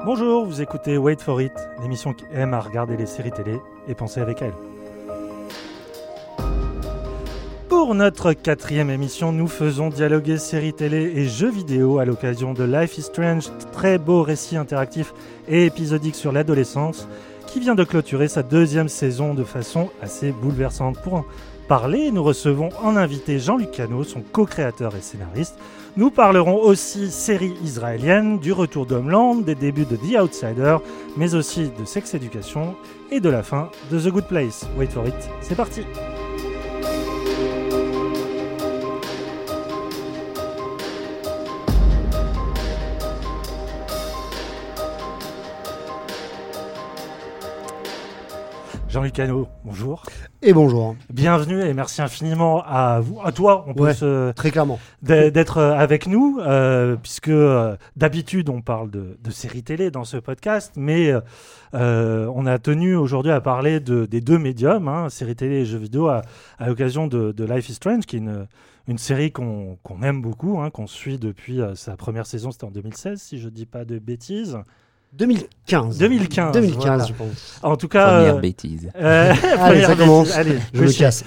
Bonjour, vous écoutez Wait for It, l'émission qui aime à regarder les séries télé et penser avec elles. Pour notre 4e émission, nous faisons dialoguer séries télé et jeux vidéo à l'occasion de Life is Strange, très beau récit interactif et épisodique sur l'adolescence, qui vient de clôturer sa 2e saison de façon assez bouleversante. Pour en parler, nous recevons en invité Jean-Luc Cano, son co-créateur et scénariste. Nous parlerons aussi séries israéliennes, du retour d'Homeland, des débuts de The Outsider, mais aussi de Sex Education et de la fin de The Good Place. Wait for it, c'est parti. Jean-Luc Cano, bonjour. Et bonjour. Bienvenue et merci infiniment à vous, à toi, on peut très clairement d'être avec nous, puisque d'habitude on parle de séries télé dans ce podcast, mais on a tenu aujourd'hui à parler des deux médiums, séries télé et jeux vidéo, à l'occasion de Life is Strange, qui est une série qu'on aime beaucoup, qu'on suit depuis sa première saison, c'était en 2016 si je ne dis pas de bêtises. 2015, voilà. Je pense. En tout cas, première bêtise. Allez, ça commence. Allez, je me casse.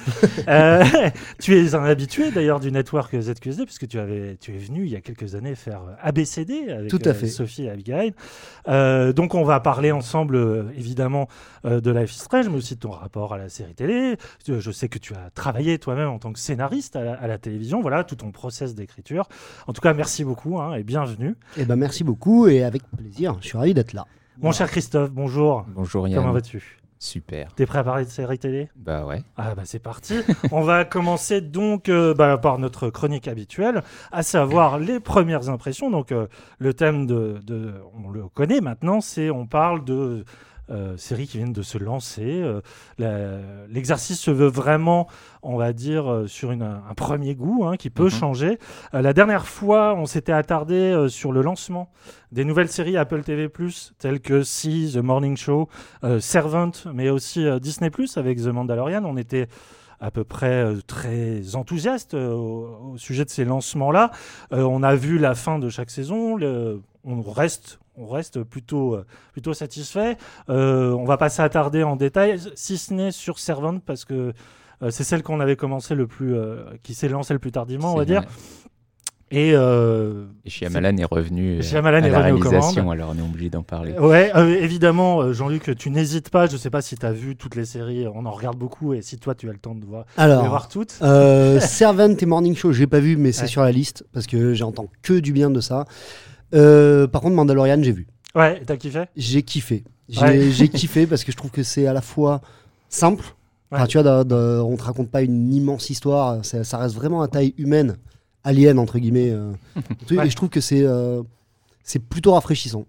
Tu es un habitué d'ailleurs du network ZQSD, puisque tu es venu il y a quelques années faire ABCD avec Sophie et Abigail. Donc on va parler ensemble évidemment de Life is Strange, mais aussi de ton rapport à la série télé. Je sais que tu as travaillé toi-même en tant que scénariste à la télévision, voilà, tout ton process d'écriture. En tout cas, merci beaucoup et bienvenue. Merci beaucoup et avec plaisir, je suis ravi d'être là. Mon cher Christophe, bonjour. Bonjour Yann. Comment vas-tu ? Super. T'es prêt à parler de séries télé ? Bah ouais. Ah bah c'est parti. On va commencer donc par notre chronique habituelle, à savoir les premières impressions. Donc le thème on le connaît maintenant, on parle de séries qui viennent de se lancer. L'exercice se veut vraiment, on va dire, sur un premier goût qui peut changer. La dernière fois, on s'était attardé sur le lancement des nouvelles séries Apple TV+, telles que See, The Morning Show, Servant, mais aussi Disney+, avec The Mandalorian. On était à peu près très enthousiaste au sujet de ces lancements-là. On a vu la fin de chaque saison. On reste plutôt satisfait. On va pas s'attarder en détail, si ce n'est sur Servant, parce que c'est celle qu'on avait commencé qui s'est lancée le plus tardivement, on va dire. Et Shyamalan est revenu à la réalisation, aux alors on est obligé d'en parler. Ouais, évidemment, Jean-Luc, tu n'hésites pas. Je ne sais pas si tu as vu toutes les séries, on en regarde beaucoup, et si toi tu as le temps de les voir toutes. Servant et Morning Show, j'ai pas vu, mais c'est sur la liste, parce que j'entends que du bien de ça. Par contre, Mandalorian, j'ai vu. Ouais, t'as kiffé ? J'ai kiffé. J'ai kiffé parce que je trouve que c'est à la fois simple. Ouais. Enfin, tu vois, on te raconte pas une immense histoire. Ça reste vraiment à taille humaine, alien entre guillemets. Et je trouve que c'est plutôt rafraîchissant.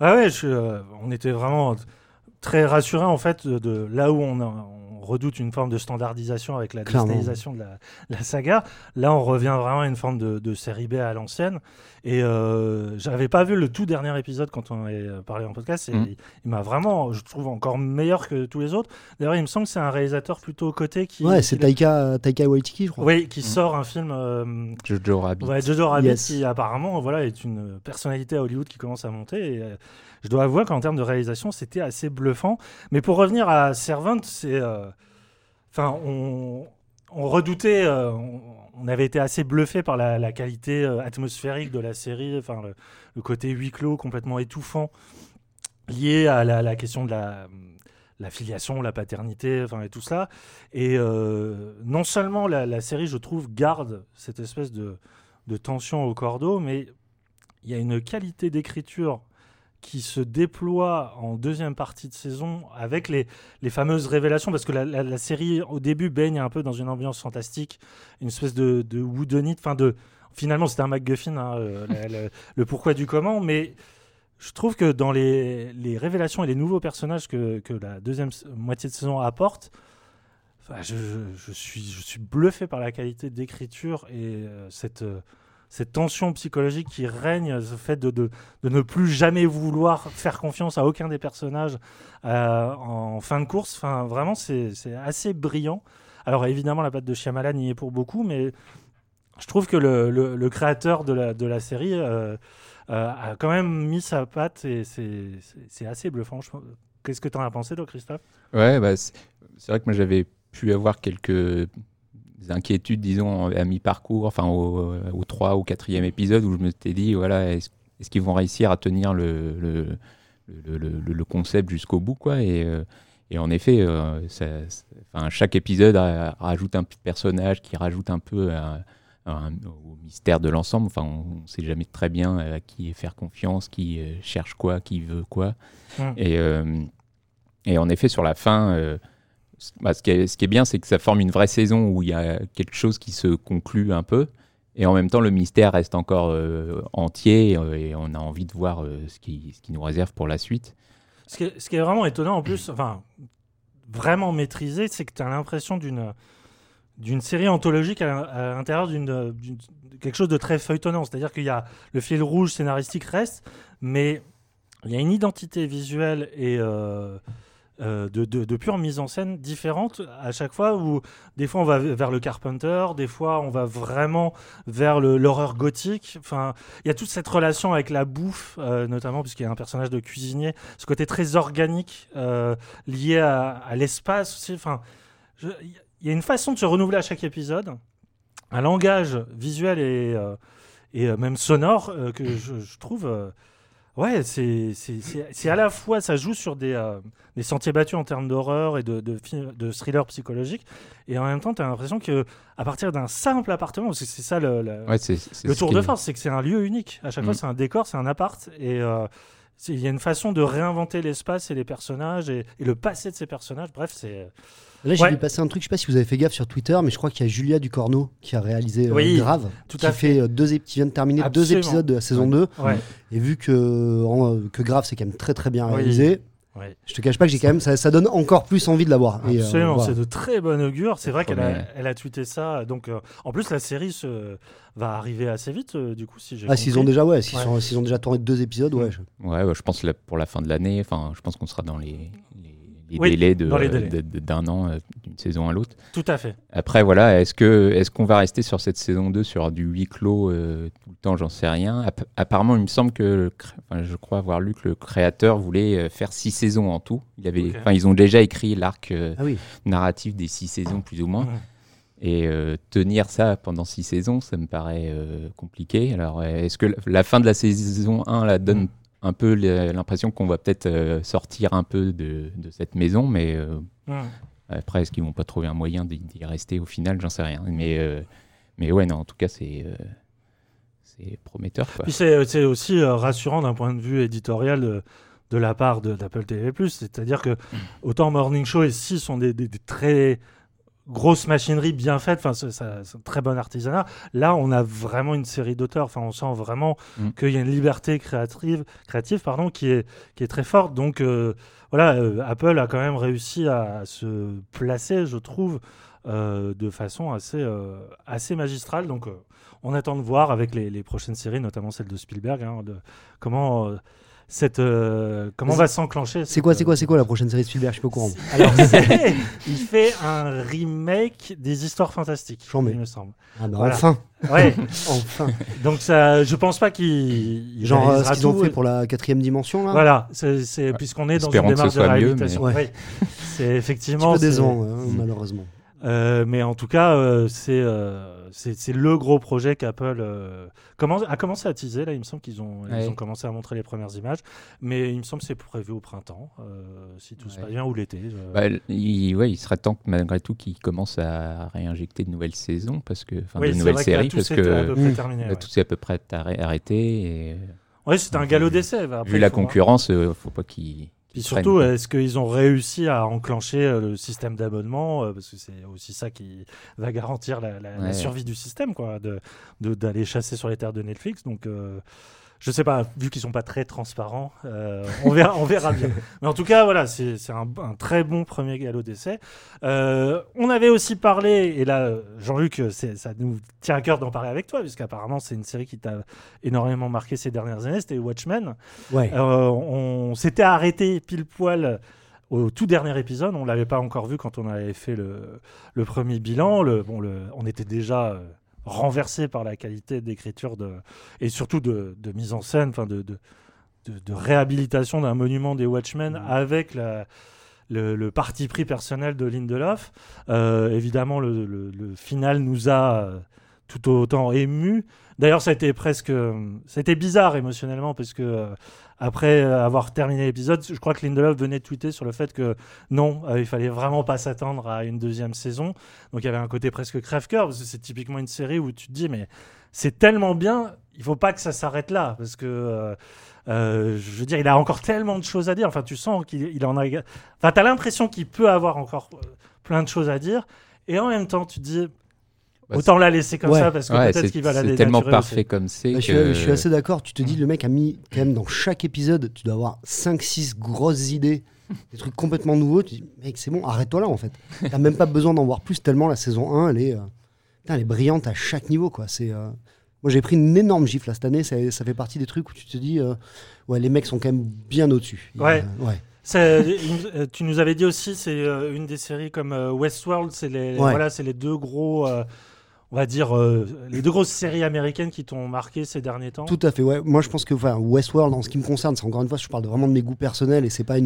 On était vraiment très rassurés en fait de là où on redoute une forme de standardisation avec la disneyisation de la saga. Là, on revient vraiment à une forme de série B à l'ancienne. Et j'avais pas vu le tout dernier épisode quand on avait parlé en podcast. Et il m'a vraiment, je trouve, encore meilleur que tous les autres. D'ailleurs, il me semble que c'est un réalisateur plutôt coté qui... Ouais, c'est Taika Waititi, je crois. Oui, qui sort un film... Jojo Rabbit. Ouais, Jojo Rabbit, qui apparemment est une personnalité à Hollywood qui commence à monter. Et je dois avouer qu'en termes de réalisation, c'était assez bluffant. Mais pour revenir à Servant, c'est... on redoutait, on avait été assez bluffé par la qualité atmosphérique de la série, le côté huis clos complètement étouffant lié à la question de la filiation, la paternité, et tout ça. Et non seulement la série, je trouve, garde cette espèce de tension au cordeau, mais il y a une qualité d'écriture qui se déploie en deuxième partie de saison avec les fameuses révélations, parce que la série au début baigne un peu dans une ambiance fantastique, une espèce de whodunit, finalement c'était un MacGuffin, le pourquoi du comment, mais je trouve que dans les révélations et les nouveaux personnages que la deuxième moitié de saison apporte, je suis bluffé par la qualité d'écriture et cette tension psychologique qui règne, ce fait de ne plus jamais vouloir faire confiance à aucun des personnages en fin de course. Vraiment, c'est assez brillant. Alors évidemment, la patte de Shyamalan y est pour beaucoup, mais je trouve que le créateur de la série a quand même mis sa patte et c'est assez bluffant. Qu'est-ce que tu en as pensé, toi, Christophe ? Ouais, c'est vrai que moi j'avais pu avoir quelques inquiétudes, disons, à mi-parcours, enfin au 3 ou 4e épisode, où je me suis dit, voilà, est-ce qu'ils vont réussir à tenir le concept jusqu'au bout, quoi. Et en effet, chaque épisode rajoute un personnage qui rajoute un peu au mystère de l'ensemble. Enfin, on ne sait jamais très bien à qui faire confiance, qui cherche quoi, qui veut quoi. Et en effet, sur la fin, ce qui est bien, c'est que ça forme une vraie saison où il y a quelque chose qui se conclut un peu. Et en même temps, le mystère reste encore entier et on a envie de voir ce qui nous réserve pour la suite. Ce qui est vraiment étonnant, en plus, vraiment maîtrisé, c'est que tu as l'impression d'une série anthologique à l'intérieur d'une quelque chose de très feuilletonnant. C'est-à-dire qu'il y a le fil rouge scénaristique reste, mais il y a une identité visuelle et de pure mise en scène différente à chaque fois, où des fois on va vers le Carpenter, des fois on va vraiment vers l'horreur gothique. Enfin, il y a toute cette relation avec la bouffe, notamment puisqu'il y a un personnage de cuisinier, ce côté très organique lié à l'espace aussi. Enfin, il y a une façon de se renouveler à chaque épisode, un langage visuel et même sonore que je trouve... Ouais, c'est à la fois, ça joue sur des sentiers battus en termes d'horreur et de thriller psychologique, et en même temps, tu as l'impression qu'à partir d'un simple appartement, parce que c'est ça le tour de force, c'est que c'est un lieu unique. À chaque fois, c'est un décor, c'est un appart, et il y a une façon de réinventer l'espace et les personnages, et le passé de ces personnages. Bref, c'est... Là, j'ai vu passer un truc, je sais pas si vous avez fait gaffe sur Twitter, mais je crois qu'il y a Julia Ducorneau qui a réalisé Grave, qui vient de terminer Absolument. 2 épisodes de la saison 2. Ouais. Et vu que Grave, c'est quand même très très bien réalisé, je te cache pas que j'ai quand même, ça donne encore plus envie de la voir. Absolument, voilà. C'est de très bon augure. C'est vrai qu'elle a tweeté ça. Donc, en plus, la série va arriver assez vite, du coup, si j'ai compris. S'ils ont déjà tourné 2 épisodes, je pense pour la fin de l'année, je pense qu'on sera dans les délais d'un an d'une saison à l'autre. Tout à fait. Après, voilà, est-ce qu'on va rester sur cette saison 2 sur du huis clos tout le temps, j'en sais rien. Apparemment, il me semble je crois avoir lu que le créateur voulait faire 6 saisons en tout. Ils ont déjà écrit l'arc narratif des 6 saisons, plus ou moins. Et tenir ça pendant 6 saisons, ça me paraît compliqué. Alors, est-ce que la fin de la saison 1 la donne un peu l'impression qu'on va peut-être sortir un peu de cette maison, mais après, est-ce qu'ils vont pas trouver un moyen d'y rester au final, j'en sais rien. Mais ouais, non, en tout cas, c'est prometteur, quoi. Puis c'est aussi rassurant d'un point de vue éditorial de la part d'Apple TV+, c'est-à-dire que autant Morning Show et 6 sont des très grosse machinerie bien faite, c'est un très bon artisanat. Là, on a vraiment une série d'auteurs. On sent vraiment qu'il y a une liberté créative, qui est très forte. Donc Apple a quand même réussi à se placer, je trouve, de façon assez magistrale. Donc on attend de voir avec les prochaines séries, notamment celle de Spielberg, comment va s'enclencher. C'est quoi la prochaine série de Spielberg? Je suis pas au courant. Alors, il fait un remake des Histoires Fantastiques, il me semble. Enfin. Ouais. Enfin. Donc je pense pas qu'il ce qu'ils ont fait pour la 4e dimension là. Voilà, c'est puisqu'on est dans une démarche de réhabilitation. C'est effectivement un petit peu décevant, malheureusement. Mais en tout cas, c'est le gros projet qu'Apple a commencé à teaser. Là, il me semble qu'ils ont commencé à montrer les premières images, mais il me semble que c'est prévu au printemps, si tout se passe bien, ou l'été. Il serait temps que malgré tout qu'ils commencent à réinjecter de nouvelles saisons, de nouvelles séries, parce que tout s'est à peu près arrêté. C'est un galop d'essai. Vu la concurrence, faut pas qu'ils... Puis surtout, est-ce qu'ils ont réussi à enclencher le système d'abonnement, parce que c'est aussi ça qui va garantir la survie du système, quoi, d'aller chasser sur les terres de Netflix. Donc, je sais pas, vu qu'ils sont pas très transparents, on verra bien. Mais en tout cas, voilà, c'est un très bon premier galop d'essai. On avait aussi parlé, et là, Jean-Luc, ça nous tient à cœur d'en parler avec toi, puisqu'apparemment, c'est une série qui t'a énormément marqué ces dernières années, c'était Watchmen. Ouais. On s'était arrêté pile poil au tout dernier épisode, on l'avait pas encore vu quand on avait fait le premier bilan. On était déjà... renversé par la qualité d'écriture et surtout de mise en scène, de réhabilitation d'un monument des Watchmen avec le parti pris personnel de Lindelof. Évidemment, le final nous a tout autant ému. D'ailleurs, ça a été bizarre émotionnellement parce que après avoir terminé l'épisode, je crois que Lindelof venait de tweeter sur le fait que non, il fallait vraiment pas s'attendre à une deuxième saison. Donc il y avait un côté presque crève-cœur parce que c'est typiquement une série où tu te dis mais c'est tellement bien, il faut pas que ça s'arrête là parce que je veux dire, il a encore tellement de choses à dire. Enfin, tu sens qu'il en a. Enfin, t'as l'impression qu'il peut avoir encore plein de choses à dire et en même temps, tu te dis. Autant la laisser comme ça parce que peut-être qu'il va la dénaturer. C'est tellement parfait aussi. Comme c'est. Je suis assez d'accord. Tu te dis, le mec a mis quand même dans chaque épisode, tu dois avoir 5-6 grosses idées, des trucs complètement nouveaux. Tu te dis, mec, c'est bon, arrête-toi là en fait. T'as même pas besoin d'en voir plus tellement la saison 1, elle est brillante à chaque niveau. Quoi. Moi j'ai pris une énorme gifle là, cette année. Ça fait partie des trucs où tu te dis, les mecs sont quand même bien au-dessus. Tu nous avais dit aussi, c'est une des séries comme Westworld, c'est les deux gros, on va dire, les deux grosses séries américaines qui t'ont marqué ces derniers temps. Tout à fait, ouais. Moi je pense que Westworld, en ce qui me concerne, c'est encore une fois, je parle vraiment de mes goûts personnels et c'est pas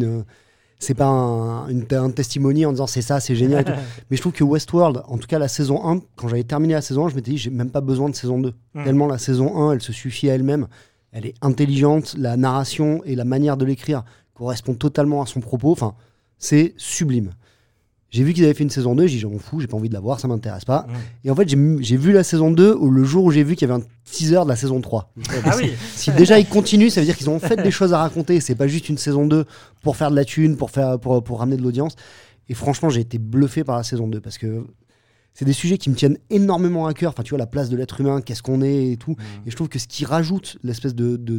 un testimony en disant c'est ça, c'est génial et tout. Mais je trouve que Westworld, en tout cas la saison 1, quand j'avais terminé la saison 1, je m'étais dit j'ai même pas besoin de saison 2. Tellement la saison 1, elle se suffit à elle-même. Elle est intelligente, la narration et la manière de l'écrire correspond totalement à son propos. Enfin, c'est sublime. J'ai vu qu'ils avaient fait une saison 2, j'ai dit je m'en fous, j'ai pas envie de la voir, ça m'intéresse pas. Et en fait, j'ai vu la saison 2 le jour où j'ai vu qu'il y avait un teaser de la saison 3. Si déjà ils continuent, ça veut dire qu'ils ont fait des choses à raconter, c'est pas juste une saison 2 pour faire de la thune, pour ramener de l'audience. Et franchement, j'ai été bluffé par la saison 2 parce que c'est des sujets qui me tiennent énormément à cœur. Enfin, tu vois, la place de l'être humain, qu'est-ce qu'on est et tout. Et je trouve que ce qui rajoute l'espèce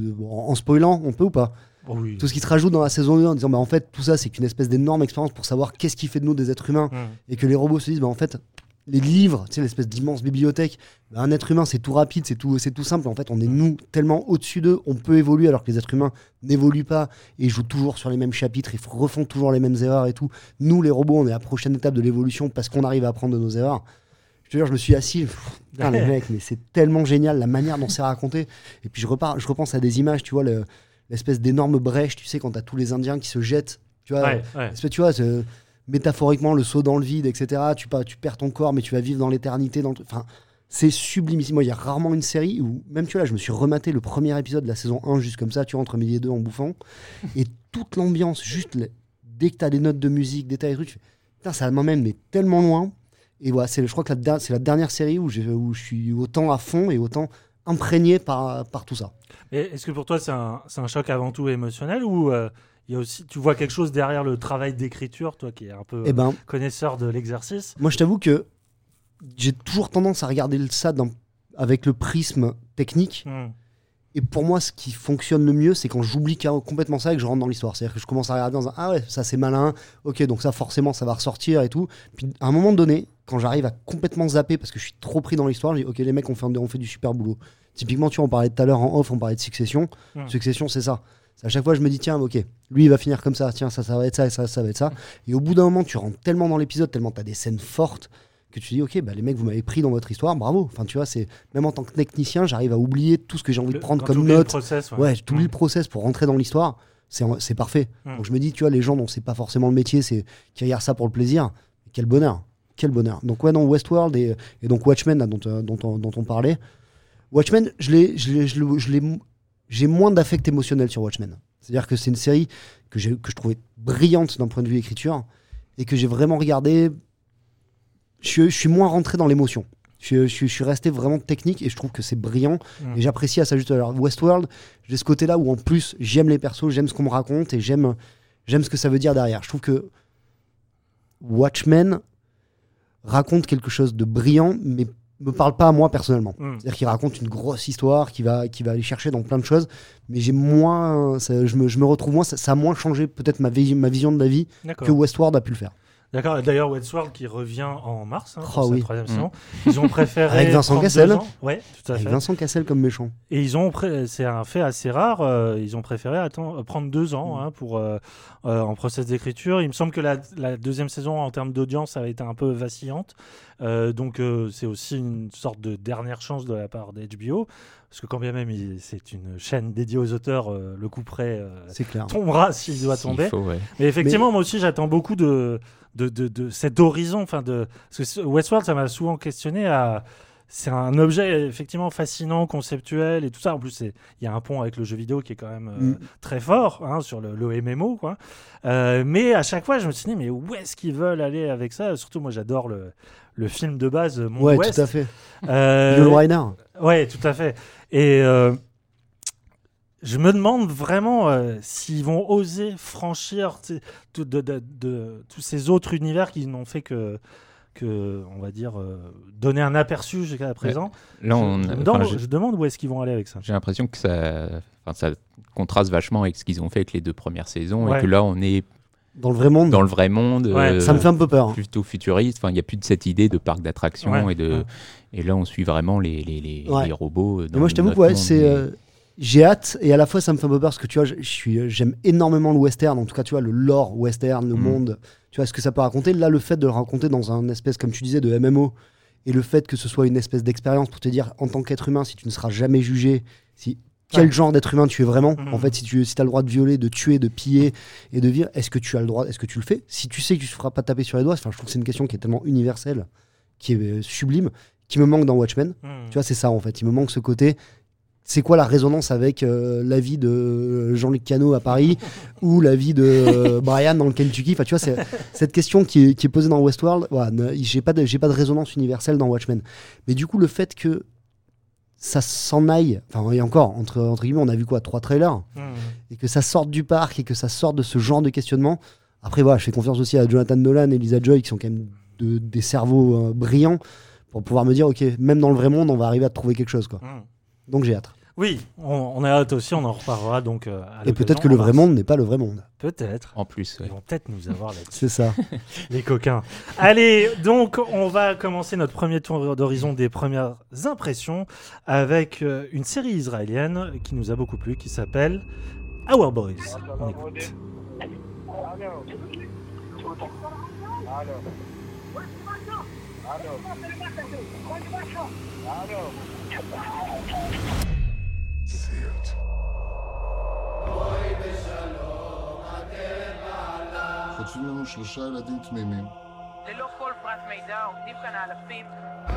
en spoilant, on peut ou pas tout ce qui se rajoute dans la saison 2 en disant en fait tout ça c'est qu'une espèce d'énorme expérience pour savoir qu'est-ce qui fait de nous des êtres humains et que les robots se disent en fait les livres, tu sais, l'espèce d'immense bibliothèque, un être humain c'est tout rapide, c'est tout simple, en fait on est nous tellement au-dessus d'eux, on peut évoluer alors que les êtres humains n'évoluent pas et jouent toujours sur les mêmes chapitres, ils refont toujours les mêmes erreurs et tout. Nous les robots on est à la prochaine étape de l'évolution parce qu'on arrive à apprendre de nos erreurs. Je te jure, je me suis assis, putain les mecs, mais c'est tellement génial la manière dont c'est raconté. Et puis je repense à des images, tu vois, l'espèce d'énorme brèche, tu sais, quand t'as tous les Indiens qui se jettent, tu vois, tu vois métaphoriquement, le saut dans le vide, etc. Tu perds ton corps, mais tu vas vivre dans l'éternité. Enfin, c'est sublime ici. Moi, il y a rarement une série où, même, tu vois, là, je me suis rematé le premier épisode de la saison 1, juste comme ça, tu vois, entre midi et 2 en bouffant. Et toute l'ambiance, juste, dès que t'as des notes de musique, des trucs, tu fais, putain, ça m'emmène, mais tellement loin. Et voilà, je crois que c'est la dernière série où je suis autant à fond et autant imprégné par tout ça. Et est-ce que pour toi c'est un choc avant tout émotionnel ou il y a aussi, tu vois quelque chose derrière le travail d'écriture, toi qui es un peu connaisseur de l'exercice? Moi je t'avoue que j'ai toujours tendance à regarder ça avec le prisme technique. Et pour moi, ce qui fonctionne le mieux, c'est quand j'oublie complètement ça et que je rentre dans l'histoire. C'est-à-dire que je commence à regarder en disant ah ouais, ça c'est malin, ok, donc ça forcément ça va ressortir et tout. Puis à un moment donné, quand j'arrive à complètement zapper parce que je suis trop pris dans l'histoire, je dis ok, les mecs, on fait du super boulot. Typiquement, tu vois, on parlait tout à l'heure en off, on parlait de Succession. Succession, c'est ça. À chaque fois, je me dis tiens, ok, lui il va finir comme ça, tiens, ça va être ça, ça va être ça. Et au bout d'un moment, tu rentres tellement dans l'épisode, tellement tu as des scènes fortes, que tu dis ok, bah, les mecs vous m'avez pris dans votre histoire, bravo. Enfin tu vois, c'est même en tant que technicien j'arrive à oublier tout ce que j'ai envie de prendre comme note. J'oublie le process pour rentrer dans l'histoire, c'est parfait. Donc je me dis tu vois, les gens dont c'est pas forcément le métier, c'est qui regardent ça pour le plaisir, quel bonheur. Donc ouais, non, Westworld et donc Watchmen là, dont on parlait. Watchmen, j'ai moins d'affect émotionnel sur Watchmen. C'est-à-dire que c'est une série que je trouvais brillante d'un point de vue écriture et que j'ai vraiment regardé. Je suis moins rentré dans l'émotion. Je suis resté vraiment technique et je trouve que c'est brillant et j'apprécie à ça juste. Alors Westworld, j'ai ce côté-là où en plus j'aime les persos, j'aime ce qu'on me raconte et j'aime ce que ça veut dire derrière. Je trouve que Watchmen raconte quelque chose de brillant, mais me parle pas à moi personnellement. C'est-à-dire qu'il raconte une grosse histoire qui va aller chercher dans plein de choses, mais j'ai moins, je me retrouve moins, ça a moins changé peut-être ma vision de la vie que Westworld a pu le faire. D'accord. D'ailleurs, Westworld qui revient en mars pour sa troisième saison. Ils ont préféré avec Vincent Cassel. Ouais, tout à fait. Avec Vincent Cassel comme méchant. Et c'est un fait assez rare. Ils ont préféré prendre 2 ans pour en process d'écriture. Il me semble que la deuxième saison, en termes d'audience, avait été un peu vacillante. Donc c'est aussi une sorte de dernière chance de la part d'HBO, parce que quand bien même c'est une chaîne dédiée aux auteurs, le coup près C'est clair. tombera s'il doit tomber. Faut, ouais. Mais effectivement, moi aussi, j'attends beaucoup de cet horizon. Parce que Westworld, ça m'a souvent questionné à... C'est un objet effectivement fascinant, conceptuel et tout ça. En plus, il y a un pont avec le jeu vidéo qui est quand même très fort sur le MMO, quoi. Mais à chaque fois, je me suis dit, mais où est-ce qu'ils veulent aller avec ça? Surtout, moi, j'adore le film de base, Monde Ouais, Ouest. tout à fait. Yul Brynner. Ouais, tout à fait. Et je me demande vraiment s'ils vont oser franchir tous ces autres univers qui n'ont fait que on va dire, donner un aperçu jusqu'à présent. Là, je demande où est-ce qu'ils vont aller avec ça. J'ai l'impression que ça contraste vachement avec ce qu'ils ont fait avec les 2 premières saisons, Ouais. et que là, on est Dans le vrai monde. dans le vrai monde, Ouais. Ça me fait un peu peur. plutôt futuriste. Enfin, il n'y a plus de cette idée de parc d'attractions, Ouais. et là, on suit vraiment les robots. Mais moi, je t'avoue que j'ai hâte, et à la fois ça me fait un peu peur parce que tu vois, j'aime énormément le western, en tout cas tu vois le lore western, le monde, tu vois ce que ça peut raconter. Là, le fait de le raconter dans un espèce, comme tu disais, de MMO, et le fait que ce soit une espèce d'expérience pour te dire en tant qu'être humain, si tu ne seras jamais jugé, quel genre d'être humain tu es vraiment, en fait, si tu as le droit de violer, de tuer, de piller et de vivre, est-ce que tu as le droit, est-ce que tu le fais? Si tu sais que tu ne te feras pas taper sur les doigts, je trouve que c'est une question qui est tellement universelle, qui est sublime, qui me manque dans Watchmen. Tu vois, c'est ça en fait, il me manque ce côté. C'est quoi la résonance avec la vie de Jean-Luc Cano à Paris ou la vie de Brian dans le Kentucky? Enfin, tu vois, c'est cette question qui est posée dans Westworld. Voilà, j'ai pas de résonance universelle dans Watchmen. Mais du coup, le fait que ça s'en aille, enfin, et encore, entre guillemets, on a vu quoi, 3 trailers, et que ça sorte du parc et que ça sorte de ce genre de questionnement. Après, voilà, je fais confiance aussi à Jonathan Nolan et Lisa Joy qui sont quand même des cerveaux brillants pour pouvoir me dire, ok, même dans le vrai monde, on va arriver à trouver quelque chose, quoi. Donc j'ai hâte. Oui, on a hâte aussi, on en reparlera donc. Et peut-être que le vrai monde n'est pas le vrai monde. Peut-être. En plus, ouais. Ils vont peut-être nous avoir là-dessus. C'est ça. Les coquins. Allez, donc on va commencer notre premier tour d'horizon des premières impressions avec une série israélienne qui nous a beaucoup plu, qui s'appelle Our Boys. On écoute. חוטפים לנו 3 ילדים תמימים. ללא כל פרט מידע עומדים כאן האלפים.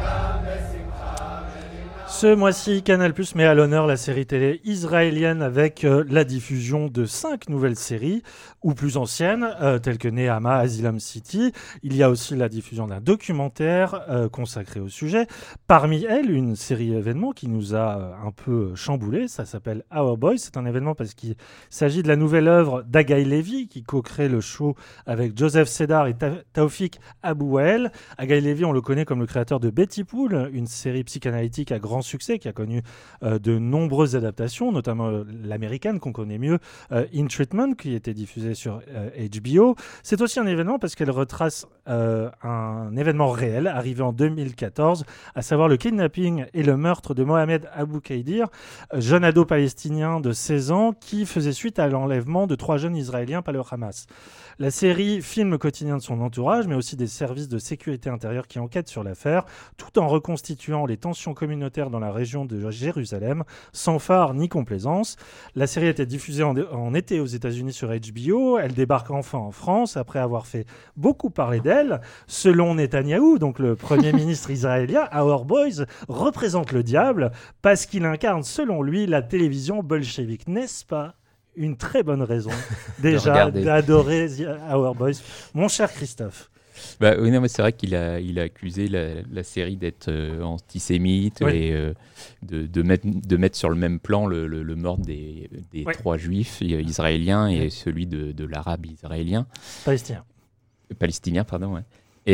Ce mois-ci, Canal+ met à l'honneur la série télé israélienne avec la diffusion de 5 nouvelles séries, ou plus anciennes, telles que Nehama, Asylum City. Il y a aussi la diffusion d'un documentaire consacré au sujet. Parmi elles, une série événement qui nous a un peu chamboulé, ça s'appelle Our Boys. C'est un événement parce qu'il s'agit de la nouvelle œuvre d'Agaï Levy, qui co-crée le show avec Joseph Sédar et Taoufik Abouel. Agaï Levy, on le connaît comme le créateur de Betty Pool, une série psychanalytique à grand succès qui a connu de nombreuses adaptations, notamment l'américaine qu'on connaît mieux, In Treatment, qui était diffusée sur HBO. C'est aussi un événement parce qu'elle retrace un événement réel arrivé en 2014, à savoir le kidnapping et le meurtre de Mohamed Abou Kaidir, jeune ado palestinien de 16 ans qui faisait suite à l'enlèvement de 3 jeunes Israéliens par le Hamas. La série filme le quotidien de son entourage, mais aussi des services de sécurité intérieure qui enquêtent sur l'affaire, tout en reconstituant les tensions communautaires dans la région de Jérusalem, sans phare ni complaisance. La série a été diffusée en été aux États-Unis sur HBO. Elle débarque enfin en France après avoir fait beaucoup parler d'elle. Selon Netanyahou, donc le premier ministre israélien, Our Boys représente le diable parce qu'il incarne, selon lui, la télévision bolchevique. N'est-ce pas une très bonne raison déjà d'adorer Our Boys, mon cher Christophe? Bah, oui, non, mais c'est vrai qu'il a accusé la série d'être antisémite, oui, et de mettre sur le même plan le meurtre des oui, 3 juifs israéliens et oui, celui de l'arabe israélien. Palestinien, pardon, ouais.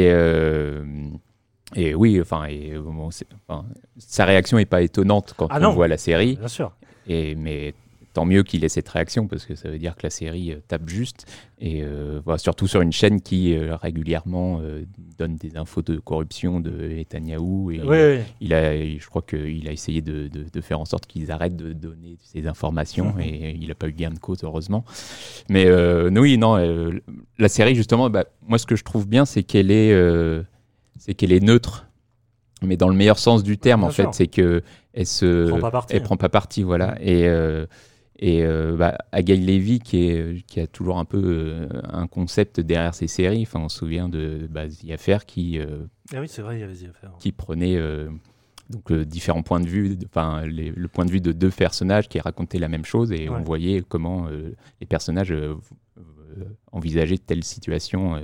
Et oui, bon, sa réaction n'est pas étonnante quand on voit la série. Bien sûr. Mais tant mieux qu'il ait cette réaction parce que ça veut dire que la série tape juste et voilà, surtout sur une chaîne qui régulièrement donne des infos de corruption de Netanyahou et oui. Je crois qu'il a essayé de faire en sorte qu'ils arrêtent de donner ces informations et il n'a pas eu gain de cause heureusement. Mais oui, non, la série justement, moi ce que je trouve bien c'est qu'elle est c'est qu'elle est neutre, mais dans le meilleur sens du terme, Bien en sûr. fait, c'est que elle prend pas parti, voilà. Agaï Levy qui a toujours un peu un concept derrière ses séries. Enfin, on se souvient de The Affair qui Ah oui, c'est vrai, il y avait The Affair. qui prenait différents points de vue, le point de vue de deux personnages qui racontaient la même chose et Ouais. on voyait comment les personnages envisageaient telle situation.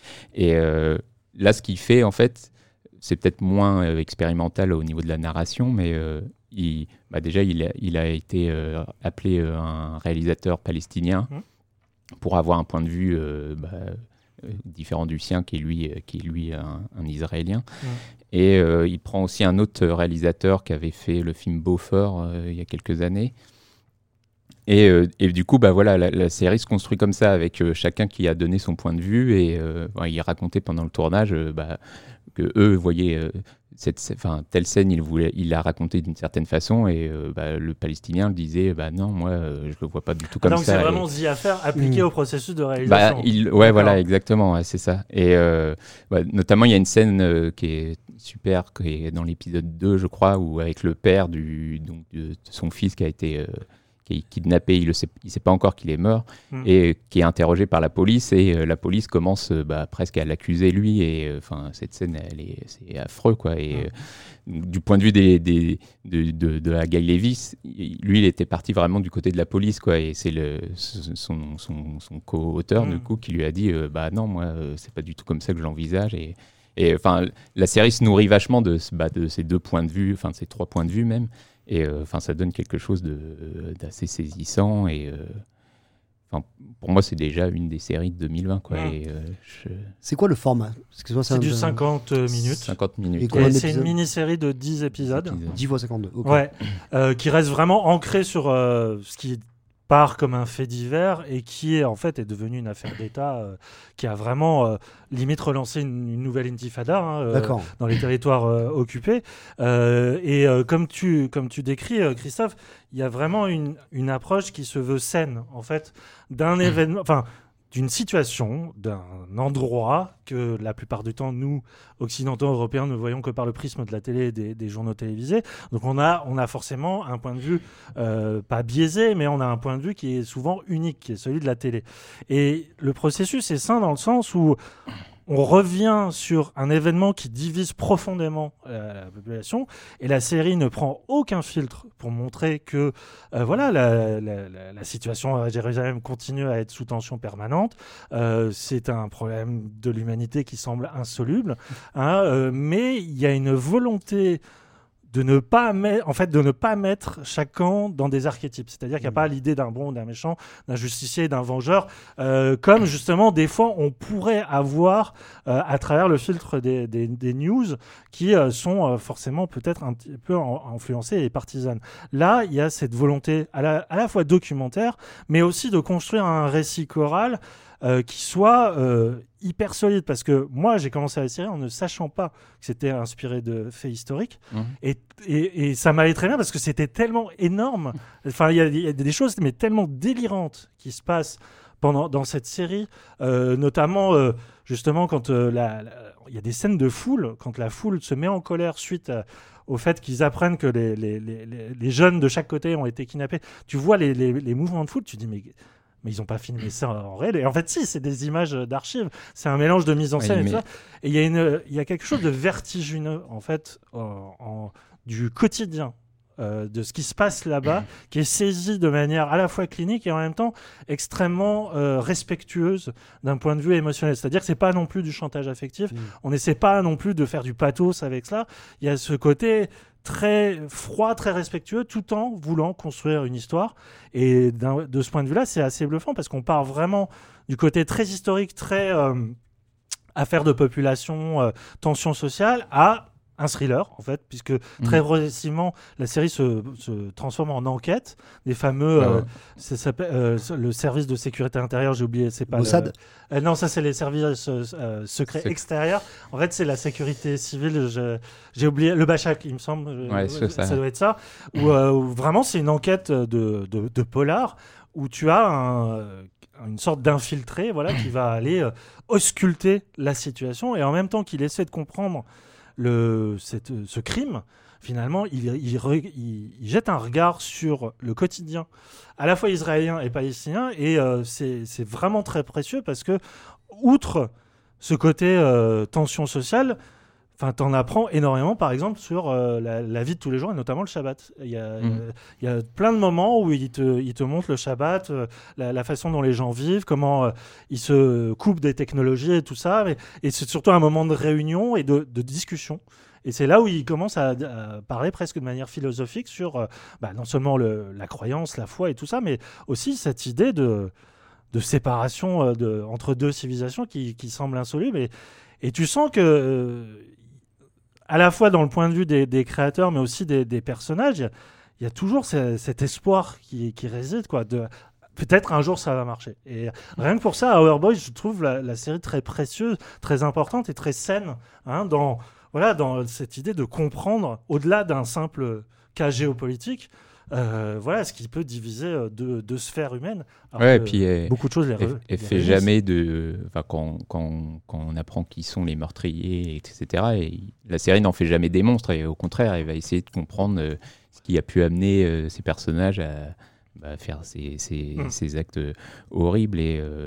Là, ce qu'il fait, en fait, c'est peut-être moins expérimental au niveau de la narration, mais il a été appelé un réalisateur palestinien pour avoir un point de vue différent du sien, qui est lui un Israélien. Et il prend aussi un autre réalisateur qui avait fait le film Beaufort il y a quelques années. Et du coup, la série se construit comme ça, avec chacun qui a donné son point de vue. Et il racontait pendant le tournage que eux voyaient telle scène, il l'a raconté d'une certaine façon. Et le Palestinien le disait, non, moi, je le vois pas du tout comme donc ça. c'est vraiment The Affair appliqué au processus de réalisation. Voilà, exactement, ouais, c'est ça. Et notamment, il y a une scène qui est super, qui est dans l'épisode 2, je crois, où avec le père de son fils qui a été qui est kidnappé, il sait pas encore qu'il est mort, et qui est interrogé par la police, et la police commence presque à l'accuser lui, et cette scène, c'est affreux, quoi. Et du point de vue de Agaï Levy, lui, il était parti vraiment du côté de la police, quoi, et c'est son co-auteur du coup qui lui a dit non, moi c'est pas du tout comme ça que je l'envisage, et la série se nourrit vachement de ces deux points de vue, de ces trois points de vue même. Et ça donne quelque chose d'assez saisissant. Et pour moi, c'est déjà une des séries de 2020. Quoi. Et, c'est quoi le format? C'est du 50 minutes. 50 minutes. Et c'est une mini-série de 10 épisodes. 10 fois 52. Okay. Ouais. Qui reste vraiment ancré sur ce qui part comme un fait divers et qui est devenu une affaire d'État qui a vraiment limite relancé une nouvelle intifada dans les territoires occupés. Comme tu décris, Christophe, il y a vraiment une approche qui se veut saine, en fait, d'un événement, d'une situation, d'un endroit que la plupart du temps, nous, occidentaux, européens, ne voyons que par le prisme de la télé et des journaux télévisés. Donc on a forcément un point de vue, pas biaisé, mais on a un point de vue qui est souvent unique, qui est celui de la télé. Et le processus est sain dans le sens où on revient sur un événement qui divise profondément la population, et la série ne prend aucun filtre pour montrer que la situation à Jérusalem continue à être sous tension permanente. C'est un problème de l'humanité qui semble insoluble, mais il y a une volonté de ne pas mettre chacun dans des archétypes. C'est-à-dire qu'il n'y a pas l'idée d'un bon, d'un méchant, d'un justicier, d'un vengeur, comme justement des fois on pourrait avoir à travers le filtre des news qui sont forcément peut-être un petit peu influencées et partisanes. Là, il y a cette volonté à la fois documentaire, mais aussi de construire un récit choral qui soit hyper solide, parce que moi j'ai commencé la série en ne sachant pas que c'était inspiré de faits historiques, et ça m'allait très bien parce que c'était tellement énorme. Enfin, il y a des choses mais tellement délirantes qui se passent dans cette série, notamment justement quand il y a des scènes de foule, quand la foule se met en colère suite au fait qu'ils apprennent que les jeunes de chaque côté ont été kidnappés. Tu vois les mouvements de foule, tu te dis mais ils n'ont pas filmé ça en réel. Et en fait, si, c'est des images d'archives. C'est un mélange de mise en scène et tout ça. Et il y a quelque chose de vertigineux, en fait, du quotidien, de ce qui se passe là-bas, qui est saisi de manière à la fois clinique et en même temps extrêmement respectueuse d'un point de vue émotionnel. C'est-à-dire que c'est pas non plus du chantage affectif. On n'essaie pas non plus de faire du pathos avec cela. Il y a ce côté très froid, très respectueux, tout en voulant construire une histoire. Et de ce point de vue-là, c'est assez bluffant parce qu'on part vraiment du côté très historique, très affaire de population, tension sociale, à un thriller, en fait, puisque très progressivement, la série se transforme en enquête. Des fameux... ça s'appelle le service de sécurité intérieure, j'ai oublié, c'est pas... Mossad non, ça, c'est les services secrets extérieurs. En fait, c'est la sécurité civile, j'ai oublié, le Bachak, il me semble. Ça doit être ça. Où vraiment, c'est une enquête de polar, où tu as une sorte d'infiltré, voilà, qui va aller ausculter la situation, et en même temps qu'il essaie de comprendre ce crime, finalement, il jette un regard sur le quotidien, à la fois israélien et palestinien, et c'est vraiment très précieux parce que, outre ce côté tension sociale, t'en apprends énormément, par exemple, sur la vie de tous les jours, et notamment le Shabbat. Il y a plein de moments où il te montre le Shabbat, la façon dont les gens vivent, comment ils se coupent des technologies et tout ça. Et c'est surtout un moment de réunion et de discussion. Et c'est là où il commence à parler presque de manière philosophique sur non seulement la croyance, la foi et tout ça, mais aussi cette idée de séparation entre deux civilisations qui semble insoluble. Et tu sens que, à la fois dans le point de vue des créateurs, mais aussi des personnages, il y a toujours cet espoir qui réside, quoi, peut-être un jour ça va marcher. Et rien que pour ça, Our Boys, je trouve la série très précieuse, très importante et très saine, hein, dans cette idée de comprendre, au-delà d'un simple cas géopolitique, ce qui peut diviser deux sphères humaines. Ouais, et puis beaucoup de choses elle fait jamais quand on apprend qui sont les meurtriers, etc. Et la série n'en fait jamais des monstres, et au contraire, elle va essayer de comprendre ce qui a pu amener ces personnages à faire ces actes horribles.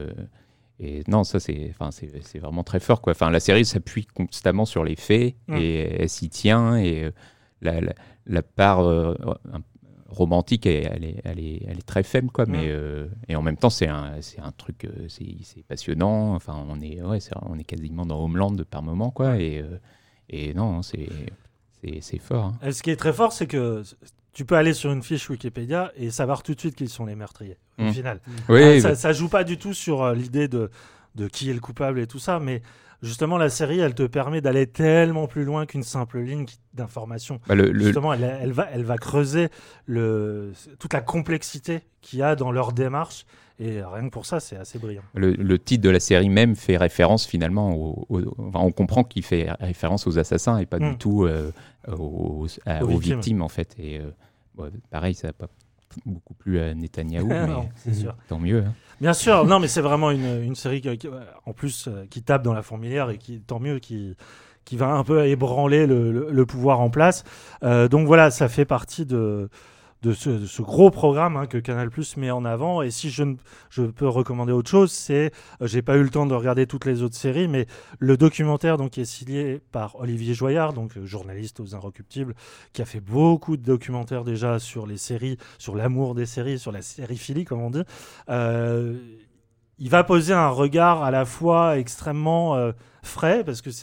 Et non, ça c'est vraiment très fort, quoi. Enfin, la série s'appuie constamment sur les faits et elle s'y tient, et la part romantique, elle est très faible, quoi. Mais et en même temps, c'est un truc, c'est passionnant. Enfin, on est quasiment dans Homeland par moment, quoi. Et non, c'est fort, hein. Et ce qui est très fort, c'est que tu peux aller sur une fiche Wikipédia et savoir tout de suite qui sont les meurtriers, au final. Oui, ça joue pas du tout sur l'idée de qui est le coupable et tout ça, mais justement, la série, elle te permet d'aller tellement plus loin qu'une simple ligne d'information. Justement, elle va creuser toute la complexité qu'il y a dans leur démarche, et rien que pour ça, c'est assez brillant. Le titre de la série même fait référence finalement on comprend qu'il fait référence aux assassins et pas du tout aux victimes, en fait. Et pareil, ça n'a pas beaucoup plu à Netanyahou, mais non, c'est sûr. Tant mieux, hein. Bien sûr, non, mais c'est vraiment une série en plus qui tape dans la fourmilière, et tant mieux, qui va un peu ébranler le pouvoir en place. Donc voilà, ça fait partie de ce gros programme, hein, que Canal+ met en avant. Et si je peux recommander autre chose, c'est, j'ai pas eu le temps de regarder toutes les autres séries, mais le documentaire donc, qui est signé par Olivier Joyard, donc journaliste aux Inrecuptibles, qui a fait beaucoup de documentaires déjà sur les séries, sur l'amour des séries, sur la sériphilie, comme on dit. Il va poser un regard à la fois extrêmement frais, parce que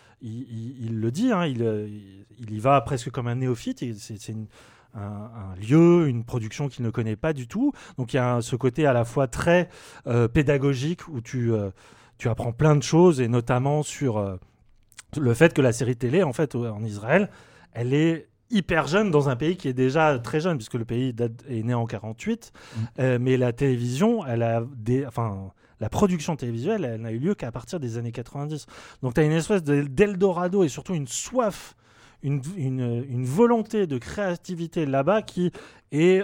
il le dit, hein, il y va presque comme un néophyte. C'est un lieu, une production qu'il ne connaît pas du tout. Donc il y a ce côté à la fois très pédagogique, où tu apprends plein de choses, et notamment sur le fait que la série télé, en fait, en Israël, elle est hyper jeune dans un pays qui est déjà très jeune, puisque le pays est né en 48, mais la télévision, la production télévisuelle, elle n'a eu lieu qu'à partir des années 90. Donc tu as une espèce d'Eldorado, et surtout une soif, une volonté de créativité là-bas qui est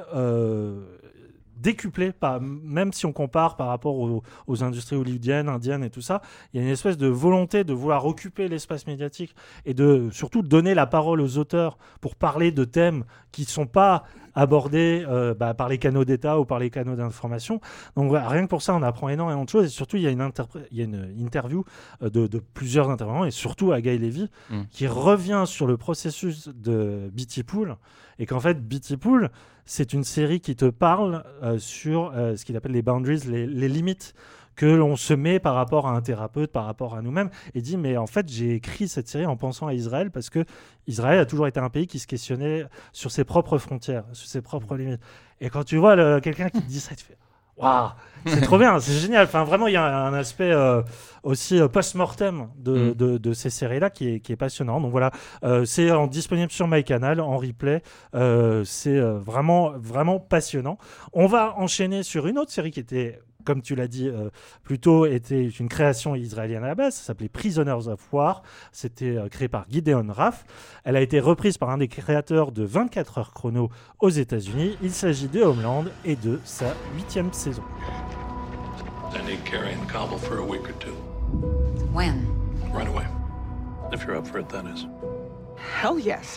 décuplée, même si on compare par rapport aux industries hollywoodiennes, indiennes et tout ça. Il y a une espèce de volonté de vouloir occuper l'espace médiatique, et de surtout donner la parole aux auteurs pour parler de thèmes qui ne sont pas abordés par les canaux d'État ou par les canaux d'information. Donc voilà, rien que pour ça, on apprend énormément de choses. Et surtout, il y a une interview de plusieurs intervenants, et surtout Haggai Levy, qui revient sur le processus de BT Pool, et qu'en fait, BT Pool, c'est une série qui te parle sur ce qu'il appelle les boundaries, les limites que l'on se met par rapport à un thérapeute, par rapport à nous-mêmes, et dit, mais en fait, j'ai écrit cette série en pensant à Israël, parce que Israël a toujours été un pays qui se questionnait sur ses propres frontières, sur ses propres limites. Et quand tu vois quelqu'un qui te dit ça, tu fais, waouh, c'est trop bien, c'est génial. Enfin, vraiment, il y a un aspect aussi post-mortem de ces séries-là qui est passionnant. Donc voilà, c'est disponible sur MyCanal en replay. C'est vraiment, vraiment passionnant. On va enchaîner sur une autre série qui était, comme tu l'as dit, plutôt était une création israélienne à la base. Ça s'appelait Prisoners of War. C'était créé par Gideon Raff. Elle a été reprise par un des créateurs de 24 heures chrono aux États-Unis. Il s'agit de Homeland et de sa 8e saison. I need Carrie in Kabul for a week or two. When? Right away. If you're up for it, that is. Hell yes.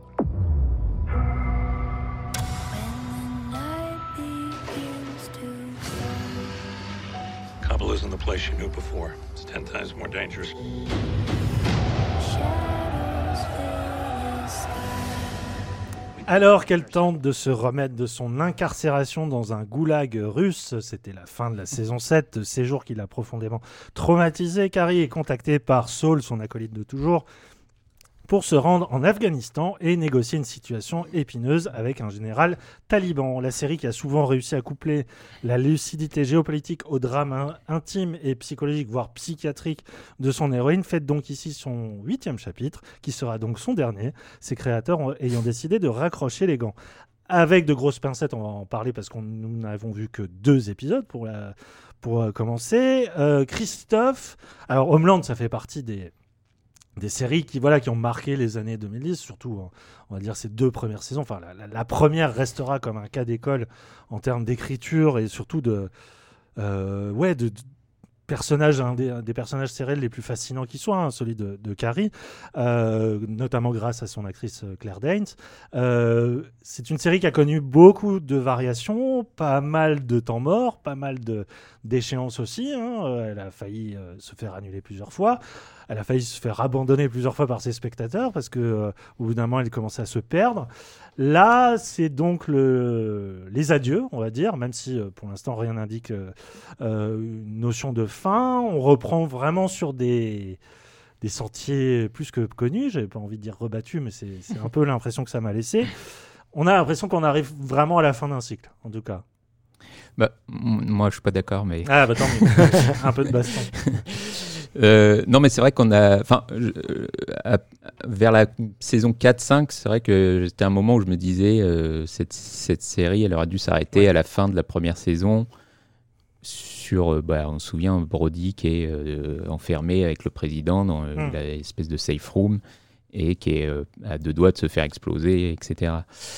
Kabul isn't the place you knew before. It's 10 times more dangerous. Alors qu'elle tente de se remettre de son incarcération dans un goulag russe, c'était la fin de la saison 7, séjour qui l'a profondément traumatisé. Carrie est contactée par Saul, son acolyte de toujours, pour se rendre en Afghanistan et négocier une situation épineuse avec un général taliban. La série qui a souvent réussi à coupler la lucidité géopolitique au drame intime et psychologique, voire psychiatrique de son héroïne, fête donc ici son 8e chapitre, qui sera donc son dernier, ses créateurs ayant décidé de raccrocher les gants. Avec de grosses pincettes, on va en parler parce nous n'avons vu que 2 épisodes pour commencer. Christophe, alors Homeland, ça fait partie des séries qui ont marqué les années 2010, surtout, on va dire, ces 2 premières saisons. Enfin, la première restera comme un cas d'école en termes d'écriture et surtout de personnages, des personnages sériels les plus fascinants qui soient, celui de Carrie, notamment grâce à son actrice Claire Danes. C'est une série qui a connu beaucoup de variations, pas mal de temps mort, pas mal d'échéances aussi. Elle a failli se faire annuler plusieurs fois. Elle a failli se faire abandonner plusieurs fois par ses spectateurs parce qu'au bout d'un moment, elle commençait à se perdre. Là, c'est donc les adieux, on va dire, même si pour l'instant, rien n'indique une notion de fin. On reprend vraiment sur des sentiers plus que connus. J'avais pas envie de dire rebattus, mais c'est un peu l'impression que ça m'a laissé. On a l'impression qu'on arrive vraiment à la fin d'un cycle, en tout cas. Moi, je suis pas d'accord, mais... Ah, tant mieux. Un peu de baston. Non, mais c'est vrai qu'on a... vers la saison 4-5, c'est vrai que c'était un moment où je me disais cette série, elle aurait dû s'arrêter à la fin de la première saison sur, on se souvient, Brody qui est enfermé avec le président dans l'espèce de safe room et qui est à 2 doigts de se faire exploser, etc.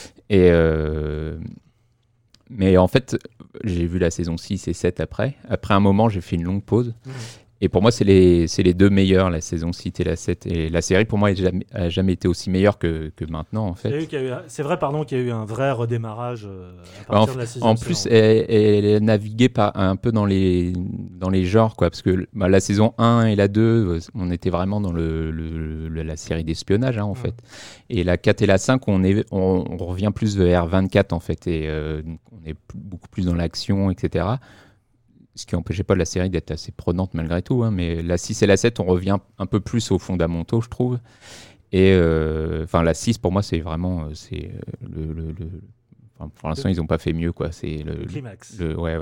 Mais en fait, j'ai vu la saison 6 et 7 après. Après un moment, j'ai fait une longue pause. Et pour moi, c'est les 2 meilleurs, la saison 6 et la 7. Et la série, pour moi, n'a jamais été aussi meilleure que maintenant, en fait. C'est vrai, qu'il y a eu un vrai redémarrage à partir de la saison 6. En plus, elle naviguait un peu dans les genres, quoi. Parce que la saison 1 et la 2, on était vraiment dans la série d'espionnage, en fait. Et la 4 et la 5, on revient plus vers 24, en fait. Et on est beaucoup plus dans l'action, etc. Ce qui n'empêchait pas la série d'être assez prenante malgré tout, mais la 6 et la 7, on revient un peu plus aux fondamentaux, je trouve. Et la 6, pour moi, c'est vraiment... pour l'instant, ils n'ont pas fait mieux, quoi. C'est le climax.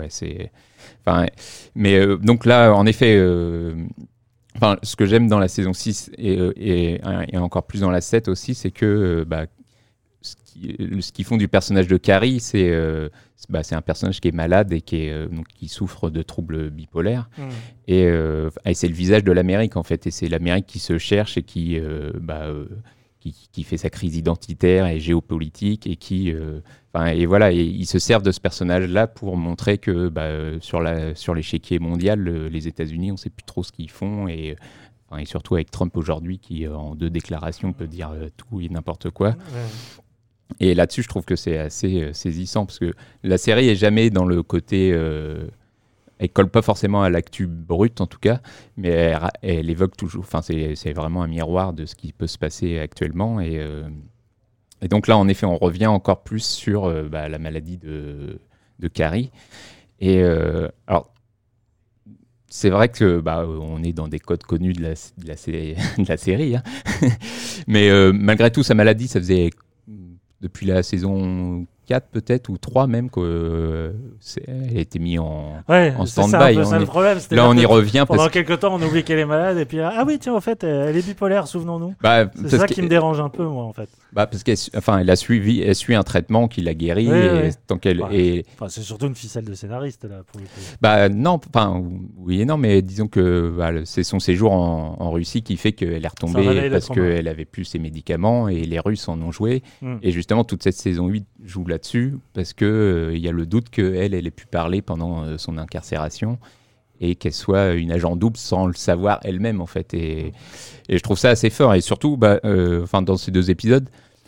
Donc là, en effet... ce que j'aime dans la saison 6 et encore plus dans la 7 aussi, c'est que... ce qu'ils font du personnage de Carrie, c'est un personnage qui est malade et qui souffre de troubles bipolaires. Et c'est le visage de l'Amérique, en fait. Et c'est l'Amérique qui se cherche et qui fait sa crise identitaire et géopolitique. Et et ils se servent de ce personnage-là pour montrer que sur l'échiquier mondial, les États-Unis, on ne sait plus trop ce qu'ils font. Et surtout avec Trump aujourd'hui, qui en 2 déclarations peut dire tout et n'importe quoi. Et là-dessus, je trouve que c'est assez saisissant parce que la série est jamais dans le côté... elle colle pas forcément à l'actu brute, en tout cas, mais elle évoque toujours... c'est vraiment un miroir de ce qui peut se passer actuellement. Et donc là, en effet, on revient encore plus sur la maladie de Carrie. Et alors, c'est vrai que on est dans des codes connus de la série. Mais malgré tout, sa maladie, ça faisait... depuis la saison 4 peut-être, ou 3 même, qu'elle a été mise en stand-by. C'est le problème. Là, on y revient. Pendant quelques temps, on oublie qu'elle est malade, et puis ah oui, tiens, en fait, elle est bipolaire, souvenons-nous. C'est ça qui me dérange un peu, moi, en fait. Parce qu'elle suit un traitement qui la guérit. Tant qu'elle c'est surtout une ficelle de scénariste, là, pour le coup. Non, oui et non, mais disons que c'est son séjour en Russie qui fait qu'elle est retombée parce qu'elle avait plus ses médicaments et les Russes en ont joué. Et justement, toute cette saison 8 joue là-dessus parce qu'il y a le doute qu'elle ait pu parler pendant son incarcération. et qu'elle soit une agent double sans le savoir elle-même en fait. Et je trouve ça assez fort. Et surtout, dans ces 2 épisodes,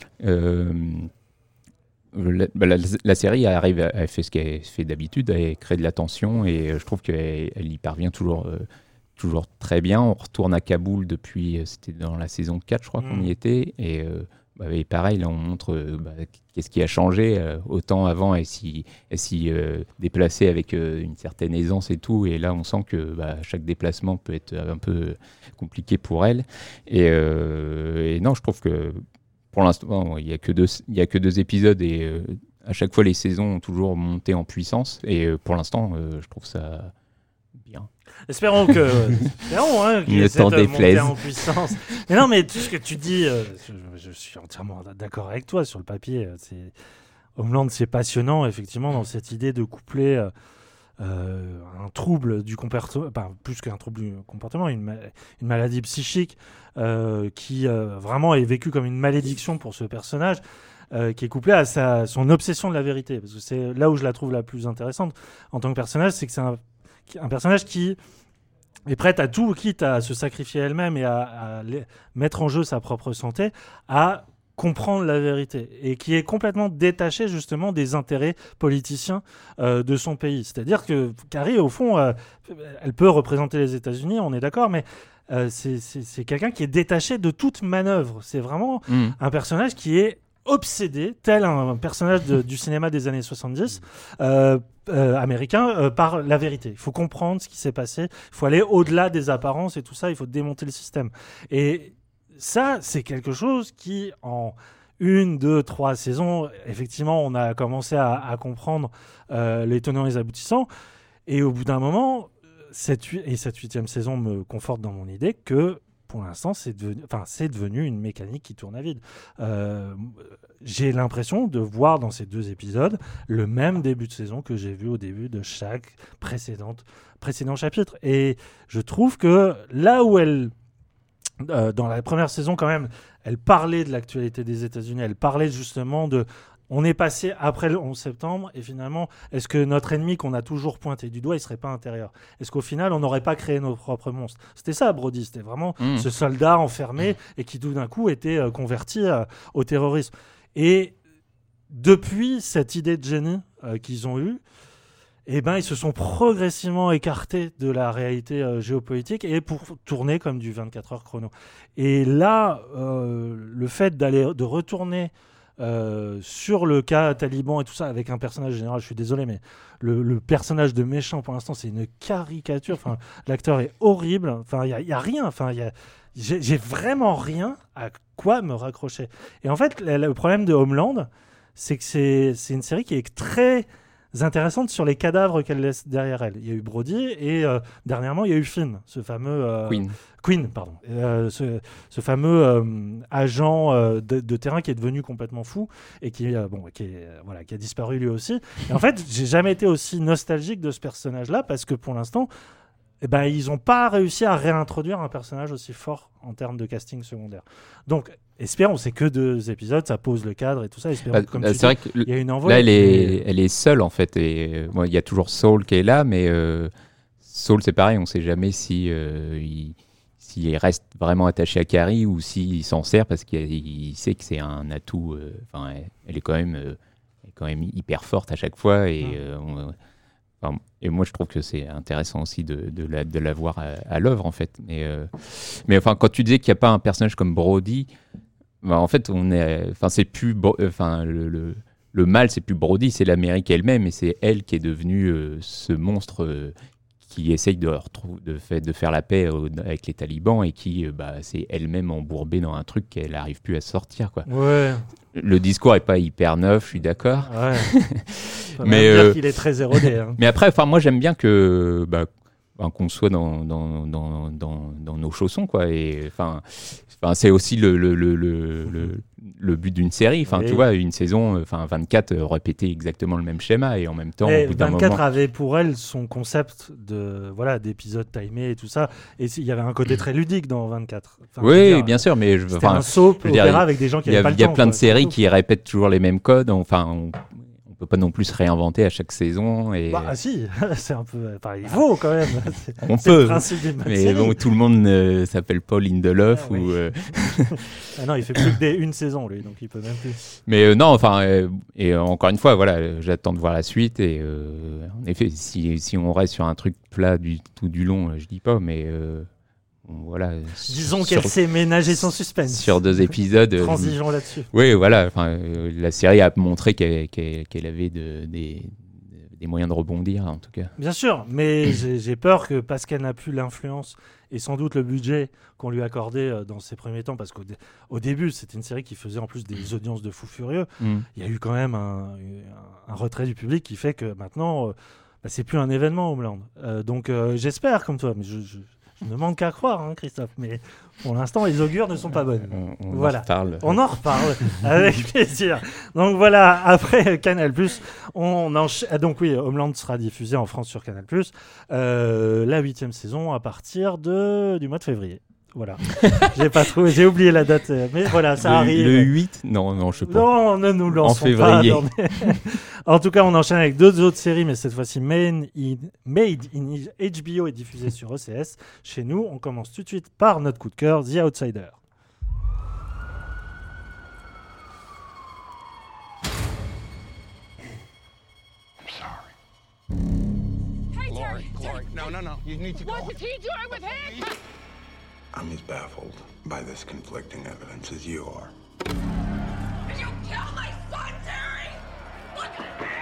la série elle fait ce qu'elle fait d'habitude, elle crée de la tension et je trouve qu'elle y parvient toujours très bien. On retourne à Kaboul depuis, c'était dans la saison 4 je crois qu'on y était, et pareil là on montre qu'est-ce qui a changé, autant avant elle s'y déplaçait avec une certaine aisance et tout, et là on sent que chaque déplacement peut être un peu compliqué pour elle, et non, je trouve que pour l'instant il y a que 2 épisodes, et à chaque fois les saisons ont toujours monté en puissance, et pour l'instant je trouve ça bien. Espérons qu'il y ait cette montée en puissance. Mais non, mais tout ce que tu dis, je suis entièrement d'accord avec toi. Sur le papier, Homeland, c'est passionnant, effectivement, dans cette idée de coupler un trouble du comportement, plus qu'un trouble du comportement, une maladie psychique qui vraiment est vécue comme une malédiction pour ce personnage. Qui est couplé à son obsession de la vérité. Parce que c'est là où je la trouve la plus intéressante en tant que personnage, c'est que c'est un personnage qui est prête à tout, quitte à se sacrifier elle-même et à mettre en jeu sa propre santé, à comprendre la vérité, et qui est complètement détaché justement des intérêts politiciens de son pays. C'est-à-dire que Carrie, au fond, elle peut représenter les États-Unis, on est d'accord, mais c'est quelqu'un qui est détaché de toute manœuvre. C'est vraiment un personnage qui est obsédé, tel un personnage du cinéma des années 70 américain, par la vérité. Il faut comprendre ce qui s'est passé, il faut aller au-delà des apparences et tout ça, il faut démonter le système. Et ça, c'est quelque chose qui, en 1, 2, 3 saisons, effectivement, on a commencé à comprendre les tenants et les aboutissants. Et au bout d'un moment, cette 8e saison me conforte dans mon idée que pour l'instant, c'est devenu une mécanique qui tourne à vide. J'ai l'impression de voir dans ces 2 épisodes le même début de saison que j'ai vu au début de chaque précédent chapitre. Et je trouve que là où dans la première saison, quand même, elle parlait de l'actualité des États-Unis, elle parlait justement de... On est passé après le 11 septembre, et finalement, est-ce que notre ennemi qu'on a toujours pointé du doigt, il ne serait pas intérieur ? Est-ce qu'au final, on n'aurait pas créé nos propres monstres ? C'était ça, Brody, c'était vraiment ce soldat enfermé et qui, tout d'un coup, était converti au terrorisme. Et depuis cette idée de génie qu'ils ont eue, ils se sont progressivement écartés de la réalité géopolitique et pour tourner comme du 24 heures chrono. Et là, le fait de retourner sur le cas taliban et tout ça, avec un personnage général, je suis désolé, mais le personnage de méchant pour l'instant, c'est une caricature. Enfin, l'acteur est horrible. Enfin, il y a rien. Enfin, j'ai vraiment rien à quoi me raccrocher. Et en fait, le problème de Homeland, c'est que c'est une série qui est très intéressante sur les cadavres qu'elle laisse derrière elle. Il y a eu Brody et dernièrement il y a eu Finn, ce fameux Queen, pardon, ce fameux agent de terrain qui est devenu complètement fou et qui a disparu lui aussi. Et en fait, j'ai jamais été aussi nostalgique de ce personnage-là parce que pour l'instant, ils n'ont pas réussi à réintroduire un personnage aussi fort en termes de casting secondaire. Donc, espérons, c'est que 2 épisodes, ça pose le cadre et tout ça. Espérons, vrai que il y a une envol. Là, elle est seule en fait. Et il y a toujours Saul qui est là, mais Saul, c'est pareil, on ne sait jamais s'il reste vraiment attaché à Carrie ou s'il s'en sert parce qu'il sait que c'est un atout. Elle est quand même hyper forte à chaque fois et moi, je trouve que c'est intéressant aussi de la voir à l'œuvre, en fait. Mais enfin, quand tu disais qu'il n'y a pas un personnage comme Brody, en fait, c'est plus... le mal, c'est plus Brody, c'est l'Amérique elle-même, et c'est elle qui est devenue ce monstre qui essaye de faire la paix avec les talibans et qui s'est elle-même embourbée dans un truc qu'elle n'arrive plus à sortir, quoi. Ouais. Le discours n'est pas hyper neuf, je suis d'accord. Ouais. Mais dire qu'il est très érodé. Hein. Mais après, moi j'aime bien que qu'on soit dans nos chaussons, quoi. Et c'est aussi le but d'une série. Enfin, tu vois, une saison, 24 répétait exactement le même schéma et en même temps, au bout d'un 24 moment... avait pour elle son concept d'épisode timé et tout ça. Et il y avait un côté très ludique dans 24. Oui, bien sûr, mais c'était un soap opéra avec des gens qui n'avaient pas le temps. Il y a plein de séries qui répètent toujours les mêmes codes. Enfin, on on peut pas non plus se réinventer à chaque saison. Et Bah si, c'est un peu... Enfin, il faut quand même. on C'est le peut, principe d'une mais série. bon, tout le monde ne s'appelle pas Lindelof. Ah, oui. Ah non, il fait plus que une saison, lui, donc il peut même plus. Mais non, enfin, et encore une fois, voilà, j'attends de voir la suite. Et en effet, si on reste sur un truc plat tout du long, je dis pas, mais voilà. Disons qu'elle sait ménager son suspense. Sur 2 épisodes. Transigeons là-dessus. Oui, voilà. La série a montré qu'elle avait des moyens de rebondir, en tout cas. Bien sûr, mais j'ai peur que parce qu'elle n'a plus l'influence et sans doute le budget qu'on lui accordait dans ses premiers temps, parce qu'au début, c'était une série qui faisait en plus des audiences de fous furieux, il y a eu quand même un retrait du public qui fait que maintenant, c'est plus un événement Homeland. Donc j'espère comme toi, mais je ne manque qu'à croire, hein, Christophe. Mais pour l'instant, les augures ne sont pas bonnes. On voilà. en reparle. On en reparle avec plaisir. Donc voilà, après Canal+, donc oui, Homeland sera diffusé en France sur Canal+, la 8e saison à partir du mois de février. Voilà. J'ai oublié la date, mais voilà, ça arrive. Le 8 ? Non, je sais pas. Non, ne nous lançons en février. pas. En tout cas, on enchaîne avec 2 autres séries, mais cette fois-ci Made in HBO est diffusée sur OCS. Chez nous, on commence tout de suite par notre coup de cœur, The Outsider. I'm sorry. Hey, Terry. Lori, no. You need to go. What is he doing with him? I'm as baffled by this conflicting evidence as you are. Did you kill my son, Terry? Look at me!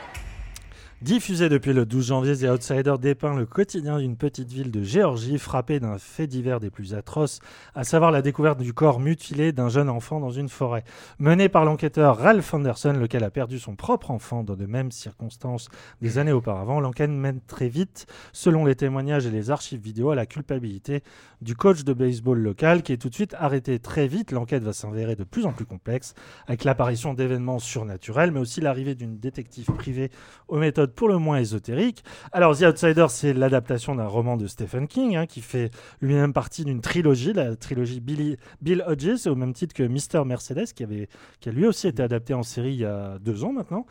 Diffusé depuis le 12 janvier, The Outsider dépeint le quotidien d'une petite ville de Géorgie frappée d'un fait divers des plus atroces, à savoir la découverte du corps mutilé d'un jeune enfant dans une forêt. Mené par l'enquêteur Ralph Anderson, lequel a perdu son propre enfant dans de mêmes circonstances des années auparavant, l'enquête mène très vite, selon les témoignages et les archives vidéo, à la culpabilité du coach de baseball local qui est tout de suite arrêté très vite. L'enquête va s'avérer de plus en plus complexe, avec l'apparition d'événements surnaturels, mais aussi l'arrivée d'une détective privée aux méthodes pour le moins ésotériques. Alors, The Outsider, c'est l'adaptation d'un roman de Stephen King, qui fait lui-même partie d'une trilogie, la trilogie Bill Hodges, au même titre que Mr. Mercedes, qui a lui aussi été adapté en série il y a 2 ans maintenant.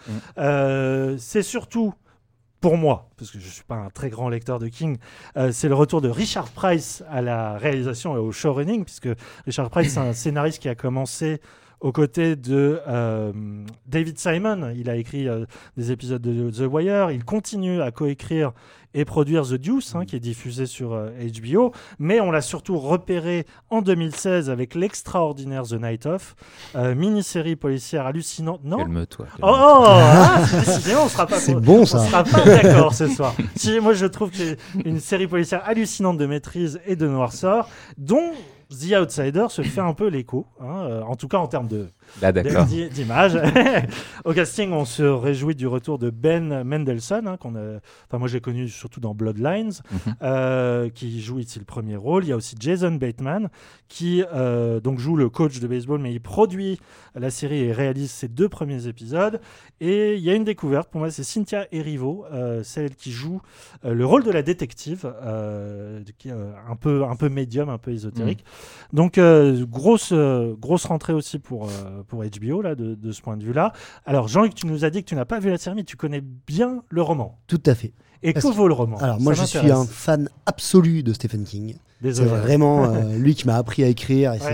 C'est surtout... Pour moi, parce que je ne suis pas un très grand lecteur de King, c'est le retour de Richard Price à la réalisation et au showrunning, puisque Richard Price, c'est un scénariste qui a commencé aux côtés de David Simon. Il a écrit des épisodes de The Wire. Il continue à coécrire et produire The Deuce, qui est diffusé sur HBO. Mais on l'a surtout repéré en 2016 avec l'extraordinaire The Night Of, mini-série policière hallucinante. Non. Calme-toi. Décidément, on sera pas. C'est bon, ça. On sera pas d'accord ce soir. Moi, je trouve que c'est une série policière hallucinante de maîtrise et de noirceur, dont The Outsider se fait un peu l'écho, en tout cas en termes d'image. Au casting, on se réjouit du retour de Ben Mendelsohn, moi j'ai connu surtout dans Bloodlines, qui joue ici le premier rôle. Il y a aussi Jason Bateman qui donc joue le coach de baseball, mais il produit la série et réalise ses 2 premiers épisodes. Et il y a une découverte pour moi, c'est Cynthia Erivo, celle qui joue le rôle de la détective, qui est un peu médium, un peu ésotérique. Donc grosse rentrée aussi pour HBO là, de ce point de vue-là. Alors Jean-Luc, tu nous as dit que tu n'as pas vu la série, mais tu connais bien le roman. Tout à fait. Et que vaut le roman? Alors moi, je suis un fan absolu de Stephen King. Désolé. C'est vraiment lui qui m'a appris à écrire. Et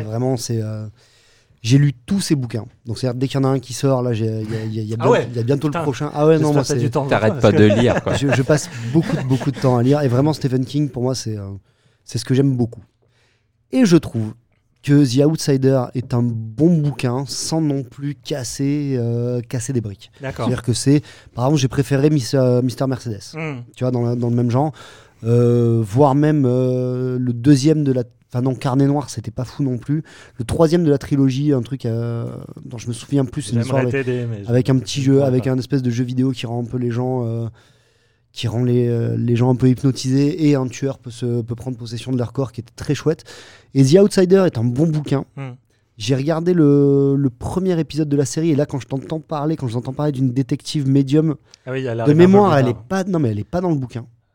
j'ai lu tous ses bouquins. Donc c'est-à-dire, dès qu'il y en a un qui sort, là, il y a bientôt le prochain. Ah ouais, non, moi c'est. T'arrêtes pas de lire, quoi. Je passe beaucoup de temps à lire. Et vraiment, Stephen King, pour moi, c'est ce que j'aime beaucoup. Et je trouve que The Outsider est un bon bouquin sans non plus casser des briques. D'accord. C'est-à-dire que par exemple, j'ai préféré Mr. Mercedes. Tu vois, dans le même genre. Voire même le deuxième de la... Enfin non, Carnet Noir, c'était pas fou non plus. Le 3e de la trilogie, un truc dont je me souviens plus, c'est une histoire avec un petit jeu, avec un espèce de jeu vidéo qui rend un peu les gens... qui rend les gens un peu hypnotisés, et un tueur peut prendre possession de leur corps, qui était très chouette. Et The Outsider est un bon bouquin. J'ai regardé le premier épisode de la série, et là, quand j'entends parler d'une détective médium, de mémoire, elle est pas dans le bouquin.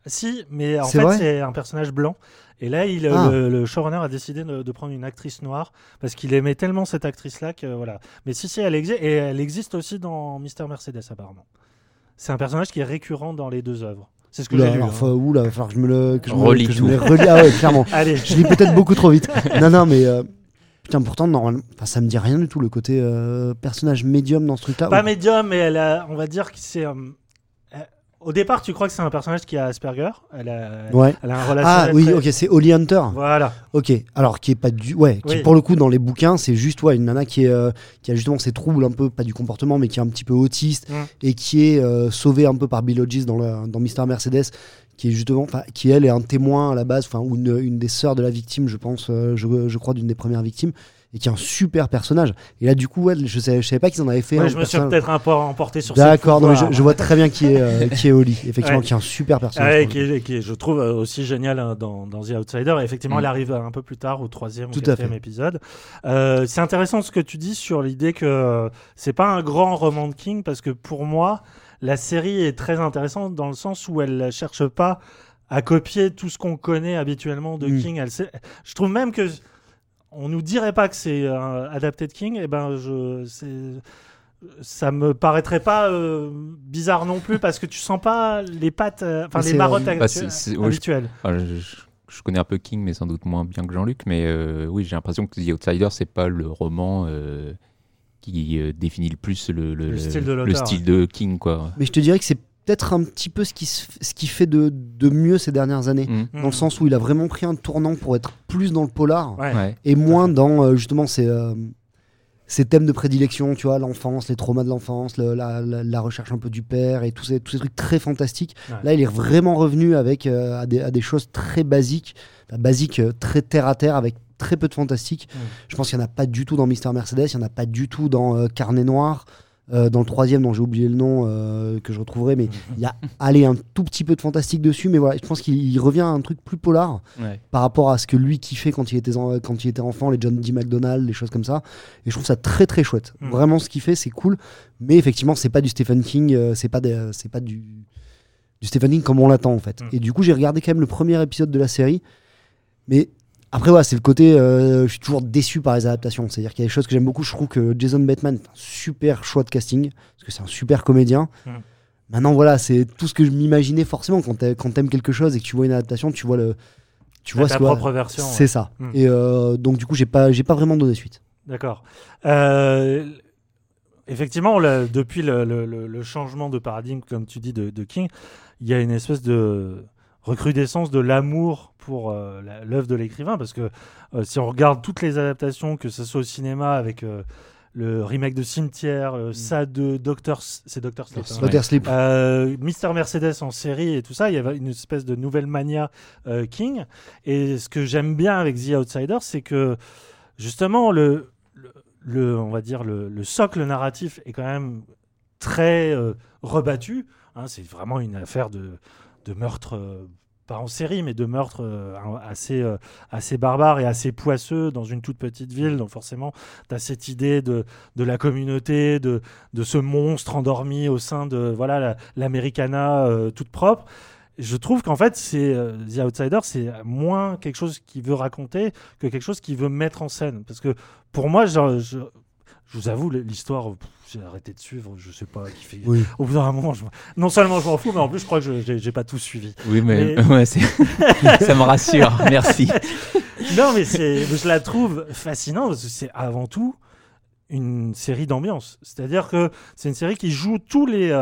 Si, mais en C'est fait, vrai c'est un personnage blanc. Et là, le showrunner a décidé de prendre une actrice noire parce qu'il aimait tellement cette actrice-là que voilà. Mais si, elle existe. Et elle existe aussi dans Mister Mercedes, apparemment. C'est un personnage qui est récurrent dans les deux œuvres. C'est ce que j'ai lu. Il va falloir que je me le Relis que je tout. me les relis. Ah ouais, clairement. Allez. Je lis peut-être beaucoup trop vite. Non, mais putain, pourtant, normalement, ça me dit rien du tout le côté personnage médium dans ce truc-là. Pas médium, mais on va dire que c'est. Au départ, tu crois que c'est un personnage qui a Asperger. Elle a un relation. Oui, ok, c'est Holly Hunter. Voilà. Ok, alors qui est pas du. Ouais, qui Oui. pour le coup, dans les bouquins, c'est juste une nana qui a justement ces troubles un peu, pas du comportement, mais qui est un petit peu autiste et qui est sauvée un peu par Bill Hodges dans Mister Mercedes, qui est justement. Qui elle est un témoin à la base, ou une des sœurs de la victime, je pense, je crois, d'une des premières victimes. Et qui est un super personnage. Et là, du coup, je savais pas qu'ils en avaient fait. Je me suis peut-être emporté sur D'accord, non, je vois très bien qui est Holly, effectivement, qui est un super personnage. Qui est, je trouve, aussi génial dans The Outsider. Et effectivement, elle arrive un peu plus tard, au 3e ou 4e épisode. C'est intéressant ce que tu dis sur l'idée que c'est pas un grand roman de King, parce que pour moi, la série est très intéressante dans le sens où elle ne cherche pas à copier tout ce qu'on connaît habituellement de King. Je trouve même que on nous dirait pas que c'est adapté de King, ça me paraîtrait pas bizarre non plus, parce que tu sens pas les pattes, les marottes habituelles. Je connais un peu King, mais sans doute moins bien que Jean-Luc, mais oui, j'ai l'impression que The Outsider, c'est pas le roman qui définit le plus le style de King, quoi. Mais je te dirais que c'est peut-être un petit peu ce qui fait de mieux ces dernières années, dans le sens où il a vraiment pris un tournant pour être plus dans le polar et moins dans justement ces thèmes de prédilection, tu vois, l'enfance, les traumas de l'enfance, la recherche un peu du père et tous ces trucs très fantastiques. Là, il est vraiment revenu avec à des choses très basiques, très terre à terre, avec très peu de fantastique. Je pense qu'il n'y en a pas du tout dans Mister Mercedes, il n'y en a pas du tout dans Carnet Noir. Dans le 3e, dont j'ai oublié le nom, que je retrouverai, mais il y a un tout petit peu de fantastique dessus, mais voilà, je pense qu'il revient à un truc plus polar par rapport à ce que lui kiffait quand il était enfant, les John D. McDonald, les choses comme ça, et je trouve ça très très chouette. Vraiment, ce qu'il fait, c'est cool, mais effectivement, c'est pas du Stephen King, c'est pas du Stephen King comme on l'attend en fait. Et du coup, j'ai regardé quand même le premier épisode de la série, mais après, c'est le côté, je suis toujours déçu par les adaptations. C'est-à-dire qu'il y a des choses que j'aime beaucoup. Je trouve que Jason Bateman est un super choix de casting, parce que c'est un super comédien. Maintenant, voilà, c'est tout ce que je m'imaginais forcément quand t'aimes quelque chose et que tu vois une adaptation, tu vois ta propre version. C'est ça. Et donc, du coup, j'ai pas vraiment donné suite. D'accord. Effectivement, depuis le changement de paradigme, comme tu dis, de King, il y a une espèce de recrudescence de l'amour pour l'œuvre de l'écrivain, parce que si on regarde toutes les adaptations, que ce soit au cinéma avec le remake de Cimetière, ça de Dr. Sleep, Mister Mercedes en série et tout ça, il y avait une espèce de nouvelle mania King. Et ce que j'aime bien avec The Outsider, c'est que justement on va dire le socle narratif est quand même très rebattu. C'est vraiment une affaire de meurtre, pas en série, mais de meurtre assez barbare et assez poisseux dans une toute petite ville. Donc forcément, tu as cette idée de la communauté, de ce monstre endormi au sein de l'Americana toute propre. Je trouve qu'en fait, The Outsider, c'est moins quelque chose qu'il veut raconter que quelque chose qu'il veut mettre en scène. Parce que pour moi, je vous avoue, l'histoire, j'ai arrêté de suivre, je sais pas qui fait. Oui. Au bout d'un moment, non seulement je m'en fous, mais en plus, je crois que j'ai pas tout suivi. Oui, mais ça me rassure, merci. Non, mais je la trouve fascinante, parce que c'est avant tout une série d'ambiance. C'est-à-dire que c'est une série qui joue tous les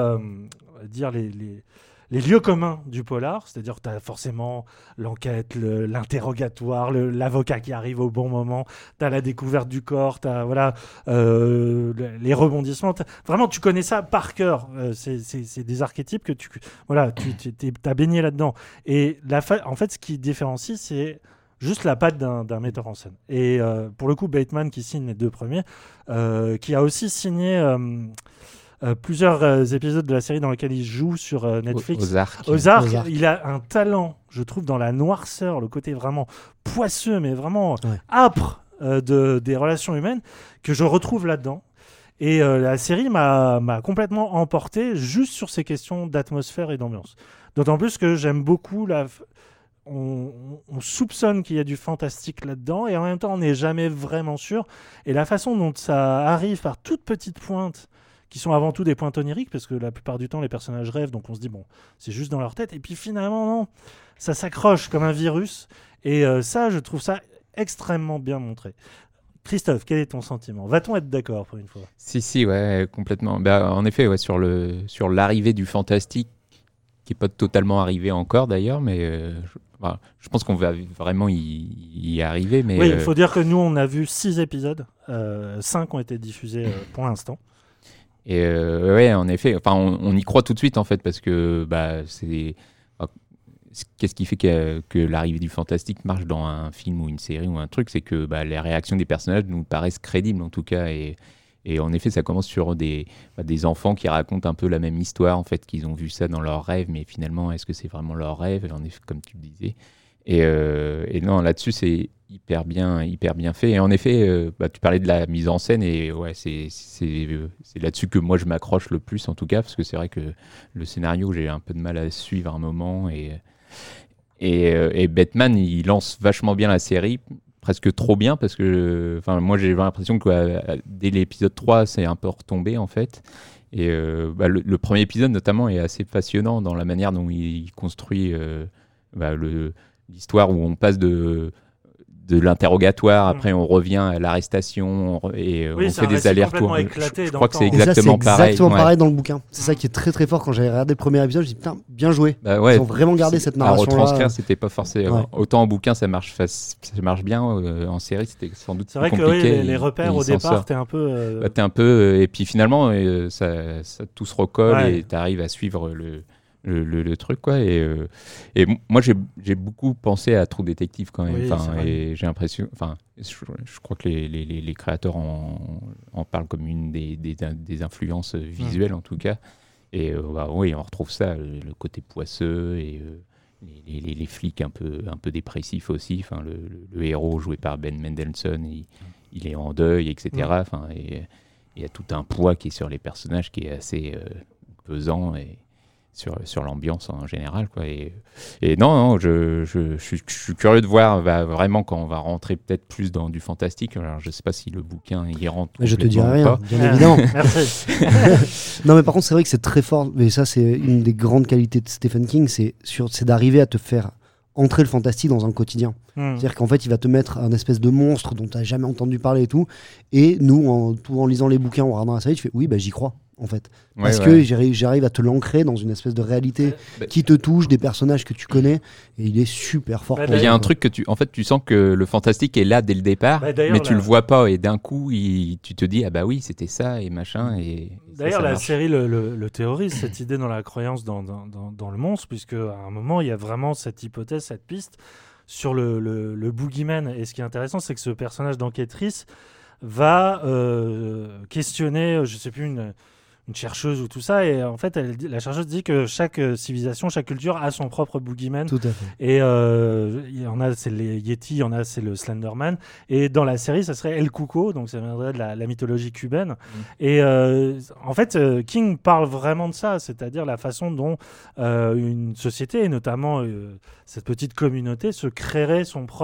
lieux communs du polar, c'est-à-dire que tu as forcément l'enquête, l'interrogatoire, l'avocat qui arrive au bon moment, tu as la découverte du corps, tu as les rebondissements. Vraiment, tu connais ça par cœur. C'est des archétypes que tu as baigné là-dedans. Et en fait, ce qui différencie, c'est juste la patte d'un metteur en scène. Et pour le coup, Bateman, qui signe les 2 premiers, qui a aussi signé... plusieurs épisodes de la série dans lesquels il joue sur Netflix. Ozark. Il a un talent, je trouve, dans la noirceur, le côté vraiment poisseux, mais vraiment âpre des relations humaines, que je retrouve là-dedans. Et la série m'a complètement emporté juste sur ces questions d'atmosphère et d'ambiance. D'autant plus que j'aime beaucoup on soupçonne qu'il y a du fantastique là-dedans et en même temps on n'est jamais vraiment sûr. Et la façon dont ça arrive par toutes petites pointes, qui sont avant tout des pointes oniriques, parce que la plupart du temps les personnages rêvent, donc on se dit bon, c'est juste dans leur tête. Et puis finalement non, ça s'accroche comme un virus. Et ça, je trouve ça extrêmement bien montré. Christophe, quel est ton sentiment ? Va-t-on être d'accord pour une fois ? Si, ouais, complètement. En effet, ouais, sur l'arrivée du fantastique, qui n'est pas totalement arrivé encore d'ailleurs, mais je pense qu'on va vraiment y arriver. Mais, oui, il faut dire que nous, on a vu 6 épisodes. 5 ont été diffusés pour l'instant. Et ouais, en effet, on y croit tout de suite en fait, parce que qu'est-ce qui fait que l'arrivée du fantastique marche dans un film ou une série ou un truc, c'est que les réactions des personnages nous paraissent crédibles en tout cas. Et en effet, ça commence sur des enfants qui racontent un peu la même histoire, en fait, qu'ils ont vu ça dans leurs rêves, mais finalement, est-ce que c'est vraiment leur rêve ? En effet, comme tu le disais. Et non, là-dessus, c'est hyper bien fait. Et en effet, tu parlais de la mise en scène, et ouais, c'est là-dessus que moi, je m'accroche le plus, en tout cas, parce que c'est vrai que le scénario, j'ai un peu de mal à suivre à un moment. Et Batman, il lance vachement bien la série, presque trop bien, parce que moi j'ai l'impression que dès l'épisode 3 c'est un peu retombé en fait. Et le premier épisode notamment est assez passionnant dans la manière dont il construit l'histoire, où on passe de l'interrogatoire, après on revient à l'arrestation et on fait des allers-retours. Je crois que c'est exactement pareil. C'est exactement pareil dans le bouquin. C'est ça qui est très très fort. Quand j'avais regardé le premier épisode, je me dis putain, bien joué. Ouais, ils ont vraiment gardé cette narration. À retranscrire, c'était pas forcément. Ouais. Autant en bouquin, ça marche bien. En série, c'était sans doute plus compliqué. C'est vrai que les repères au départ, t'es un peu. Et puis finalement, ça tout se recolle et t'arrives à suivre le truc, quoi. Et moi j'ai beaucoup pensé à True Detective quand même. Et j'ai l'impression, je crois que les créateurs en parlent comme une des influences visuelles en tout cas. Et oui, on retrouve ça, le côté poisseux et les flics un peu dépressifs aussi. Le héros joué par Ben Mendelsohn, il est en deuil, etc. Et il y a tout un poids qui est sur les personnages qui est assez pesant et sur l'ambiance en général, quoi. Et non, je suis curieux de voir vraiment quand on va rentrer peut-être plus dans du fantastique. Alors je sais pas si le bouquin y rentre. Je te dirai rien, bien évidemment. Merci. Non, mais par contre c'est vrai que c'est très fort, mais ça c'est une des grandes qualités de Stephen King, c'est d'arriver à te faire entrer le fantastique dans un quotidien. C'est-à-dire qu'en fait il va te mettre un espèce de monstre dont tu n'as jamais entendu parler et tout, et nous en lisant les bouquins, en regardant la série, tu fais oui, j'y crois en fait, parce que j'arrive à te l'ancrer dans une espèce de réalité qui te touche, des personnages que tu connais, et il est super fort. Il y a un truc que tu sens que le fantastique est là dès le départ, mais tu le vois pas, et d'un coup tu te dis oui, c'était ça et machin. Et d'ailleurs la série le théorise, cette idée dans la croyance dans le monstre, puisque à un moment il y a vraiment cette hypothèse, cette piste sur le boogeyman. Et ce qui est intéressant, c'est que ce personnage d'enquêtrice va questionner, je sais plus, une chercheuse ou tout ça, et en fait la chercheuse dit que chaque civilisation, chaque culture a son propre boogeyman. Tout à fait. Et il y en a c'est les Yétis, il y en a c'est le Slenderman, et dans la série ça serait El Cuco, donc ça viendrait de la mythologie cubaine. Et en fait King parle vraiment de ça, c'est-à-dire la façon dont une société, et notamment cette petite communauté, se créerait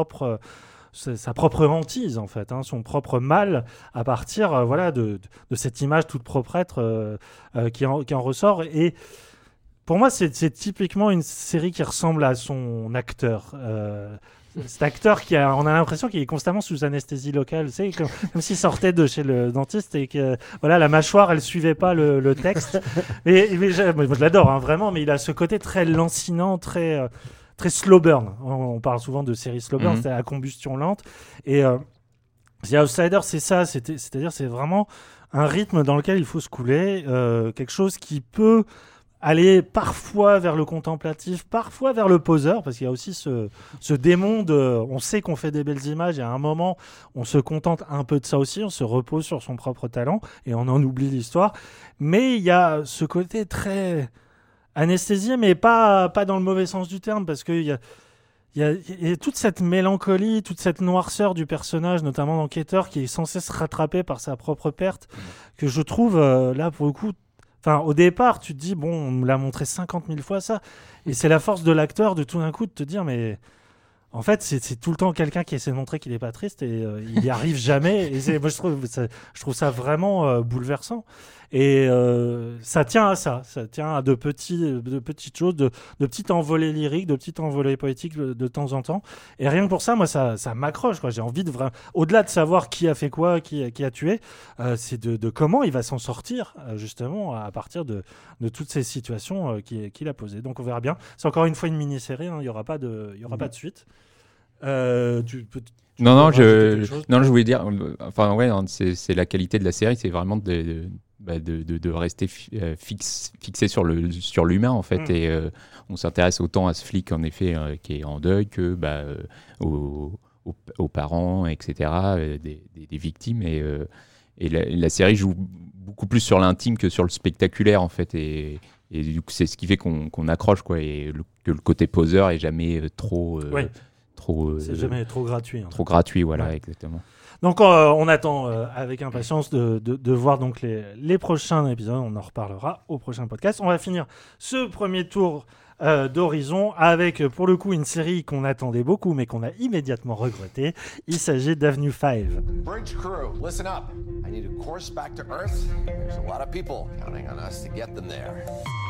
sa propre hantise en fait, son propre mal à partir de cette image toute proprêtre qui en ressort. Et pour moi c'est typiquement une série qui ressemble à son acteur. Cet acteur on a l'impression qu'il est constamment sous anesthésie locale, comme s'il sortait de chez le dentiste et que la mâchoire elle suivait pas le texte. mais je l'adore vraiment, mais il a ce côté très lancinant, très slow burn. On parle souvent de série slow burn, c'est à combustion lente. Et The Outsider, c'est ça. C'est-à-dire, c'est vraiment un rythme dans lequel il faut se couler. Quelque chose qui peut aller parfois vers le contemplatif, parfois vers le poseur, parce qu'il y a aussi ce démon on sait qu'on fait des belles images, et à un moment, on se contente un peu de ça aussi, on se repose sur son propre talent, et on en oublie l'histoire. Mais il y a ce côté très anesthésié, mais pas dans le mauvais sens du terme, parce qu'il y il y a toute cette mélancolie, toute cette noirceur du personnage, notamment l'enquêteur, qui est sans cesse rattrapé par sa propre perte, que je trouve, là, pour le coup... Enfin, au départ, tu te dis, bon, on me l'a montré 50 000 fois, ça. Et c'est la force de l'acteur de tout d'un coup de te dire, mais... En fait, c'est tout le temps quelqu'un qui essaie de montrer qu'il n'est pas triste et il n'y arrive jamais. Et moi, je trouve ça vraiment bouleversant. Et ça tient à ça. Ça tient à de petites choses, de petites envolées lyriques, de petites envolées poétiques de temps en temps. Et rien que pour ça, moi, ça m'accroche, quoi. J'ai envie de vraiment... Au-delà de savoir qui a fait quoi, qui a tué, c'est de comment il va s'en sortir, justement, à partir de toutes ces situations qu'il a posées. Donc, on verra bien. C'est encore une fois une mini-série. Hein. Il n'y aura pas de suite. Non, je voulais dire, enfin ouais, c'est la qualité de la série, c'est vraiment de rester fixé sur l'humain en fait, et on s'intéresse autant à ce flic en effet qui est en deuil que aux parents, etc., des victimes, et la série joue beaucoup plus sur l'intime que sur le spectaculaire en fait, et du coup c'est ce qui fait qu'on accroche, quoi, et que le côté poseur est jamais trop... c'est jamais trop gratuit. Trop gratuit, voilà, ouais. Exactement. Donc on attend avec impatience de voir donc les prochains épisodes. On en reparlera au prochain podcast. On va finir ce premier tour d'Horizon avec pour le coup une série qu'on attendait beaucoup mais qu'on a immédiatement regretté. Il s'agit d'Avenue 5. Bridge crew, listen up. I need a course back to Earth. There's a lot of people counting on us to get them there.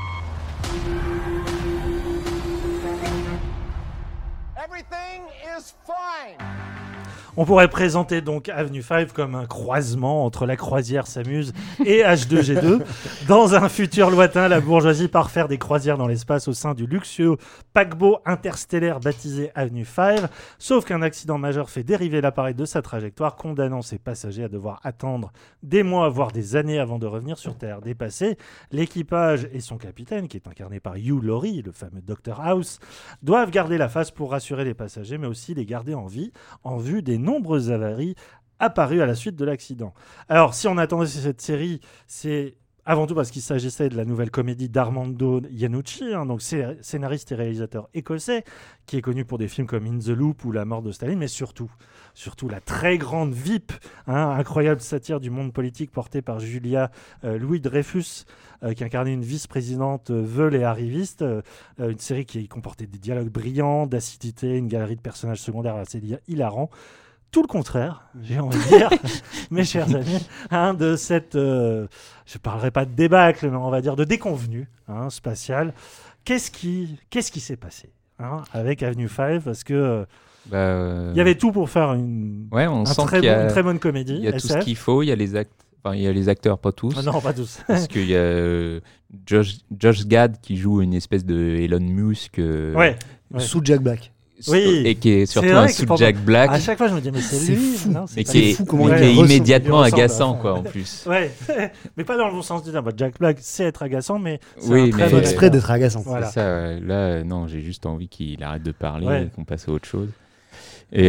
Everything is fine. On pourrait présenter donc Avenue 5 comme un croisement entre La Croisière s'amuse et H2G2. Dans un futur lointain, la bourgeoisie part faire des croisières dans l'espace au sein du luxueux paquebot interstellaire baptisé Avenue 5. Sauf qu'un accident majeur fait dériver l'appareil de sa trajectoire, condamnant ses passagers à devoir attendre des mois, voire des années avant de revenir sur Terre. Dépassé, l'équipage et son capitaine, qui est incarné par Hugh Laurie, le fameux Dr House, doivent garder la face pour rassurer les passagers, mais aussi les garder en vie, en vue des nombreuses avaries apparues à la suite de l'accident. Alors, si on attendait cette série, c'est avant tout parce qu'il s'agissait de la nouvelle comédie d'Armando Iannucci, donc scénariste et réalisateur écossais, qui est connu pour des films comme In the Loop ou La mort de Staline, mais surtout la très grande VIP, incroyable satire du monde politique portée par Julia Louis-Dreyfus, qui incarnait une vice-présidente veule et arriviste, une série qui comportait des dialogues brillants, d'acidité, une galerie de personnages secondaires assez hilarants. Tout le contraire, j'ai envie de dire, mes chers amis, de cette, je parlerai pas de débâcle, mais on va dire de déconvenue spatiale. Qu'est-ce qui s'est passé avec Avenue 5 ? Parce que il y avait tout pour faire une très bonne comédie. Il y a tout ce qu'il faut, il y a les acteurs, pas tous. Non, pas tous. Parce qu'il y a Josh Gad qui joue une espèce de Elon Musk sous Jack Black. Oui, et qui est surtout un sous Jack Black. À chaque fois, je me dis, mais c'est lui. Fou. Non, mais qui est immédiatement agaçant, quoi, en plus. Ouais, mais pas dans le bon sens du terme. Jack Black sait être agaçant, mais il fait exprès d'être agaçant. Voilà. C'est ça, ouais. Là, non, j'ai juste envie qu'il arrête de parler et qu'on passe à autre chose. Et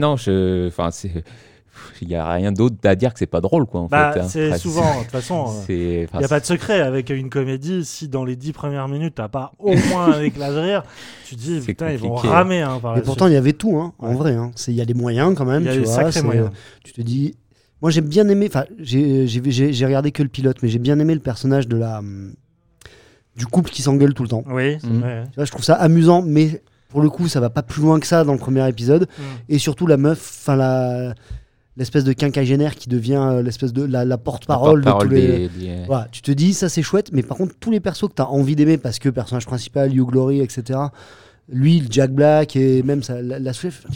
il n'y a rien d'autre à dire que c'est pas drôle, quoi, en fait. C'est souvent, de toute façon, il n'y a pas de secret avec une comédie. Si dans les 10 premières minutes, tu n'as pas au moins un éclat de rire, tu te dis, putain, ils vont ramer. Et pourtant, il y avait tout, en vrai. Il y a des moyens quand même. Il y a des sacrés moyens. Tu te dis... Moi, j'ai bien aimé... J'ai regardé que le pilote, mais j'ai bien aimé le personnage du couple qui s'engueule tout le temps. Oui, c'est vrai. Tu vois, je trouve ça amusant, mais pour le coup, ça va pas plus loin que ça dans le premier épisode. Et surtout, la meuf, l'espèce de quinquagénaire qui devient l'espèce de la porte-parole de tous les... Voilà, tu te dis, ça c'est chouette, mais par contre, tous les persos que tu as envie d'aimer, parce que personnage principal, Hugh Laurie, etc., lui, le Jack Black, et même la chef,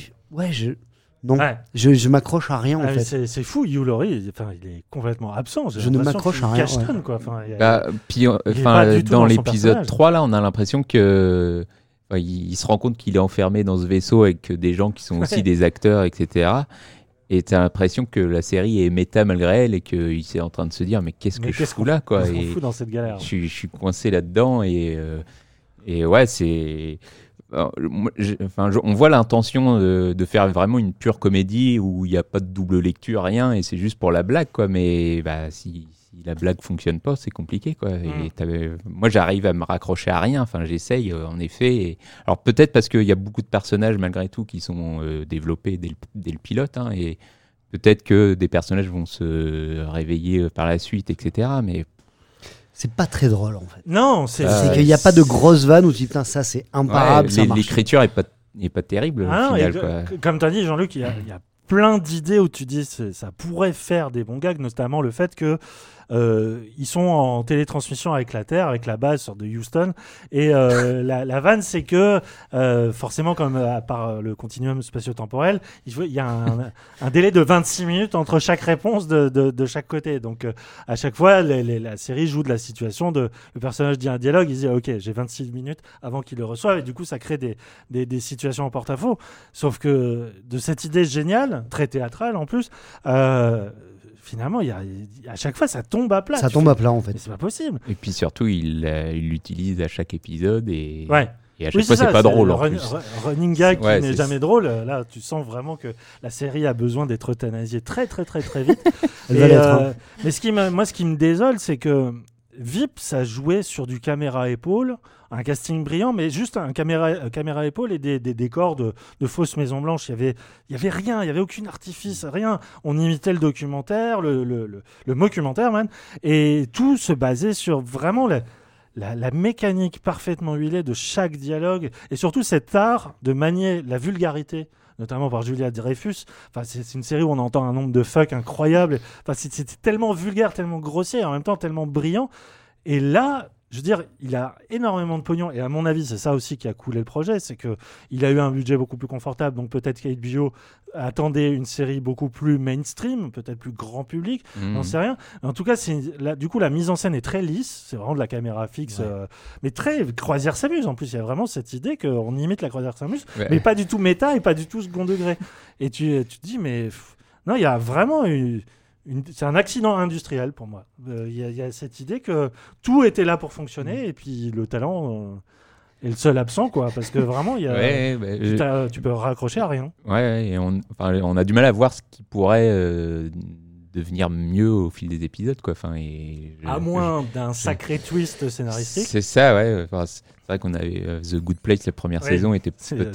je m'accroche à rien, en fait. C'est fou, Hugh Laurie, il est complètement absent. Je ne m'accroche à rien. Dans l'épisode 3, là, on a l'impression que... il se rend compte qu'il est enfermé dans ce vaisseau avec des gens qui sont aussi des acteurs, etc., et tu as l'impression que la série est méta malgré elle et qu'il est en train de se dire mais qu'est-ce que je fous là, quoi. On fout dans cette galère. Je suis coincé là-dedans et ouais, c'est... on voit l'intention de faire vraiment une pure comédie où il n'y a pas de double lecture, rien, et c'est juste pour la blague, quoi. Mais si la blague fonctionne pas, c'est compliqué, quoi. Et moi, j'arrive à me raccrocher à rien. Enfin, j'essaye, en effet. Alors, peut-être parce qu'il y a beaucoup de personnages, malgré tout, qui sont développés dès le pilote. Hein, et peut-être que des personnages vont se réveiller par la suite, etc. Mais c'est pas très drôle, en fait. Non, c'est qu'il n'y a pas de grosses vannes où tu dis, putain, ça, c'est imparable. L'écriture n'est pas terrible, au final. Quoi. Comme tu as dit, Jean-Luc, il y a plein d'idées où tu dis ça pourrait faire des bons gags, notamment le fait que ils sont en télétransmission avec la Terre, avec la base de Houston, et la vanne, c'est que forcément, comme par le continuum spatio-temporel, il y a un délai de 26 minutes entre chaque réponse de chaque côté. Donc à chaque fois, la série joue de la situation le personnage dit un dialogue, il dit ok, j'ai 26 minutes avant qu'il le reçoive, et du coup ça crée des situations en porte-à-faux. Sauf que de cette idée géniale, très théâtrale en plus, finalement, à chaque fois, ça tombe à plat. Ça tombe à plat, en fait. C'est pas possible. Et puis surtout, il l'utilise à chaque épisode et à chaque oui, fois, c'est pas drôle en plus. Running gag qui n'est jamais drôle. Là, tu sens vraiment que la série a besoin d'être euthanasiée très, très, très, très vite. Mais ce qui me désole, c'est que VIP, ça jouait sur du caméra-épaule, un casting brillant, mais juste un caméra-épaule et des décors de fausses Maisons Blanches. Il y avait rien, il y avait aucun artifice, rien. On imitait le documentaire, le mockumentaire, man, et tout se basait sur vraiment la mécanique parfaitement huilée de chaque dialogue, et surtout cet art de manier la vulgarité, notamment par Julia Dreyfus. Enfin, c'est une série où on entend un nombre de fuck incroyable. Enfin, c'était tellement vulgaire, tellement grossier, et en même temps tellement brillant. Et là, je veux dire, il a énormément de pognon, et à mon avis, c'est ça aussi qui a coulé le projet, c'est qu'il a eu un budget beaucoup plus confortable, donc peut-être qu'HBO attendait une série beaucoup plus mainstream, peut-être plus grand public, j'en sais rien. En tout cas, du coup, la mise en scène est très lisse, c'est vraiment de la caméra fixe, mais très Croisière s'amuse. En plus, il y a vraiment cette idée qu'on imite la Croisière s'amuse, mais pas du tout méta et pas du tout second degré. Et tu te dis, mais non, il y a vraiment c'est un accident industriel pour moi. Il y a cette idée que tout était là pour fonctionner, et puis le talent est le seul absent, quoi, parce que vraiment, tu peux raccrocher à rien. Et on a du mal à voir ce qui pourrait devenir mieux au fil des épisodes, quoi. À moins d'un sacré twist scénaristique. C'est ça, ouais. C'est vrai qu'on avait The Good Place, la première saison était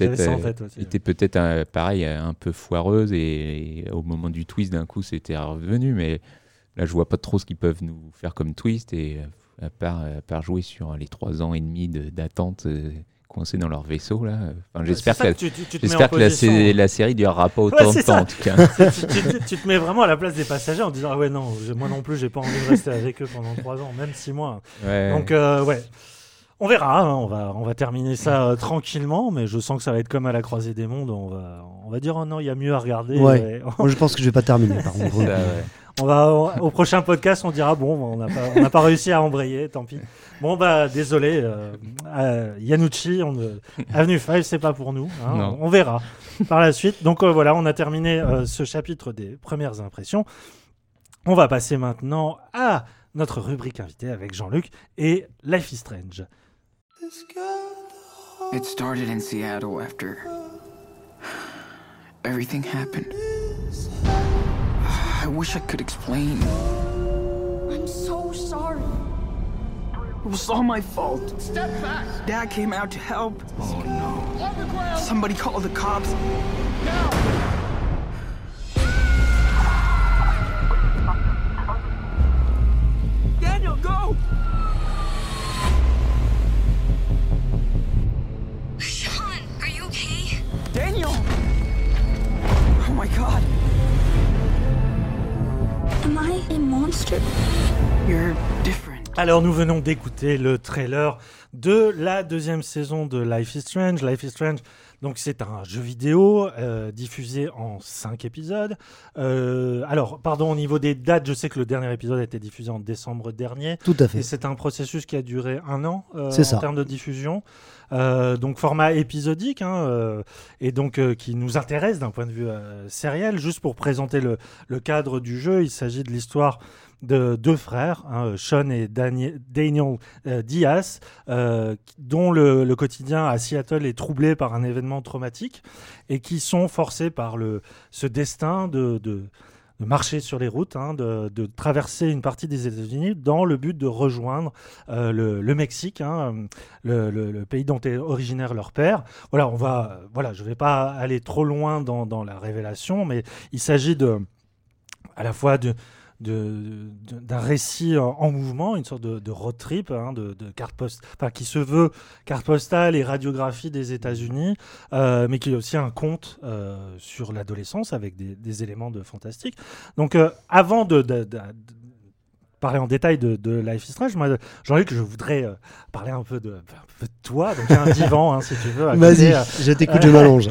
peut-être pareil, un peu foireuse, et au moment du twist, d'un coup, c'était revenu. Mais là, je vois pas trop ce qu'ils peuvent nous faire comme twist, et à part jouer sur les 3 ans et demi d'attente coincés dans leur vaisseau, là. J'espère que la série durera pas autant de temps, en tout cas. Tu te mets vraiment à la place des passagers en disant ouais, non, moi non plus, j'ai pas envie de rester avec eux pendant 3 ans, même 6 mois. Donc on verra, hein, on va terminer ça tranquillement, mais je sens que ça va être comme à la Croisée des Mondes. On va dire oh non, il y a mieux à regarder. Moi, je pense que je vais pas terminer, par contre. Au prochain podcast, on dira bon, on n'a pas réussi à embrayer, tant pis. Bon désolé, Yanucci, Avenue 5, c'est pas pour nous. Hein, on verra par la suite. Donc voilà, on a terminé ce chapitre des premières impressions. On va passer maintenant à notre rubrique invitée avec Jean-Luc et Life is Strange. It started in Seattle after everything happened. I wish I could explain. I'm so sorry. It was all my fault. Step back. Dad came out to help. Oh no. On the ground. Somebody called the cops. Now. Daniel, go! Sean, are you okay? Daniel! Oh my God. Am I a monster? You're different. Alors nous venons d'écouter le trailer de la 2e saison de Life is Strange. Life is Strange, donc c'est un jeu vidéo diffusé en 5 épisodes. Alors, pardon, au niveau des dates, je sais que le dernier épisode a été diffusé en décembre dernier. Tout à fait. Et c'est un processus qui a duré 1 an en termes de diffusion. Donc format épisodique, et donc qui nous intéresse d'un point de vue sériel. Juste pour présenter le cadre du jeu, il s'agit de l'histoire de 2 frères, Sean et Daniel Diaz, dont le quotidien à Seattle est troublé par un événement traumatique, et qui sont forcés par ce destin marcher sur les routes, de traverser une partie des États-Unis dans le but de rejoindre le Mexique, le pays dont est originaire leur père. Voilà, je ne vais pas aller trop loin dans la révélation, mais il s'agit à la fois d'un récit en mouvement, une sorte de road trip, de carte postale, qui se veut carte postale et radiographie des États-Unis, mais qui est aussi un conte sur l'adolescence avec des éléments de fantastique. Donc, avant de parler en détail de Life is Strange, moi, Jean-Luc, je voudrais parler un peu de toi. Donc, il y a un divan, si tu veux. Vas-y, je t'écoute, je m'allonge.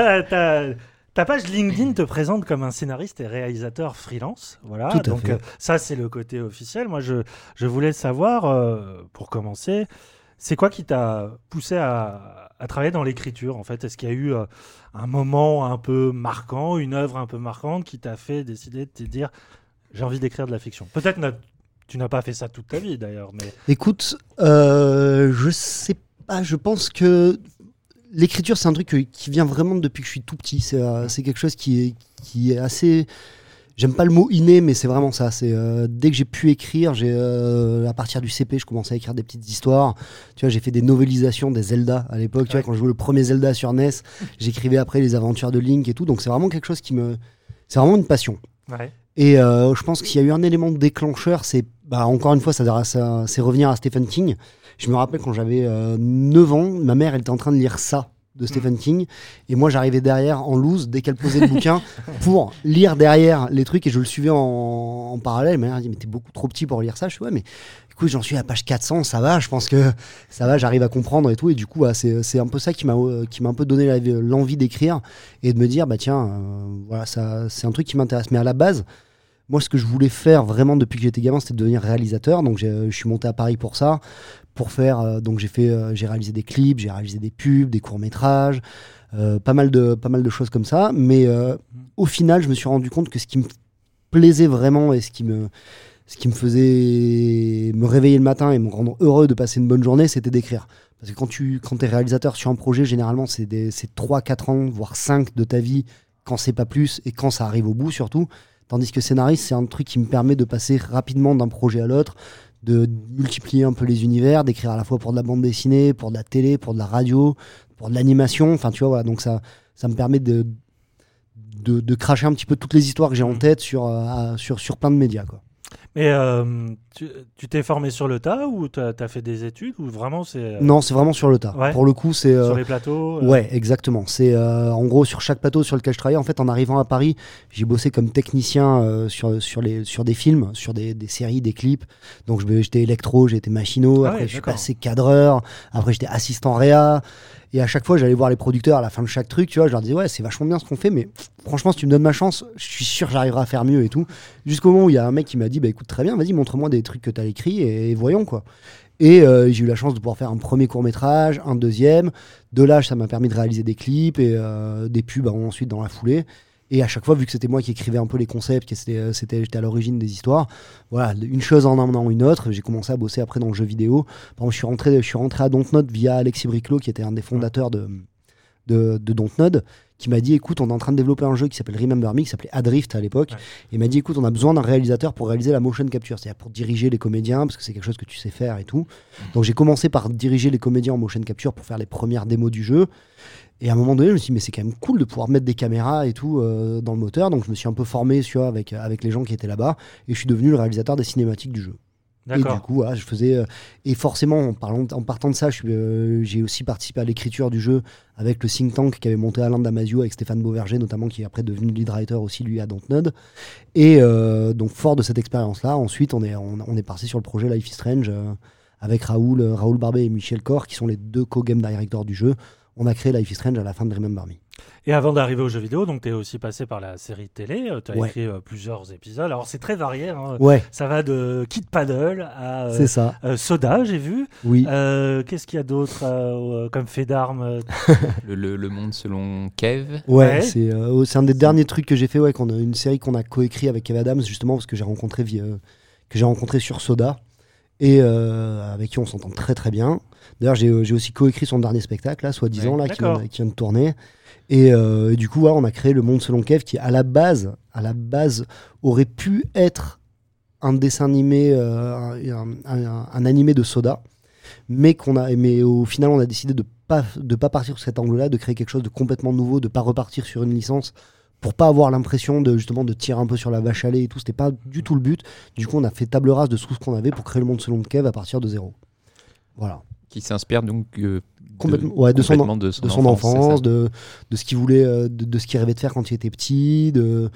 Ta page LinkedIn te présente comme un scénariste et réalisateur freelance. Voilà. Tout à Donc, fait. Ça, c'est le côté officiel. Moi, je voulais savoir, pour commencer, c'est quoi qui t'a poussé à travailler dans l'écriture, en fait? Est-ce qu'il y a eu un moment un peu marquant, une œuvre un peu marquante qui t'a fait décider de te dire j'ai envie d'écrire de la fiction? Peut-être tu n'as pas fait ça toute ta vie, d'ailleurs. Mais... Écoute, je sais pas, je pense que l'écriture, c'est un truc qui vient vraiment depuis que je suis tout petit. C'est quelque chose qui est assez... J'aime pas le mot inné, mais c'est vraiment ça. C'est dès que j'ai pu écrire, à partir du CP, je commençais à écrire des petites histoires. Tu vois, j'ai fait des novélisations des Zelda à l'époque. Tu vois, quand je jouais le premier Zelda sur NES, j'écrivais après les aventures de Link et tout. Donc c'est vraiment quelque chose c'est vraiment une passion. Ouais. Et je pense qu'il y a eu un élément déclencheur. C'est encore une fois, ça c'est revenir à Stephen King. Je me rappelle quand j'avais 9 ans, ma mère elle était en train de lire ça de Stephen King, et moi j'arrivais derrière en loose dès qu'elle posait le bouquin pour lire derrière les trucs, et je le suivais en parallèle. Ma mère a dit mais t'es beaucoup trop petit pour lire ça. Je suis ouais mais écoute, j'en suis à page 400, ça va, je pense que ça va, j'arrive à comprendre et tout. Et du coup c'est un peu ça qui m'a un peu donné l'envie d'écrire et de me dire voilà, ça c'est un truc qui m'intéresse. Mais à la base, moi, ce que je voulais faire vraiment depuis que j'étais gamin, c'était de devenir réalisateur. Donc, je suis monté à Paris pour ça, pour faire. Donc, j'ai réalisé des clips, j'ai réalisé des pubs, des courts-métrages, pas mal de choses comme ça. Mais au final, je me suis rendu compte que ce qui me plaisait vraiment et ce qui me faisait me réveiller le matin et me rendre heureux de passer une bonne journée, c'était d'écrire. Parce que quand tu es réalisateur sur un projet, généralement, c'est 3-4 ans, voire 5 de ta vie, quand c'est pas plus, et quand ça arrive au bout surtout. Tandis que scénariste, c'est un truc qui me permet de passer rapidement d'un projet à l'autre, de multiplier un peu les univers, d'écrire à la fois pour de la bande dessinée, pour de la télé, pour de la radio, pour de l'animation. Enfin, tu vois, voilà. Donc ça me permet de cracher un petit peu toutes les histoires que j'ai en tête sur plein de médias, quoi. Mais tu t'es formé sur le tas ou t'as fait des études ou vraiment c'est... Non, c'est vraiment sur le tas. Ouais. Pour le coup, c'est... Sur les plateaux Ouais, exactement. C'est en gros sur chaque plateau sur lequel je travaillais. En fait, en arrivant à Paris, j'ai bossé comme technicien sur des films, sur des séries, des clips. Donc j'étais électro, j'ai été machino. Après, je suis passé cadreur. Après, j'étais assistant réa. Et à chaque fois, j'allais voir les producteurs à la fin de chaque truc, tu vois, je leur disais ouais, c'est vachement bien ce qu'on fait, mais franchement, si tu me donnes ma chance, je suis sûr que j'arriverai à faire mieux et tout. Jusqu'au moment où il y a un mec qui m'a dit bah écoute, très bien, vas-y, montre-moi des trucs que t'as écrits et voyons quoi. Et j'ai eu la chance de pouvoir faire un premier court-métrage, un deuxième. De là, ça m'a permis de réaliser des clips et des pubs ensuite dans la foulée. Et à chaque fois, vu que c'était moi qui écrivais un peu les concepts, que j'étais à l'origine des histoires, voilà, une chose en amenant une autre, j'ai commencé à bosser après dans le jeu vidéo. Par exemple, je suis rentré à Dontnod via Alexis Briclot, qui était un des fondateurs de Dontnod, qui m'a dit écoute, on est en train de développer un jeu qui s'appelle Remember Me, qui s'appelait Adrift à l'époque. Ouais. Et il m'a dit écoute, on a besoin d'un réalisateur pour réaliser la motion capture, c'est-à-dire pour diriger les comédiens, parce que c'est quelque chose que tu sais faire et tout. Donc j'ai commencé par diriger les comédiens en motion capture pour faire les premières démos du jeu. Et à un moment donné, je me suis dit, mais c'est quand même cool de pouvoir mettre des caméras et tout dans le moteur. Donc je me suis un peu formé avec les gens qui étaient là-bas. Et je suis devenu le réalisateur des cinématiques du jeu. D'accord. Et du coup, voilà, je faisais... et forcément, en partant de ça, j'ai aussi participé à l'écriture du jeu avec le think tank qu'avait monté Alain Damasio avec Stéphane Beauverger, notamment, qui est après devenu lead writer aussi, lui, à Dontnod. Et donc, fort de cette expérience-là, ensuite, on est parti sur le projet Life is Strange avec Raoul Barbet et Michel Cor, qui sont les deux co-game directors du jeu. On a créé Life is Strange à la fin de Remember Me. Et avant d'arriver aux jeux vidéo, donc tu es aussi passé par la série télé, tu as écrit plusieurs épisodes. Alors c'est très varié, hein. Ouais. Ça va de Kid Paddle à c'est ça. Soda, j'ai vu. Oui. Qu'est-ce qu'il y a d'autre comme fait d'armes le monde selon Kev. Ouais. C'est un des derniers trucs que j'ai fait, une série qu'on a coécrit avec Kev Adams, justement parce que j'ai rencontré sur Soda. et avec qui on s'entend très très bien. D'ailleurs, j'ai aussi coécrit son dernier spectacle, là, soi-disant, là, qui vient de tourner. Et du coup, on a créé Le Monde selon Kev, qui à la base aurait pu être un dessin animé, un animé de soda, mais au final, on a décidé de pas partir sur cet angle-là, de créer quelque chose de complètement nouveau, de pas repartir sur une licence, pour pas avoir l'impression de tirer un peu sur la vache à lait et tout. C'était pas du tout le but. Du coup, on a fait table rase de tout ce qu'on avait pour créer Le Monde selon Kev à partir de zéro. Voilà. Qui s'inspire donc complètement de son enfance, de ce qu'il voulait, de ce qu'il rêvait de faire quand il était petit, de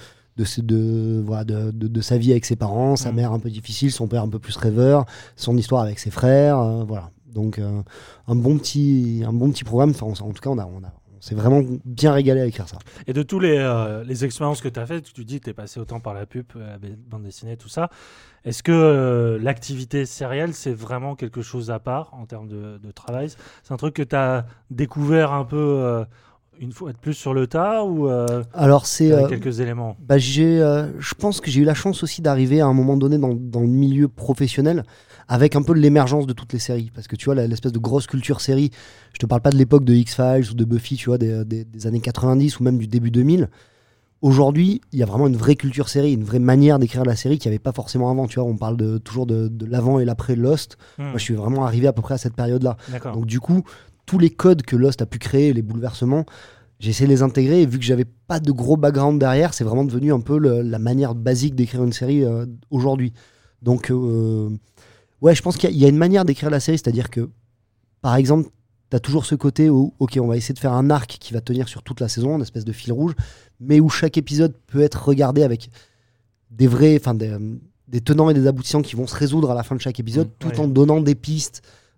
sa vie avec ses parents, sa mère un peu difficile, son père un peu plus rêveur, son histoire avec ses frères, voilà. Donc un bon petit programme. Enfin, en tout cas, on s'est vraiment bien régalé à écrire ça. Et de tous les expériences que tu as faites, tu dis que tu es passé autant par la pub, la bande dessinée, tout ça. Est-ce que l'activité sérielle, c'est vraiment quelque chose à part en termes de travail ? C'est un truc que tu as découvert un peu une fois de plus sur le tas ou Alors c'est avec quelques éléments ? Je pense que j'ai eu la chance aussi d'arriver à un moment donné dans le milieu professionnel avec un peu l'émergence de toutes les séries. Parce que tu vois, l'espèce de grosse culture série, je te parle pas de l'époque de X-Files ou de Buffy, tu vois, des années 90 ou même du début 2000. Aujourd'hui, il y a vraiment une vraie culture série, une vraie manière d'écrire la série qu'il n'y avait pas forcément avant. Tu vois, on parle toujours de l'avant et l'après Lost. Moi, je suis vraiment arrivé à peu près à cette période-là. D'accord. Donc du coup, tous les codes que Lost a pu créer, les bouleversements, j'ai essayé de les intégrer. Et vu que j'avais pas de gros background derrière, c'est vraiment devenu un peu la manière basique d'écrire une série aujourd'hui. Donc, ouais, je pense qu'il y a une manière d'écrire la série, c'est-à-dire que, par exemple, t'as toujours ce côté où, ok, on va essayer de faire un arc qui va tenir sur toute la saison, une espèce de fil rouge, mais où chaque épisode peut être regardé avec des tenants et des aboutissants qui vont se résoudre à la fin de chaque épisode, tout en donnant des pistes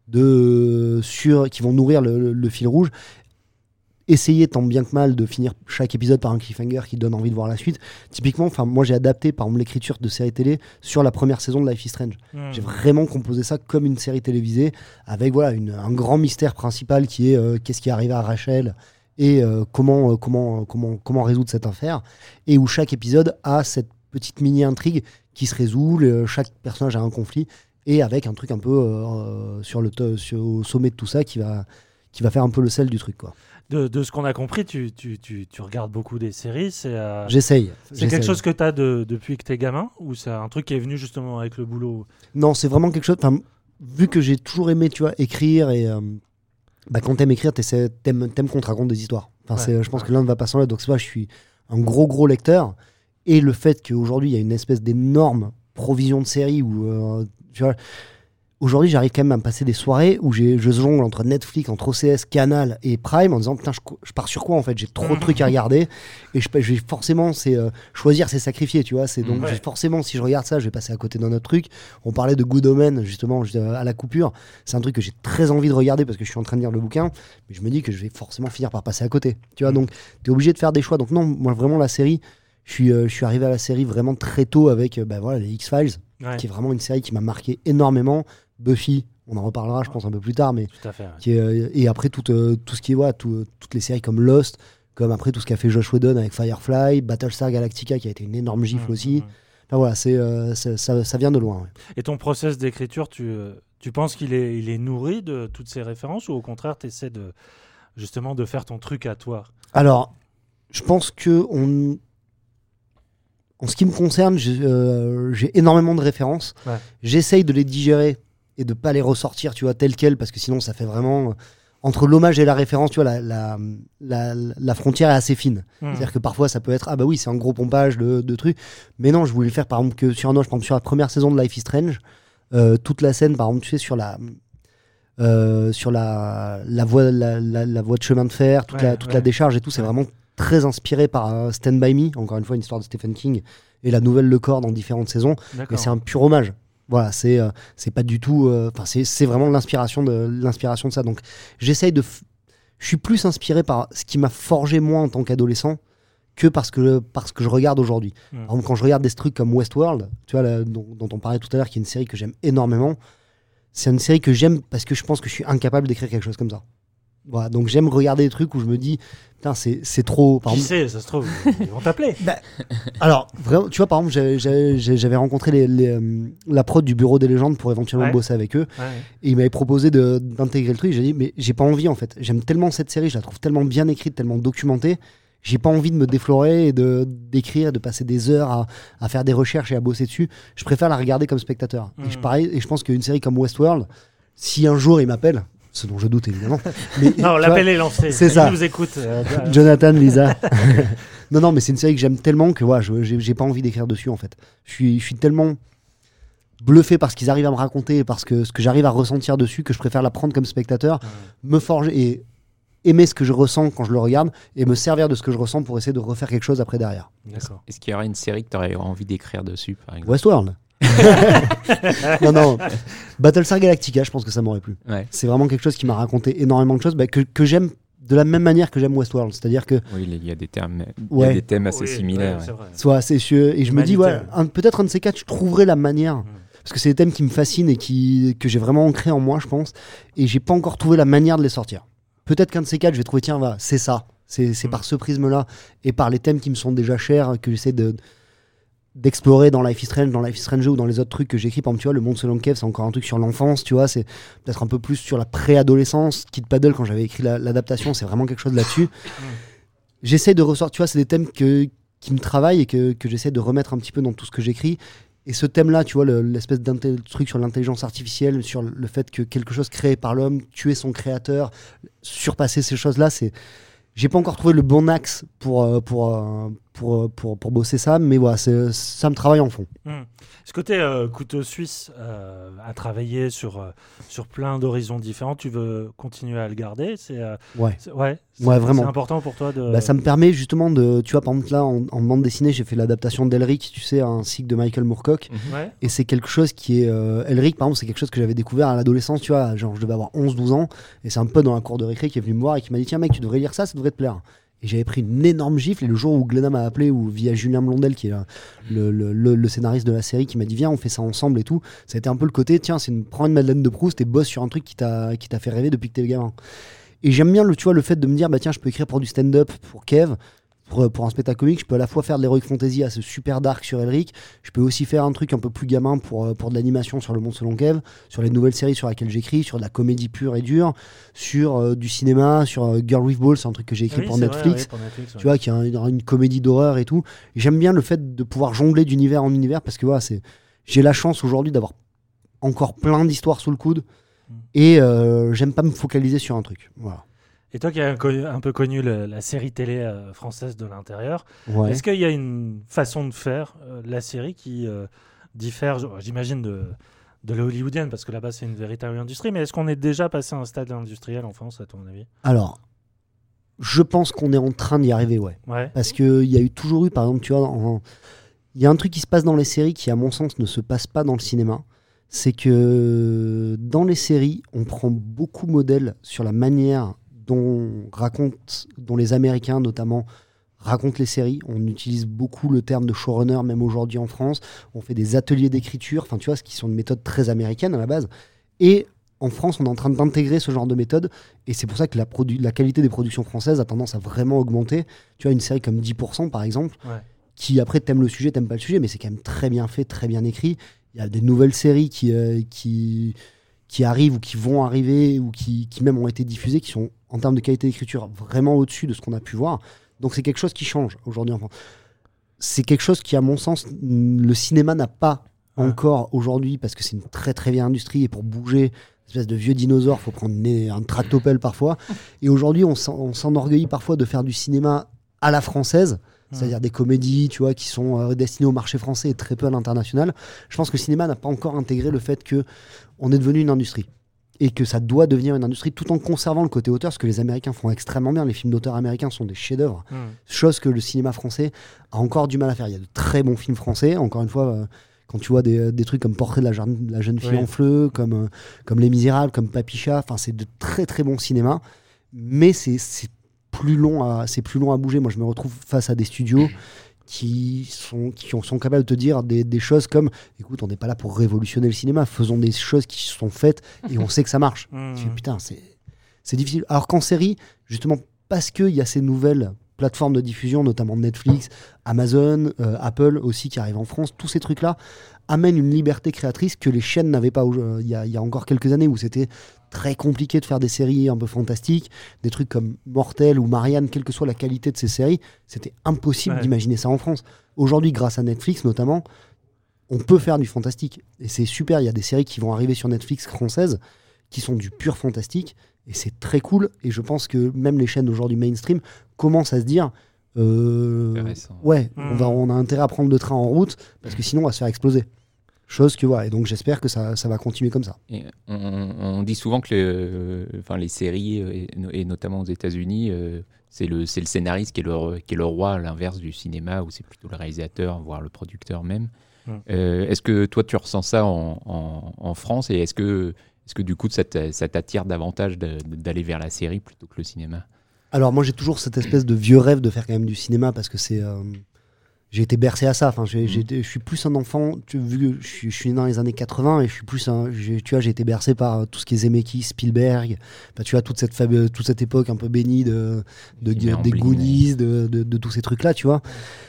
qui vont nourrir le fil rouge. Essayer tant bien que mal de finir chaque épisode par un cliffhanger qui donne envie de voir la suite. Typiquement, moi j'ai adapté par exemple l'écriture de séries télé sur la première saison de Life is Strange. J'ai vraiment composé ça comme une série télévisée avec un grand mystère principal qui est qu'est-ce qui est arrivé à Rachel et comment résoudre cette affaire, et où chaque épisode a cette petite mini-intrigue qui se résout, chaque personnage a un conflit, et avec un truc un peu au sommet de tout ça qui va faire un peu le sel du truc, quoi. De ce qu'on a compris, tu regardes beaucoup des séries. J'essaye. C'est quelque chose que tu as depuis que t'es gamin, ou c'est un truc qui est venu justement avec le boulot ? Non, c'est vraiment quelque chose. Vu que j'ai toujours aimé, tu vois, écrire, et quand t'aimes écrire, t'aimes qu'on te raconte des histoires. Je pense que l'un ne va pas sans l'autre. Donc c'est vrai, je suis un gros lecteur, et le fait qu'aujourd'hui il y a une espèce d'énorme provision de séries où tu vois. Aujourd'hui, j'arrive quand même à me passer des soirées où je jongle entre Netflix, entre OCS, Canal et Prime en disant putain, je pars sur quoi en fait ? J'ai trop de trucs à regarder, et je vais forcément, choisir, c'est sacrifier, tu vois. Donc forcément, si je regarde ça, je vais passer à côté d'un autre truc. On parlait de Good Omen justement à la coupure. C'est un truc que j'ai très envie de regarder parce que je suis en train de lire le bouquin, mais je me dis que je vais forcément finir par passer à côté. Tu vois, donc t'es obligé de faire des choix. Donc non, moi vraiment la série, je suis arrivé à la série vraiment très tôt avec les X-Files, qui est vraiment une série qui m'a marqué énormément. Buffy, on en reparlera je pense un peu plus tard, mais tout à fait, et après tout ce qui est toutes les séries comme Lost, comme après tout ce qu'a fait Joss Whedon avec Firefly, Battlestar Galactica qui a été une énorme gifle aussi. Enfin voilà, ça vient de loin. Ouais. Et ton process d'écriture, tu penses qu'il est nourri de toutes ces références, ou au contraire tu essaies justement de faire ton truc à toi ? Alors, je pense que en ce qui me concerne, j'ai énormément de références. J'essaye de les digérer et de pas les ressortir, tu vois, telles quelles, parce que sinon ça fait vraiment entre l'hommage et la référence, tu vois, la frontière est assez fine. C'est-à-dire que parfois ça peut être ah bah oui, c'est un gros pompage de trucs, mais non, je voulais le faire par exemple que sur la première saison de Life is Strange, toute la scène par exemple, tu sais, sur la voie de chemin de fer, toute la décharge et tout, c'est vraiment très inspiré par Stand By Me, encore une fois une histoire de Stephen King, et la nouvelle Le Corps dans différentes saisons. Mais c'est un pur hommage. Voilà, c'est pas du tout. C'est vraiment l'inspiration de ça. Donc j'essaye je suis plus inspiré par ce qui m'a forgé moi en tant qu'adolescent que parce que je regarde aujourd'hui. Par exemple, quand je regarde des trucs comme Westworld, tu vois, dont on parlait tout à l'heure, qui est une série que j'aime énormément, c'est une série que j'aime parce que je pense que je suis incapable d'écrire quelque chose comme ça. Voilà, donc j'aime regarder des trucs où je me dis, putain, c'est trop. Qui sait, ça se trouve, ils vont t'appeler. Alors, vraiment, tu vois, par exemple, j'avais rencontré la prod du Bureau des légendes pour éventuellement bosser avec eux. Ouais. Et ils m'avaient proposé d'intégrer le truc. J'ai dit, mais j'ai pas envie en fait. J'aime tellement cette série, je la trouve tellement bien écrite, tellement documentée. J'ai pas envie de me déflorer et d'écrire, de passer des heures à faire des recherches et à bosser dessus. Je préfère la regarder comme spectateur. Et je pense qu'une série comme Westworld, si un jour il m'appelle, ce dont je doute évidemment. Mais, non, l'appel est lancé. C'est ça. Il nous écoute. Jonathan, Lisa. non, mais c'est une série que j'aime tellement que j'ai pas envie d'écrire dessus en fait. Je suis tellement bluffé par ce qu'ils arrivent à me raconter et par ce que j'arrive à ressentir dessus que je préfère la prendre comme spectateur, me forger et aimer ce que je ressens quand je le regarde et me servir de ce que je ressens pour essayer de refaire quelque chose après derrière. D'accord. Est-ce qu'il y aurait une série que tu aurais envie d'écrire dessus, par exemple? Westworld. non, Battlestar Galactica, je pense que ça m'aurait plu. Ouais. C'est vraiment quelque chose qui m'a raconté énormément de choses que j'aime de la même manière que j'aime Westworld, c'est-à-dire que oui, il y a des thèmes assez similaires. Ouais, c'est sûr. Et je me dis peut-être un de ces quatre, je trouverai la manière. Parce que c'est des thèmes qui me fascinent et que j'ai vraiment ancrés en moi, je pense. Et j'ai pas encore trouvé la manière de les sortir. Peut-être qu'un de ces quatre, je vais trouver, tiens, c'est ça. C'est par ce prisme-là et par les thèmes qui me sont déjà chers que j'essaie d'explorer dans Life is Strange ou dans les autres trucs que j'écris. Par exemple, tu vois, Le Monde selon Kev, c'est encore un truc sur l'enfance, tu vois, c'est peut-être un peu plus sur la préadolescence. Kid Paddle, quand j'avais écrit l'adaptation, c'est vraiment quelque chose là-dessus. J'essaie de ressortir, tu vois, c'est des thèmes qui me travaillent et que j'essaie de remettre un petit peu dans tout ce que j'écris. Et ce thème-là, tu vois, l'espèce de truc sur l'intelligence artificielle, sur le fait que quelque chose créé par l'homme, tuer son créateur, surpasser ces choses-là, j'ai pas encore trouvé le bon axe pour bosser ça, mais voilà, ça me travaille en fond. Ce côté couteau suisse à travailler sur plein d'horizons différents, tu veux continuer à le garder? Ouais, C'est vraiment. important pour toi de... ça me permet justement de... Tu vois, par exemple, là, en bande dessinée, j'ai fait l'adaptation d'Elric, tu sais, un cycle de Michael Moorcock. Ouais. Et c'est quelque chose qui est... Elric, par exemple, c'est quelque chose que j'avais découvert à l'adolescence, tu vois, genre je devais avoir 11-12 ans, et c'est un peu dans la cour de récré qui est venu me voir et qui m'a dit, tiens mec, tu devrais lire ça devrait te plaire. Et j'avais pris une énorme gifle, et le jour où Glénat m'a appelé, ou via Julien Blondel, qui est le scénariste de la série, qui m'a dit viens, on fait ça ensemble et tout, ça a été un peu le côté, tiens, prends une Madeleine de Proust et bosse sur un truc qui t'a fait rêver depuis que t'es gamin. Et j'aime bien le fait de me dire, bah tiens, je peux écrire pour du stand-up, pour Kev, pour un spectacle comique, je peux à la fois faire de l'heroic fantasy à ce super dark sur Elric, je peux aussi faire un truc un peu plus gamin pour de l'animation sur Le Monde selon Kev, sur les nouvelles séries sur lesquelles j'écris, sur de la comédie pure et dure, sur du cinéma, sur Girl with Balls, c'est un truc que j'ai écrit pour Netflix, tu vois, qui a une comédie d'horreur et tout. Et j'aime bien le fait de pouvoir jongler d'univers en univers, parce que voilà, j'ai la chance aujourd'hui d'avoir encore plein d'histoires sous le coude, et j'aime pas me focaliser sur un truc. Voilà. Et toi qui as un peu connu la série télé française de l'intérieur, est-ce qu'il y a une façon de faire la série qui diffère, j'imagine, de la hollywoodienne, parce que là-bas c'est une véritable industrie, mais est-ce qu'on est déjà passé à un stade industriel en France, à ton avis? Alors, je pense qu'on est en train d'y arriver, ouais. Parce qu'il y a toujours eu, par exemple, tu vois, il y a un truc qui se passe dans les séries qui, à mon sens, ne se passe pas dans le cinéma. C'est que dans les séries, on prend beaucoup modèle sur la manière dont les Américains notamment racontent les séries. On utilise beaucoup le terme de showrunner, même aujourd'hui en France. On fait des ateliers d'écriture, enfin tu vois, ce qui sont une méthode très américaine à la base. Et en France, on est en train d'intégrer ce genre de méthode, et c'est pour ça que la qualité des productions françaises a tendance à vraiment augmenter. Tu vois, une série comme 10% par exemple, qui après t'aimes le sujet, t'aimes pas le sujet, mais c'est quand même très bien fait, très bien écrit. Il y a des nouvelles séries qui arrivent ou qui vont arriver ou qui même ont été diffusées, qui sont en termes de qualité d'écriture vraiment au-dessus de ce qu'on a pu voir. Donc c'est quelque chose qui change aujourd'hui en France. C'est quelque chose qui, à mon sens, le cinéma n'a pas encore aujourd'hui, parce que c'est une très très vieille industrie, et pour bouger, une espèce de vieux dinosaure, il faut prendre un tractopelle parfois. Et aujourd'hui, on s'enorgueillit parfois de faire du cinéma à la française, c'est-à-dire des comédies, tu vois, qui sont destinées au marché français et très peu à l'international. Je pense que le cinéma n'a pas encore intégré le fait qu'on est devenu une industrie, et que ça doit devenir une industrie, tout en conservant le côté auteur, ce que les Américains font extrêmement bien. Les films d'auteurs américains sont des chefs-d'œuvre, chose que le cinéma français a encore du mal à faire. Il y a de très bons films français, encore une fois, quand tu vois des trucs comme Portrait de la jeune fille en fleu, comme Les Misérables, comme Papicha, enfin c'est de très très bons cinémas, mais c'est plus long à bouger. Moi je me retrouve face à des studios qui sont capables de te dire des choses comme, écoute, on n'est pas là pour révolutionner le cinéma, faisons des choses qui sont faites et on sait que ça marche. Tu fais, putain, c'est difficile. Alors qu'en série, justement, parce qu'il y a ces nouvelles plateformes de diffusion, notamment Netflix, Amazon, Apple aussi qui arrivent en France, tous ces trucs-là amènent une liberté créatrice que les chaînes n'avaient pas il y a encore quelques années où c'était très compliqué de faire des séries un peu fantastiques, des trucs comme Mortel ou Marianne, quelle que soit la qualité de ces séries, c'était impossible d'imaginer ça en France. Aujourd'hui, grâce à Netflix notamment, on peut faire du fantastique. Et c'est super, il y a des séries qui vont arriver sur Netflix françaises qui sont du pur fantastique. Et c'est très cool. Et je pense que même les chaînes aujourd'hui mainstream commencent à se dire on a intérêt à prendre le train en route parce que sinon on va se faire exploser. Chose que voilà. Et donc j'espère que ça va continuer comme ça. Et on dit souvent que les séries, et notamment aux États-Unis, c'est le scénariste qui est le roi, à l'inverse du cinéma où c'est plutôt le réalisateur, voire le producteur même. Est-ce que toi tu ressens ça en France, et est-ce que du coup ça t'attire davantage d'aller vers la série plutôt que le cinéma? Alors moi j'ai toujours cette espèce de vieux rêve de faire quand même du cinéma parce que c'est j'ai été bercé à ça. Enfin, je suis plus un enfant, vu que je suis né dans les années 80 et je suis plus j'ai été bercé par tout ce qui est Zemeckis, Spielberg. Enfin, tu vois toute cette époque un peu bénie des Goonies, de tous ces trucs là, tu vois.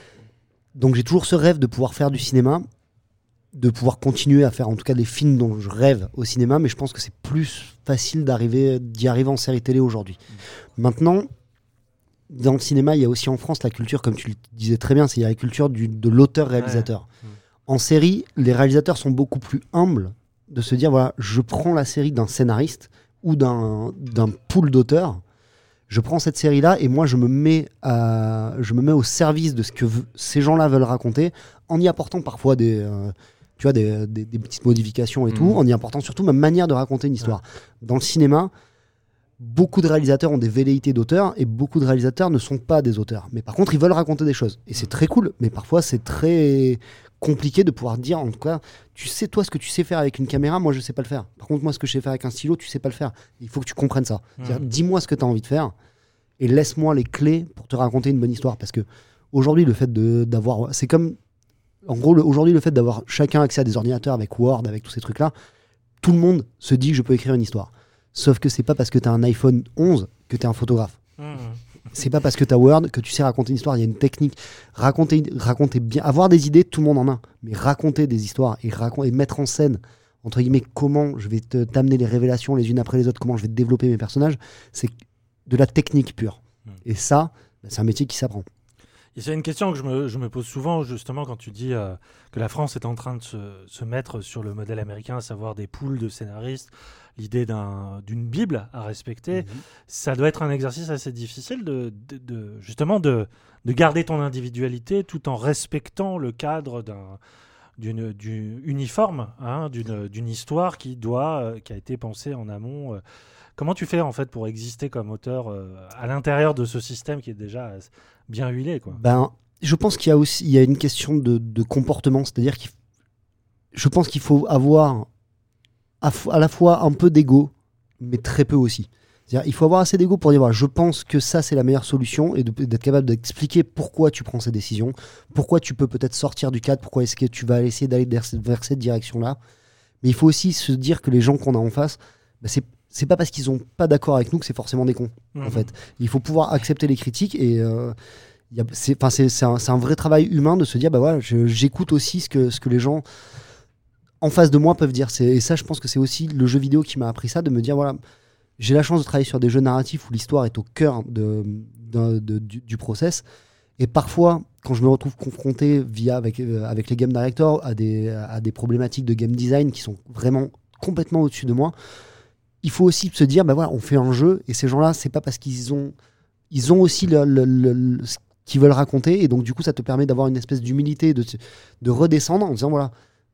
Donc j'ai toujours ce rêve de pouvoir faire du cinéma, de pouvoir continuer à faire en tout cas des films dont je rêve au cinéma, mais je pense que c'est plus facile d'y arriver en série télé aujourd'hui. Maintenant, dans le cinéma, il y a aussi en France la culture, comme tu le disais très bien, c'est la culture de l'auteur-réalisateur. En série, les réalisateurs sont beaucoup plus humbles de se dire, voilà, je prends la série d'un scénariste ou d'un pool d'auteurs, je prends cette série-là et moi je me mets au service de ce que ces gens-là veulent raconter, en y apportant parfois des petites modifications et tout, en y apportant surtout ma manière de raconter une histoire. Dans le cinéma, beaucoup de réalisateurs ont des velléités d'auteurs et beaucoup de réalisateurs ne sont pas des auteurs. Mais par contre, ils veulent raconter des choses. Et c'est très cool, mais parfois c'est très compliqué de pouvoir dire, en tout cas, tu sais toi ce que tu sais faire avec une caméra, moi je sais pas le faire. Par contre, moi ce que je sais faire avec un stylo, tu sais pas le faire. Il faut que tu comprennes ça. Dis-moi ce que tu as envie de faire et laisse-moi les clés pour te raconter une bonne histoire. Parce que aujourd'hui, le fait d'avoir... C'est comme... En gros, aujourd'hui, le fait d'avoir chacun accès à des ordinateurs avec Word, avec tous ces trucs-là, tout le monde se dit je peux écrire une histoire. Sauf que c'est pas parce que tu as un iPhone 11 que tu es un photographe. C'est pas parce que tu as Word que tu sais raconter une histoire. Il y a une technique. Raconter bien, avoir des idées, tout le monde en a. Mais raconter des histoires et mettre en scène, entre guillemets, comment je vais t'amener les révélations les unes après les autres, comment je vais développer mes personnages, c'est de la technique pure. Et ça, c'est un métier qui s'apprend. Et c'est une question que je me pose souvent, justement, quand tu dis que la France est en train de se mettre sur le modèle américain, à savoir des pools de scénaristes, l'idée d'une Bible à respecter. Ça doit être un exercice assez difficile justement de garder ton individualité tout en respectant le cadre d'une uniforme, d'une histoire qui a été pensée en amont. Comment tu fais en fait pour exister comme auteur à l'intérieur de ce système qui est déjà bien huilé, quoi? Je pense qu'il y a une question de comportement, c'est-à-dire je pense qu'il faut avoir à la fois un peu d'ego, mais très peu aussi. C'est-à-dire, il faut avoir assez d'ego pour dire voilà, je pense que ça c'est la meilleure solution et d'être capable d'expliquer pourquoi tu prends ces décisions, pourquoi tu peux peut-être sortir du cadre, pourquoi est-ce que tu vas essayer d'aller vers cette direction-là. Mais il faut aussi se dire que les gens qu'on a en face, c'est pas parce qu'ils sont pas d'accord avec nous que c'est forcément des cons. En fait, il faut pouvoir accepter les critiques et c'est un vrai travail humain de se dire voilà, j'écoute aussi ce que les gens en face de moi peuvent dire. Et ça, je pense que c'est aussi le jeu vidéo qui m'a appris ça, de me dire voilà, j'ai la chance de travailler sur des jeux narratifs où l'histoire est au cœur du process. Et parfois, quand je me retrouve confronté avec les game directors à des problématiques de game design qui sont vraiment complètement au-dessus de moi, il faut aussi se dire voilà, on fait un jeu et ces gens-là, c'est pas parce qu'ils ont aussi ce qu'ils veulent raconter, et donc du coup ça te permet d'avoir une espèce d'humilité, de redescendre en disant voilà,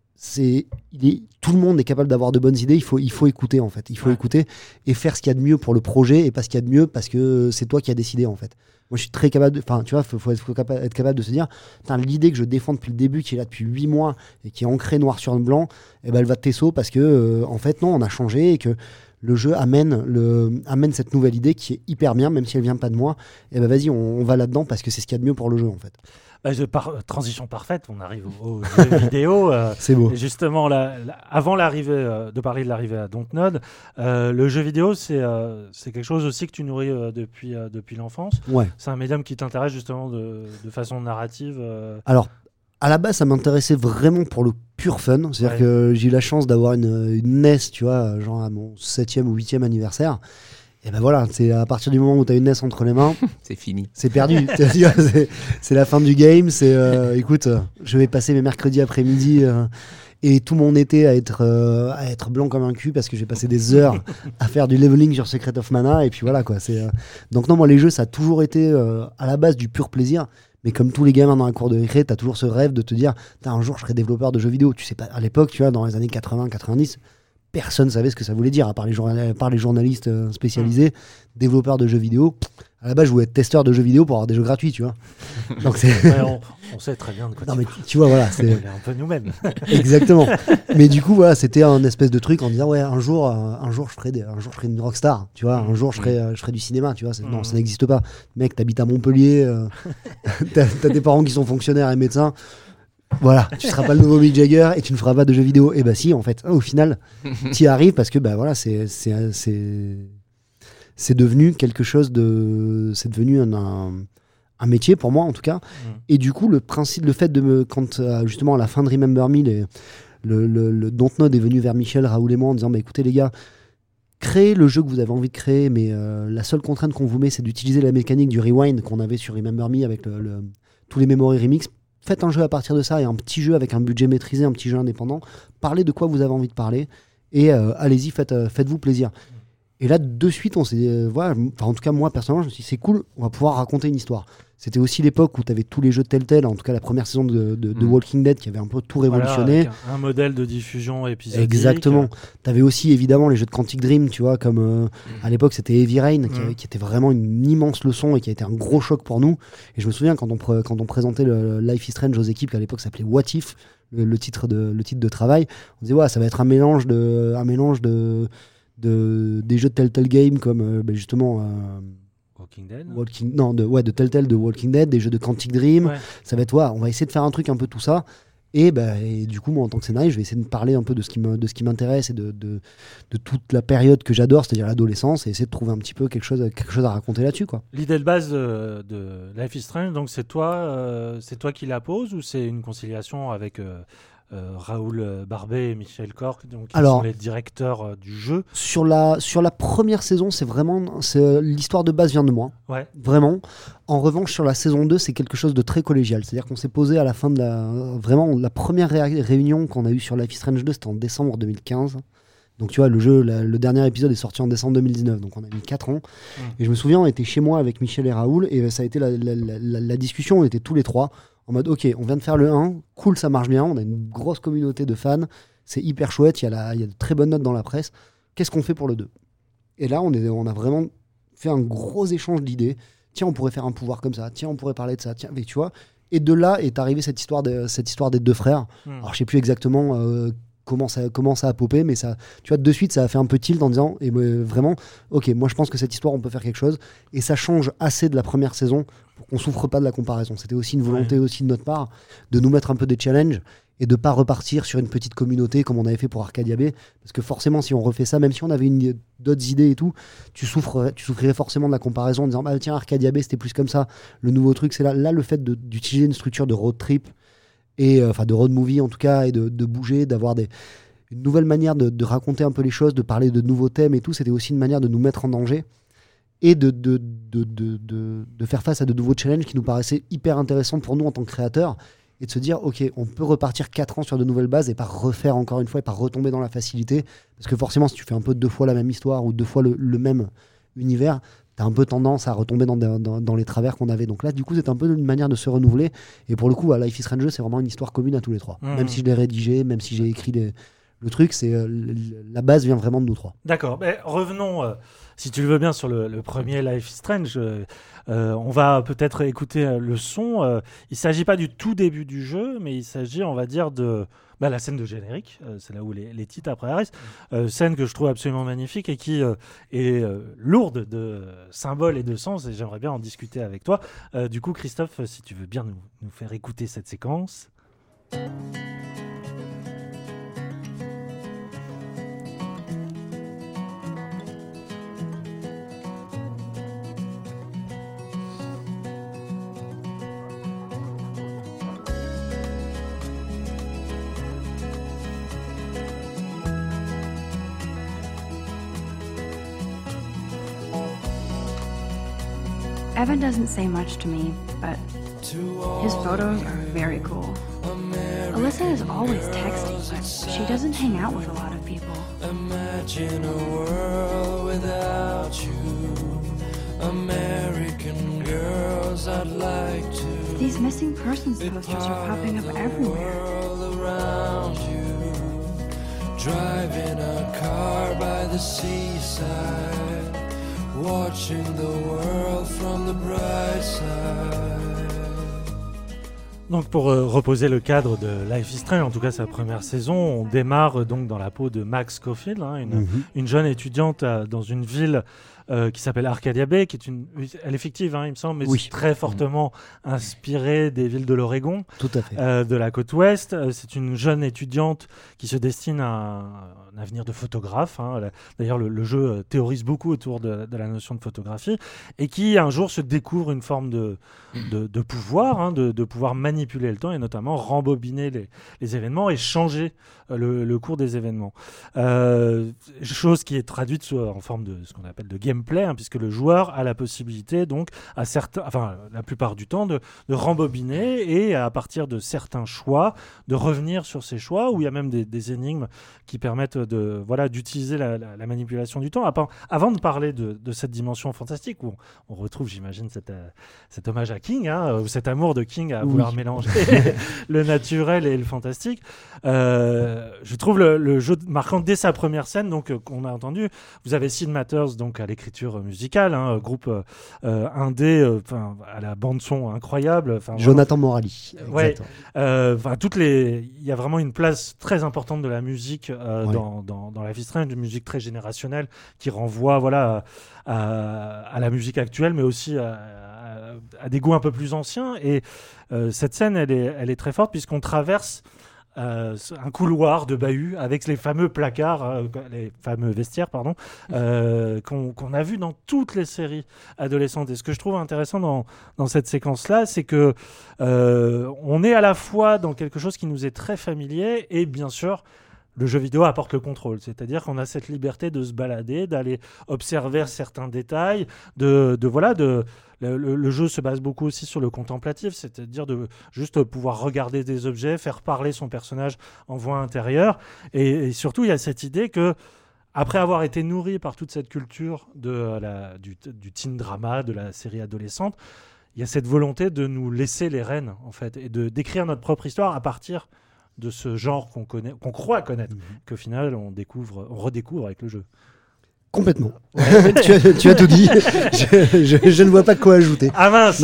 tout le monde est capable d'avoir de bonnes idées, il faut écouter en fait, il faut écouter et faire ce qu'il y a de mieux pour le projet et pas ce qu'il y a de mieux parce que c'est toi qui as décidé en fait. Moi je suis très capable tu vois, faut être capable de se dire l'idée que je défends depuis le début, qui est là depuis 8 mois et qui est ancrée noir sur blanc, elle va te tesser parce que en fait non, on a changé et que le jeu amène cette nouvelle idée qui est hyper bien, même si elle vient pas de moi. Et vas-y, on va là-dedans parce que c'est ce qu'il y a de mieux pour le jeu en fait. Transition parfaite, on arrive au jeu vidéo. C'est beau. Et justement, avant de parler de l'arrivée à Dontnod, le jeu vidéo, c'est quelque chose aussi que tu nourris depuis l'enfance. Ouais. C'est un médium qui t'intéresse justement de façon narrative. Alors, à la base, ça m'intéressait vraiment pour le pur fun. C'est-à-dire que j'ai eu la chance d'avoir une NES, tu vois, genre à mon 7e ou 8e anniversaire. Et ben voilà, c'est à partir du moment où tu as une NES entre les mains, c'est fini. C'est perdu. C'est la fin du game. Écoute, je vais passer mes mercredis après-midi et tout mon été à être blanc comme un cul parce que j'ai passé des heures à faire du leveling sur Secret of Mana. Et puis voilà quoi. Donc non, moi les jeux, ça a toujours été à la base du pur plaisir. Mais comme tous les gamins dans la cour de récré, t'as toujours ce rêve de te dire, un jour je serai développeur de jeux vidéo. Tu sais pas, à l'époque, tu vois, dans les années 80-90, personne savait ce que ça voulait dire, à part les journalistes spécialisés, développeurs de jeux vidéo. À la base, je voulais être testeur de jeux vidéo pour avoir des jeux gratuits, tu vois. Donc on sait très bien de quoi non, mais tu vois, voilà. On est un peu nous-mêmes. Exactement. Mais du coup, voilà, c'était un espèce de truc en disant, ouais, un jour je ferai une rockstar, tu vois. Un jour, je ferai du cinéma, tu vois. Non, ça n'existe pas. Mec, t'habites à Montpellier, t'as des parents qui sont fonctionnaires et médecins. Voilà, tu seras pas le nouveau Mick Jagger et tu ne feras pas de jeux vidéo. Et bah si, en fait, au final, t'y arrives parce que bah voilà, c'est devenu quelque chose c'est devenu un métier pour moi en tout cas. Et du coup, le fait quand justement à la fin de Remember Me, le Dontnod est venu vers Michel, Raoul et moi en disant bah écoutez les gars, créez le jeu que vous avez envie de créer, mais la seule contrainte qu'on vous met, c'est d'utiliser la mécanique du rewind qu'on avait sur Remember Me avec tous les memory remix. Faites un jeu à partir de ça et un petit jeu avec un budget maîtrisé, un petit jeu indépendant. Parlez de quoi vous avez envie de parler et allez-y, faites-vous plaisir. Et là, de suite, on s'est voilà, en tout cas, moi, personnellement, je me suis dit, c'est cool, on va pouvoir raconter une histoire. C'était aussi l'époque où tu avais tous les jeux Telltale, en tout cas la première saison de Walking Dead qui avait un peu tout révolutionné. Voilà, un modèle de diffusion épisodique. Exactement. Tu avais aussi évidemment les jeux de Quantic Dream, tu vois, comme à l'époque c'était Heavy Rain, qui était vraiment une immense leçon et qui a été un gros choc pour nous. Et je me souviens quand on présentait le Life is Strange aux équipes, à l'époque ça s'appelait What If, le titre de travail, on disait ouais, ça va être un mélange des jeux de Telltale Game comme justement Walking Dead de Telltale, de Walking Dead, des jeux de Quantic Dream. Ça va être on va essayer de faire un truc un peu tout ça. Et du coup, moi en tant que scénariste, je vais essayer de parler un peu de ce qui m'intéresse et de toute la période que j'adore, c'est-à-dire l'adolescence, et essayer de trouver un petit peu quelque chose à raconter là-dessus, quoi. L'idée de base de Life is Strange, donc c'est toi qui la pose ou c'est une conciliation avec Raoul Barbet et Michel Cork, donc qui sont les directeurs du jeu. Sur la première saison, l'histoire de base vient de moi. Ouais. Vraiment. En revanche, sur la saison 2, c'est quelque chose de très collégial. C'est-à-dire qu'on s'est posé à la fin de la première réunion qu'on a eue sur Life is Strange 2, c'était en décembre 2015. Donc tu vois, le dernier épisode est sorti en décembre 2019, donc on a mis 4 ans. Et je me souviens, on était chez moi avec Michel et Raoul, et ça a été la discussion, on était tous les trois en mode ok, on vient de faire le 1, cool, ça marche bien, on a une grosse communauté de fans, c'est hyper chouette, il y a de très bonnes notes dans la presse, qu'est-ce qu'on fait pour le 2 ? Et là on a vraiment fait un gros échange d'idées, tiens on pourrait faire un pouvoir comme ça, tiens on pourrait parler de ça, tiens, mais tu vois, et de là est arrivée cette histoire des deux frères. Alors je sais plus exactement comment ça a popé, mais ça, tu vois, de suite ça a fait un peu tilt en disant vraiment ok, moi je pense que cette histoire on peut faire quelque chose, et ça change assez de la première saison pour qu'on souffre pas de la comparaison. C'était aussi une volonté aussi de notre part de nous mettre un peu des challenges et de pas repartir sur une petite communauté comme on avait fait pour Arcadia Bay, parce que forcément si on refait ça, même si on avait d'autres idées et tout, tu souffrirais forcément de la comparaison en disant bah tiens, Arcadia Bay c'était plus comme ça, le nouveau truc c'est là le fait d'utiliser une structure de road trip et de road movie en tout cas, et de bouger, d'avoir une nouvelle manière de raconter un peu les choses, de parler de nouveaux thèmes et tout, c'était aussi une manière de nous mettre en danger et de faire face à de nouveaux challenges qui nous paraissaient hyper intéressants pour nous en tant que créateurs, et de se dire ok, on peut repartir 4 ans sur de nouvelles bases et pas refaire encore une fois et pas retomber dans la facilité, parce que forcément si tu fais un peu 2 fois la même histoire ou 2 fois le même univers, t'as un peu tendance à retomber dans les travers qu'on avait. Donc là, du coup, c'est un peu une manière de se renouveler. Et pour le coup, Life is Strange, c'est vraiment une histoire commune à tous les trois. Même si je l'ai rédigé, même si j'ai écrit Le truc, c'est la base vient vraiment de nous trois. D'accord. Mais revenons, si tu le veux bien, sur le premier Life is Strange. On va peut-être écouter le son. Il ne s'agit pas du tout début du jeu, mais il s'agit, on va dire, de la scène de générique. C'est là où les titres apparaissent. Scène que je trouve absolument magnifique et qui est lourde de symboles et de sens. Et j'aimerais bien en discuter avec toi. Du coup, Christophe, si tu veux bien nous faire écouter cette séquence. Evan doesn't say much to me, but his photos are very cool. Alyssa is always texting, but she doesn't hang out with a lot of people. Imagine a world without you. American girls, I'd like to. These missing persons posters are popping up everywhere. Around you, driving a car by the seaside, watching the world from the bright side. Donc pour reposer le cadre de Life is Strange, en tout cas sa première saison, on démarre donc dans la peau de Max Caulfield, une jeune étudiante dans une ville qui s'appelle Arcadia Bay, elle est fictive, il me semble, mais c'est très fortement inspirée des villes de l'Oregon, tout à fait. De la côte ouest. C'est une jeune étudiante qui se destine à un avenir de photographe. D'ailleurs, le jeu théorise beaucoup autour de la notion de photographie, et qui un jour se découvre une forme de pouvoir, de pouvoir manipuler le temps et notamment rembobiner les événements et changer le cours des événements. Chose qui est traduite en forme de ce qu'on appelle de gameplay, puisque le joueur a la possibilité, donc, la plupart du temps, de rembobiner et à partir de certains choix, de revenir sur ces choix, où il y a même des énigmes qui permettent d'utiliser la manipulation du temps. Avant de parler de cette dimension fantastique, où on retrouve, j'imagine, cet hommage à King, ou cet amour de King à vouloir mélanger le naturel et le fantastique, je trouve le jeu marquant dès sa première scène, donc qu'on a entendu. Vous avez Sid Matters, donc à l'écriture musicale, groupe indé, à la bande son incroyable. Jonathan Morali. Ouais. Il y a vraiment une place très importante de la musique dans Life is Strange, une musique très générationnelle qui renvoie à la musique actuelle, mais aussi à des goûts un peu plus anciens. Et cette scène, elle est très forte puisqu'on traverse un couloir de bahut avec les fameux placards, les fameux vestiaires, qu'on a vu dans toutes les séries adolescentes. Et ce que je trouve intéressant dans cette séquence-là, c'est que on est à la fois dans quelque chose qui nous est très familier et bien sûr le jeu vidéo apporte le contrôle, c'est-à-dire qu'on a cette liberté de se balader, d'aller observer certains détails, le jeu se base beaucoup aussi sur le contemplatif, c'est-à-dire de juste pouvoir regarder des objets, faire parler son personnage en voix intérieure, et surtout il y a cette idée que après avoir été nourri par toute cette culture du teen drama, de la série adolescente, il y a cette volonté de nous laisser les rênes en fait, et de d'écrire notre propre histoire à partir de ce genre qu'on connaît, qu'on croit connaître, qu'au final on redécouvre avec le jeu. Complètement. Tu as tout dit. Je ne vois pas quoi ajouter. Ah mince.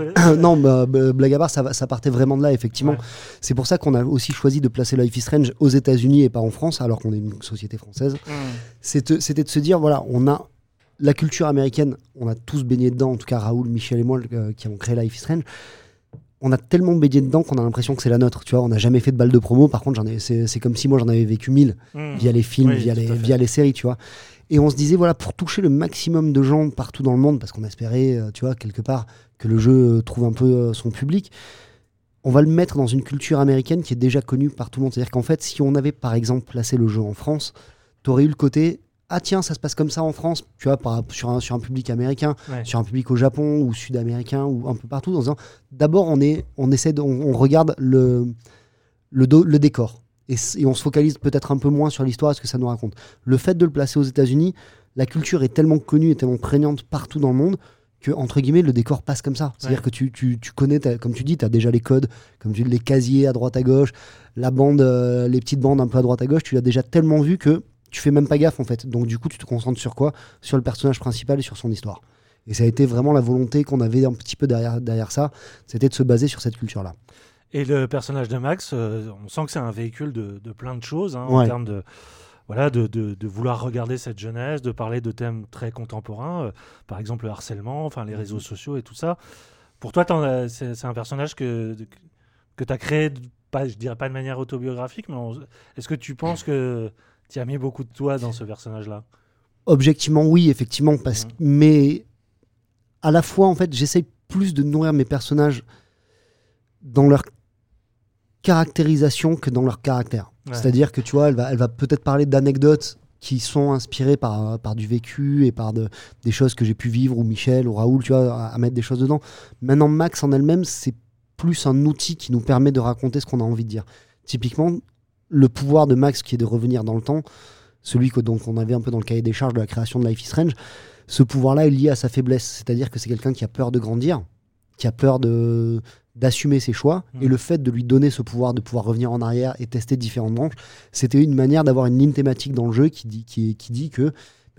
Blague à part, ça partait vraiment de là, effectivement. Ouais. C'est pour ça qu'on a aussi choisi de placer Life is Strange aux États-Unis et pas en France, alors qu'on est une société française. C'était de se dire, voilà, on a la culture américaine, on a tous baigné dedans, en tout cas Raoul, Michel et moi qui ont créé Life is Strange. On a tellement baigné dedans qu'on a l'impression que c'est la nôtre, tu vois. On n'a jamais fait de balle de promo, par contre c'est comme si moi j'en avais vécu 1000 via les films, via les séries, tu vois. Et on se disait, voilà, pour toucher le maximum de gens partout dans le monde, parce qu'on espérait, tu vois, quelque part, que le jeu trouve un peu son public, on va le mettre dans une culture américaine qui est déjà connue par tout le monde. C'est-à-dire qu'en fait, si on avait par exemple placé le jeu en France, t'aurais eu le côté, ah tiens, ça se passe comme ça en France, tu vois, sur un public américain, sur un public au Japon ou sud-américain ou un peu partout, en disant, d'abord on regarde le décor et on se focalise peut-être un peu moins sur l'histoire et ce que ça nous raconte. Le fait de le placer aux États-Unis, la culture est tellement connue et tellement prégnante partout dans le monde que, entre guillemets, le décor passe comme ça. C'est-à-dire que tu connais, comme tu dis, tu as déjà les codes, comme tu dis, les casiers à droite à gauche, la bande, les petites bandes un peu à droite à gauche, tu l'as déjà tellement vu que tu fais même pas gaffe en fait. Donc du coup, tu te concentres sur quoi ? Sur le personnage principal et sur son histoire. Et ça a été vraiment la volonté qu'on avait un petit peu derrière ça, c'était de se baser sur cette culture-là. Et le personnage de Max, on sent que c'est un véhicule de plein de choses, en termes de... Voilà, de vouloir regarder cette jeunesse, de parler de thèmes très contemporains, par exemple le harcèlement, enfin les réseaux sociaux et tout ça. Pour toi, c'est un personnage que tu as créé, je dirais pas de manière autobiographique, mais est-ce que tu penses que tu as mis beaucoup de toi dans ce personnage-là ? Objectivement, oui, effectivement, mais à la fois, en fait, j'essaye plus de nourrir mes personnages dans leur caractérisation que dans leur caractère. Ouais. C'est-à-dire que tu vois, elle va peut-être parler d'anecdotes qui sont inspirées par du vécu et par des choses que j'ai pu vivre, ou Michel, ou Raoul, tu vois, à mettre des choses dedans. Maintenant, Max en elle-même, c'est plus un outil qui nous permet de raconter ce qu'on a envie de dire. Typiquement, le pouvoir de Max qui est de revenir dans le temps, celui dont on avait un peu dans le cahier des charges de la création de Life is Strange, ce pouvoir-là est lié à sa faiblesse. C'est-à-dire que c'est quelqu'un qui a peur de grandir, qui a peur d'assumer ses choix, et le fait de lui donner ce pouvoir de pouvoir revenir en arrière et tester différentes branches, c'était une manière d'avoir une ligne thématique dans le jeu qui dit que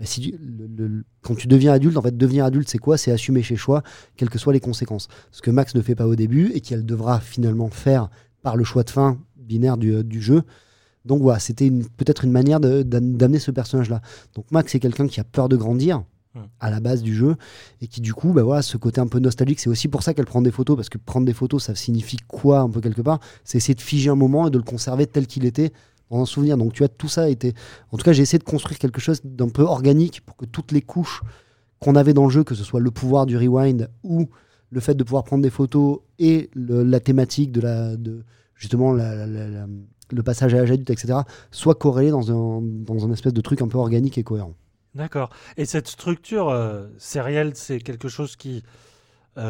quand tu deviens adulte, en fait, devenir adulte, c'est quoi ? C'est assumer ses choix, quelles que soient les conséquences. Ce que Max ne fait pas au début et qu'elle devra finalement faire par le choix de fin binaire du jeu. Donc voilà, c'était peut-être une manière d'amener ce personnage-là. Donc Max, c'est quelqu'un qui a peur de grandir à la base du jeu, et qui du coup, ce côté un peu nostalgique, c'est aussi pour ça qu'elle prend des photos, parce que prendre des photos, ça signifie quoi un peu quelque part ? C'est essayer de figer un moment et de le conserver tel qu'il était dans un souvenir. Donc tu vois, tout ça a été... En tout cas, j'ai essayé de construire quelque chose d'un peu organique pour que toutes les couches qu'on avait dans le jeu, que ce soit le pouvoir du rewind ou le fait de pouvoir prendre des photos et la thématique justement le passage à l'âge adulte, etc., soient corrélés dans un espèce de truc un peu organique et cohérent. D'accord. Et cette structure sérielle, c'est quelque chose qui, est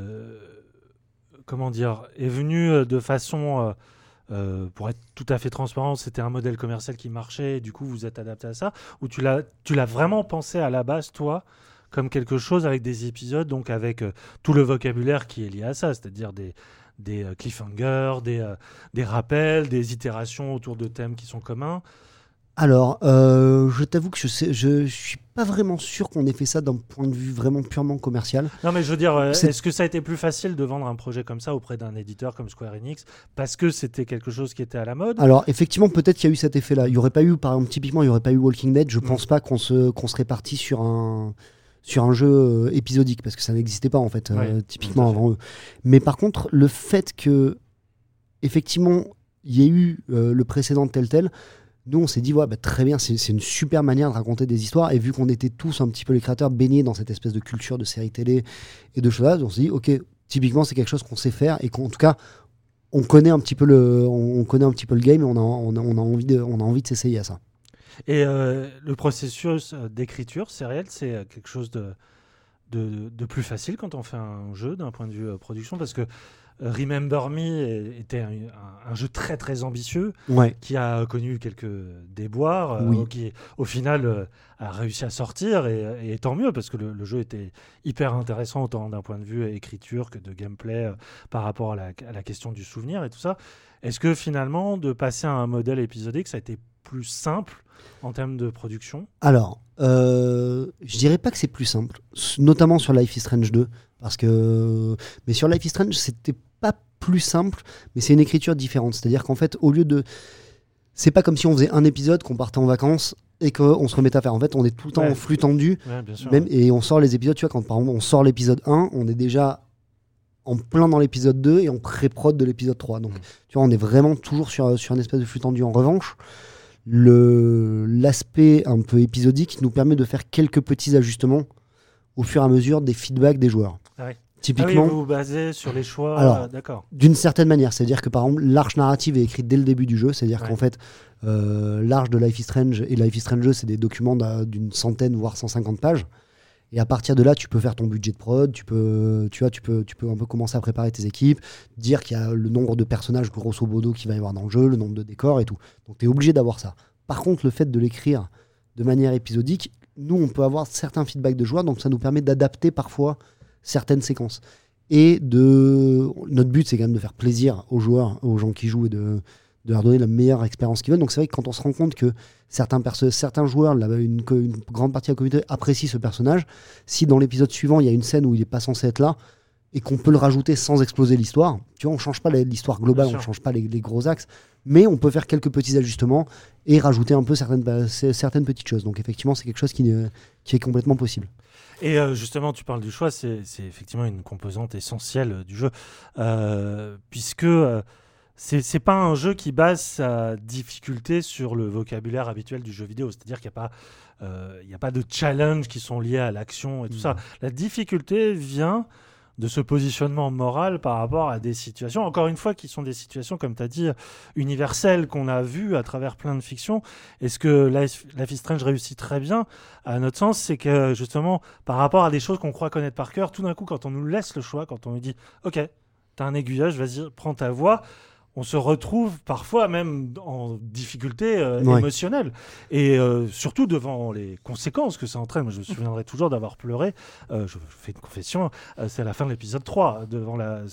venu de façon, pour être tout à fait transparent, c'était un modèle commercial qui marchait, et du coup vous êtes adapté à ça, ou tu l'as vraiment pensé à la base, toi, comme quelque chose avec des épisodes, donc avec tout le vocabulaire qui est lié à ça, c'est-à-dire des cliffhangers, des rappels, des itérations autour de thèmes qui sont communs. Alors, je t'avoue que je suis pas vraiment sûr qu'on ait fait ça d'un point de vue vraiment purement commercial. Non, mais je veux dire, est-ce que ça a été plus facile de vendre un projet comme ça auprès d'un éditeur comme Square Enix parce que c'était quelque chose qui était à la mode ? Alors, effectivement, peut-être qu'il y a eu cet effet-là. Il y aurait pas eu, par exemple, typiquement, il y aurait pas eu Walking Dead. Je pense pas qu'on serait parti sur un jeu épisodique, parce que ça n'existait pas en fait, typiquement avant eux. Mais par contre, le fait que effectivement il y ait eu le précédent tel, nous on s'est dit très bien, c'est une super manière de raconter des histoires, et vu qu'on était tous un petit peu les créateurs baignés dans cette espèce de culture de série télé et de choses là, on s'est dit ok, typiquement c'est quelque chose qu'on sait faire, et qu'en tout cas on connaît un petit peu le game, et on a envie de s'essayer à ça. Et le processus d'écriture sérielle, c'est quelque chose de plus facile quand on fait un jeu d'un point de vue production, parce que Remember Me était un jeu très très ambitieux, qui a connu quelques déboires, qui au final a réussi à sortir, et tant mieux, parce que le jeu était hyper intéressant autant d'un point de vue écriture que de gameplay par rapport à la question du souvenir et tout ça. Est-ce que finalement de passer à un modèle épisodique, ça a été plus simple en termes de production ? Alors, je dirais pas que c'est plus simple, notamment sur Life is Strange 2, mais sur Life is Strange, c'était pas plus simple, mais c'est une écriture différente. C'est-à-dire qu'en fait, au lieu de... C'est pas comme si on faisait un épisode, qu'on partait en vacances et qu'on se remettait à faire. En fait, on est tout le temps en flux tendu, et on sort les épisodes, tu vois, quand par exemple on sort l'épisode 1, on est déjà en plein dans l'épisode 2 et en pré-prod de l'épisode 3. Donc, tu vois, on est vraiment toujours sur une espèce de flux tendu. En revanche, l'aspect un peu épisodique nous permet de faire quelques petits ajustements au fur et à mesure des feedbacks des joueurs. Typiquement, vous vous basez sur les choix, d'accord. D'une certaine manière, c'est-à-dire que par exemple l'arche narrative est écrite dès le début du jeu, c'est-à-dire qu'en fait l'arche de Life is Strange et Life is Strange 2, c'est des documents d'une centaine voire 150 pages, et à partir de là tu peux faire ton budget de prod, tu peux un peu commencer à préparer tes équipes, dire qu'il y a le nombre de personnages grosso modo qu'il va y avoir dans le jeu, le nombre de décors et tout, donc tu es obligé d'avoir ça. Par contre, le fait de l'écrire de manière épisodique, nous on peut avoir certains feedbacks de joueurs, donc ça nous permet d'adapter parfois certaines séquences. Et notre but, c'est quand même de faire plaisir aux joueurs, aux gens qui jouent, et de leur donner la meilleure expérience qu'ils veulent. Donc c'est vrai que quand on se rend compte que certains joueurs, une grande partie de la communauté apprécie ce personnage, si dans l'épisode suivant, il y a une scène où il n'est pas censé être là, et qu'on peut le rajouter sans exploser l'histoire, tu vois, on ne change pas l'histoire globale, on ne change pas les gros axes, mais on peut faire quelques petits ajustements et rajouter un peu certaines petites choses. Donc effectivement, c'est quelque chose qui est complètement possible. Et justement, tu parles du choix, c'est effectivement une composante essentielle du jeu, puisque c'est pas un jeu qui base sa difficulté sur le vocabulaire habituel du jeu vidéo, c'est-à-dire qu'il n'y a pas de challenge qui sont liés à l'action et tout ça. La difficulté vient de ce positionnement moral par rapport à des situations, encore une fois, qui sont des situations, comme tu as dit, universelles, qu'on a vues à travers plein de fictions. Et ce que Life is Strange réussit très bien, à notre sens, c'est que, justement, par rapport à des choses qu'on croit connaître par cœur, tout d'un coup, quand on nous laisse le choix, quand on nous dit « Ok, t'as un aiguillage, vas-y, prends ta voix », on se retrouve parfois même en difficulté émotionnelle. Et surtout devant les conséquences que ça entraîne. Moi, je me souviendrai toujours d'avoir pleuré. Je fais une confession, c'est à la fin de l'épisode 3, devant la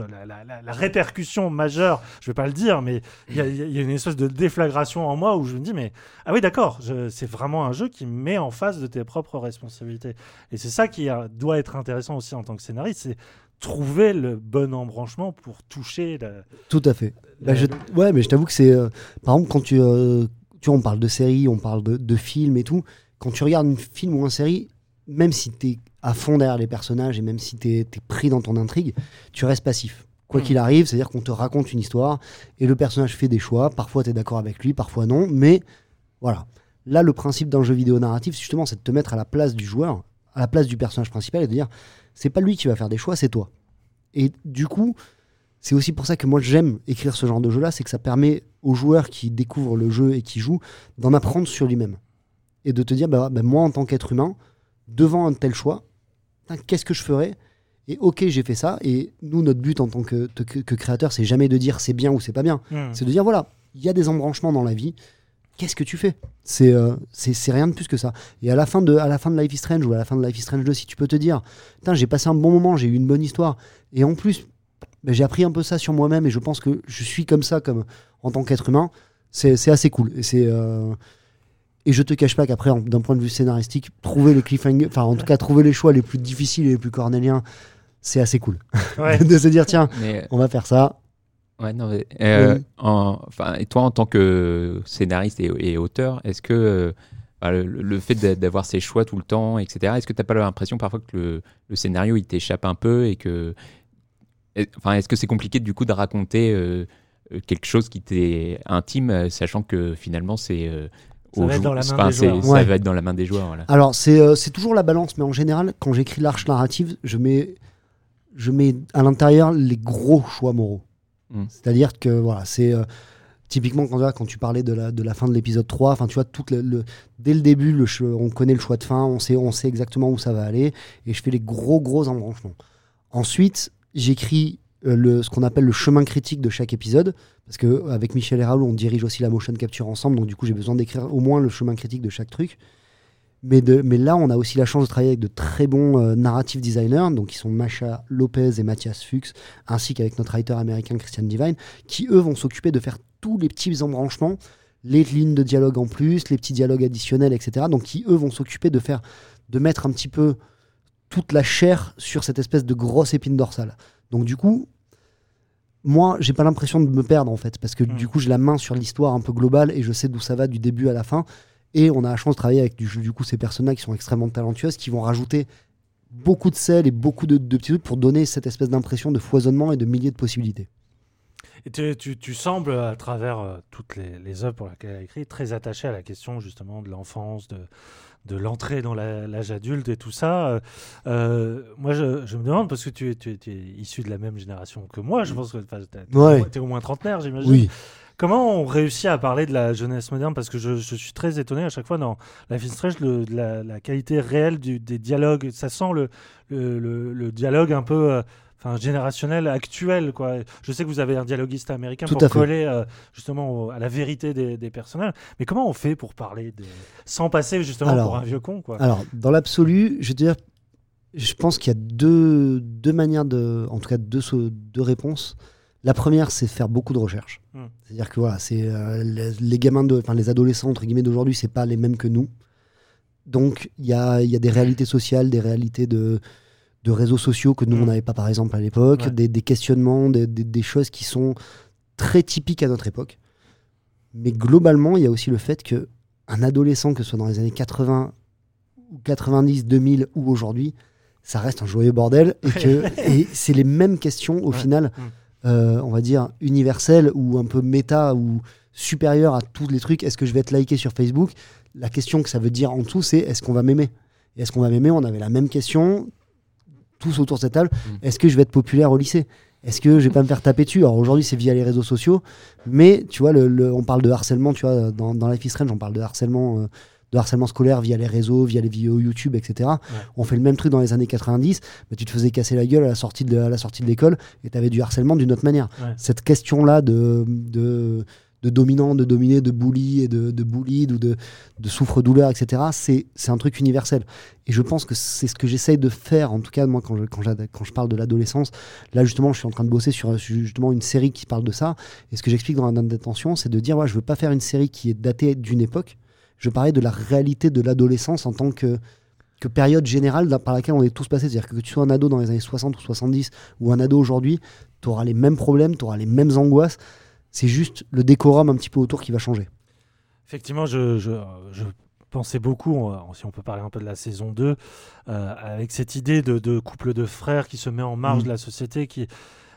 répercussion majeure. Je ne vais pas le dire, mais il y a une espèce de déflagration en moi où je me dis, mais ah oui, d'accord, c'est vraiment un jeu qui met en face de tes propres responsabilités. Et c'est ça qui doit être intéressant aussi en tant que scénariste, c'est trouver le bon embranchement pour toucher Tout à fait. Mais je t'avoue que c'est... par exemple, quand tu vois, on parle de séries, on parle de films et tout, quand tu regardes un film ou une série, même si t'es à fond derrière les personnages et même si t'es pris dans ton intrigue, tu restes passif. Quoi qu'il arrive, c'est-à-dire qu'on te raconte une histoire et le personnage fait des choix, parfois t'es d'accord avec lui, parfois non, mais voilà. Là, le principe d'un jeu vidéo narratif, justement, c'est de te mettre à la place du joueur, à la place du personnage principal et de dire... c'est pas lui qui va faire des choix, c'est toi. Et du coup, c'est aussi pour ça que moi j'aime écrire ce genre de jeu-là, c'est que ça permet aux joueurs qui découvrent le jeu et qui jouent d'en apprendre sur lui-même. Et de te dire, moi en tant qu'être humain, devant un tel choix, qu'est-ce que je ferais ? Et ok, j'ai fait ça. Et nous, notre but en tant que créateur, c'est jamais de dire c'est bien ou c'est pas bien. C'est de dire, voilà, il y a des embranchements dans la vie. Qu'est-ce que tu fais ? C'est rien de plus que ça. Et à la fin de Life is Strange ou à la fin de Life is Strange 2, si tu peux te dire, j'ai passé un bon moment, j'ai eu une bonne histoire, et en plus, j'ai appris un peu ça sur moi-même, et je pense que je suis comme ça, comme en tant qu'être humain, c'est assez cool. Et je te cache pas qu'après, d'un point de vue scénaristique, trouver les cliffhangers, enfin en tout cas trouver les choix les plus difficiles et les plus cornéliens, c'est assez cool. Ouais. De se dire, tiens, on va faire ça. Ouais, non, mais, et toi, en tant que scénariste et auteur, est-ce que le fait d'avoir ces choix tout le temps, etc., est-ce que tu n'as pas l'impression parfois que le scénario il t'échappe un peu et que, est-ce que c'est compliqué du coup de raconter quelque chose qui t'est intime, sachant que finalement c'est ça va être dans la main des joueurs. Ça va être dans la main des joueurs. Voilà. Alors c'est toujours la balance, mais en général, quand j'écris l'arche narrative, je mets à l'intérieur les gros choix moraux. C'est-à-dire que voilà, c'est typiquement quand tu parlais de la fin de l'épisode 3, tu vois, dès le début, on connaît le choix de fin, on sait exactement où ça va aller, et je fais les gros embranchements. Ensuite, j'écris ce qu'on appelle le chemin critique de chaque épisode, parce qu'avec Michel et Raoul, on dirige aussi la motion capture ensemble, donc du coup, j'ai besoin d'écrire au moins le chemin critique de chaque truc. Mais là, on a aussi la chance de travailler avec de très bons narrative designers, donc qui sont Masha Lopez et Mathias Fuchs, ainsi qu'avec notre writer américain Christian Devine, qui eux vont s'occuper de faire tous les petits embranchements, les lignes de dialogue en plus, les petits dialogues additionnels, etc. Donc qui eux vont s'occuper de mettre un petit peu toute la chair sur cette espèce de grosse épine dorsale. Donc du coup, moi, j'ai pas l'impression de me perdre en fait, parce que du coup, j'ai la main sur l'histoire un peu globale et je sais d'où ça va du début à la fin. Et on a la chance de travailler avec du coup ces personnes-là qui sont extrêmement talentueuses, qui vont rajouter beaucoup de sel et beaucoup de petits trucs pour donner cette espèce d'impression de foisonnement et de milliers de possibilités. Et tu sembles, à travers toutes les œuvres pour lesquelles elle a écrit, très attaché à la question justement de l'enfance, de l'entrée dans l'âge adulte et tout ça. Moi, je me demande, parce que tu es issu de la même génération que moi, je pense que tu es au moins trentenaire, j'imagine. Oui. Comment on réussit à parler de la jeunesse moderne ? Parce que je suis très étonné à chaque fois dans Life is Strange de la qualité réelle des dialogues. Ça sent le dialogue un peu générationnel, actuel, quoi. Je sais que vous avez un dialoguiste américain pour coller justement à la vérité des personnages. Mais comment on fait pour parler sans passer justement pour un vieux con, quoi ? Alors, dans l'absolu, je veux dire, Je pense qu'il y a deux manières en tout cas deux réponses. La première, c'est faire beaucoup de recherches. C'est-à-dire que voilà, c'est les gamins les adolescents entre guillemets d'aujourd'hui, c'est pas les mêmes que nous. Donc il y a des réalités sociales, des réalités de réseaux sociaux que nous on n'avait pas par exemple à l'époque, des questionnements, des choses qui sont très typiques à notre époque. Mais globalement, il y a aussi le fait que un adolescent, que ce soit dans les années 80 ou 90, 2000 ou aujourd'hui, ça reste un joyeux bordel et c'est les mêmes questions au final. On va dire universelle ou un peu méta ou supérieure à tous les trucs. Est-ce que je vais être liké sur Facebook ? La question que ça veut dire en dessous, c'est est-ce qu'on va m'aimer ? Et est-ce qu'on va m'aimer ? On avait la même question, tous autour de cette table. Est-ce que je vais être populaire au lycée ? Est-ce que je vais pas me faire taper dessus ? Alors aujourd'hui, c'est via les réseaux sociaux, mais tu vois, on parle de harcèlement, tu vois, dans Life is Strange, on parle de harcèlement scolaire via les réseaux, via les vidéos YouTube, etc. On fait le même truc dans les années 90, mais tu te faisais casser la gueule à la sortie de l'école et tu avais du harcèlement d'une autre manière. Cette question-là de dominant, de dominé, de bully et de bullied ou de souffre-douleur, etc., c'est un truc universel. Et je pense que c'est ce que j'essaye de faire, en tout cas, moi, quand je parle de l'adolescence. Là, justement, je suis en train de bosser sur justement une série qui parle de ça. Et ce que j'explique dans la note d'intention, c'est de dire, je veux pas faire une série qui est datée d'une époque. Je parlais de la réalité de l'adolescence en tant que période générale par laquelle on est tous passés. C'est-à-dire que tu sois un ado dans les années 60 ou 70 ou un ado aujourd'hui, tu auras les mêmes problèmes, tu auras les mêmes angoisses. C'est juste le décorum un petit peu autour qui va changer. Effectivement, je pensais beaucoup, si on peut parler un peu de la saison 2, avec cette idée de couple de frères qui se met en marge de la société, qui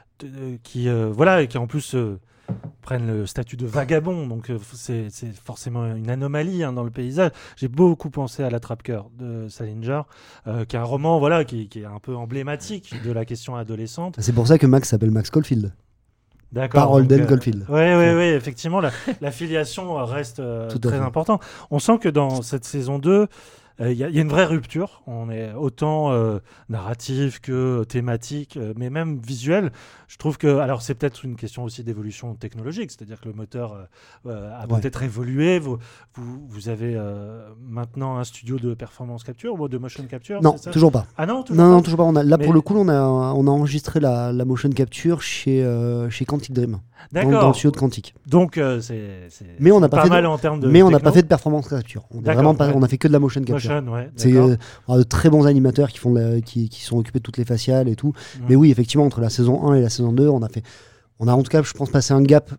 en plus prennent le statut de vagabond, donc c'est forcément une anomalie dans le paysage. J'ai beaucoup pensé à L'Attrape-cœur de Salinger, qui est un roman qui est un peu emblématique de la question adolescente. C'est pour ça que Max s'appelle Max Caulfield. D'accord. Par Holden Caulfield. Oui, effectivement, la filiation reste très importante. On sent que dans cette saison 2, il y a une vraie rupture. On est autant narratif que thématique, mais même visuel. Je trouve que, alors c'est peut-être une question aussi d'évolution technologique, c'est-à-dire que le moteur a peut-être évolué. Vous avez maintenant un studio de performance capture ou de motion capture ? Non, c'est ça ? toujours pas. Ah non, toujours pas. Pour le coup, on a enregistré la motion capture chez Quantic Dream. D'accord. Dans le studio de Quantic. Donc mais on n'a pas mal en termes de. Mais on n'a pas fait de performance capture. On a fait que de la motion capture. C'est on a de très bons animateurs qui sont occupés de toutes les faciales et tout. Mais oui, effectivement, entre la saison 1 et la saison 2, on a en tout cas, je pense, passé un gap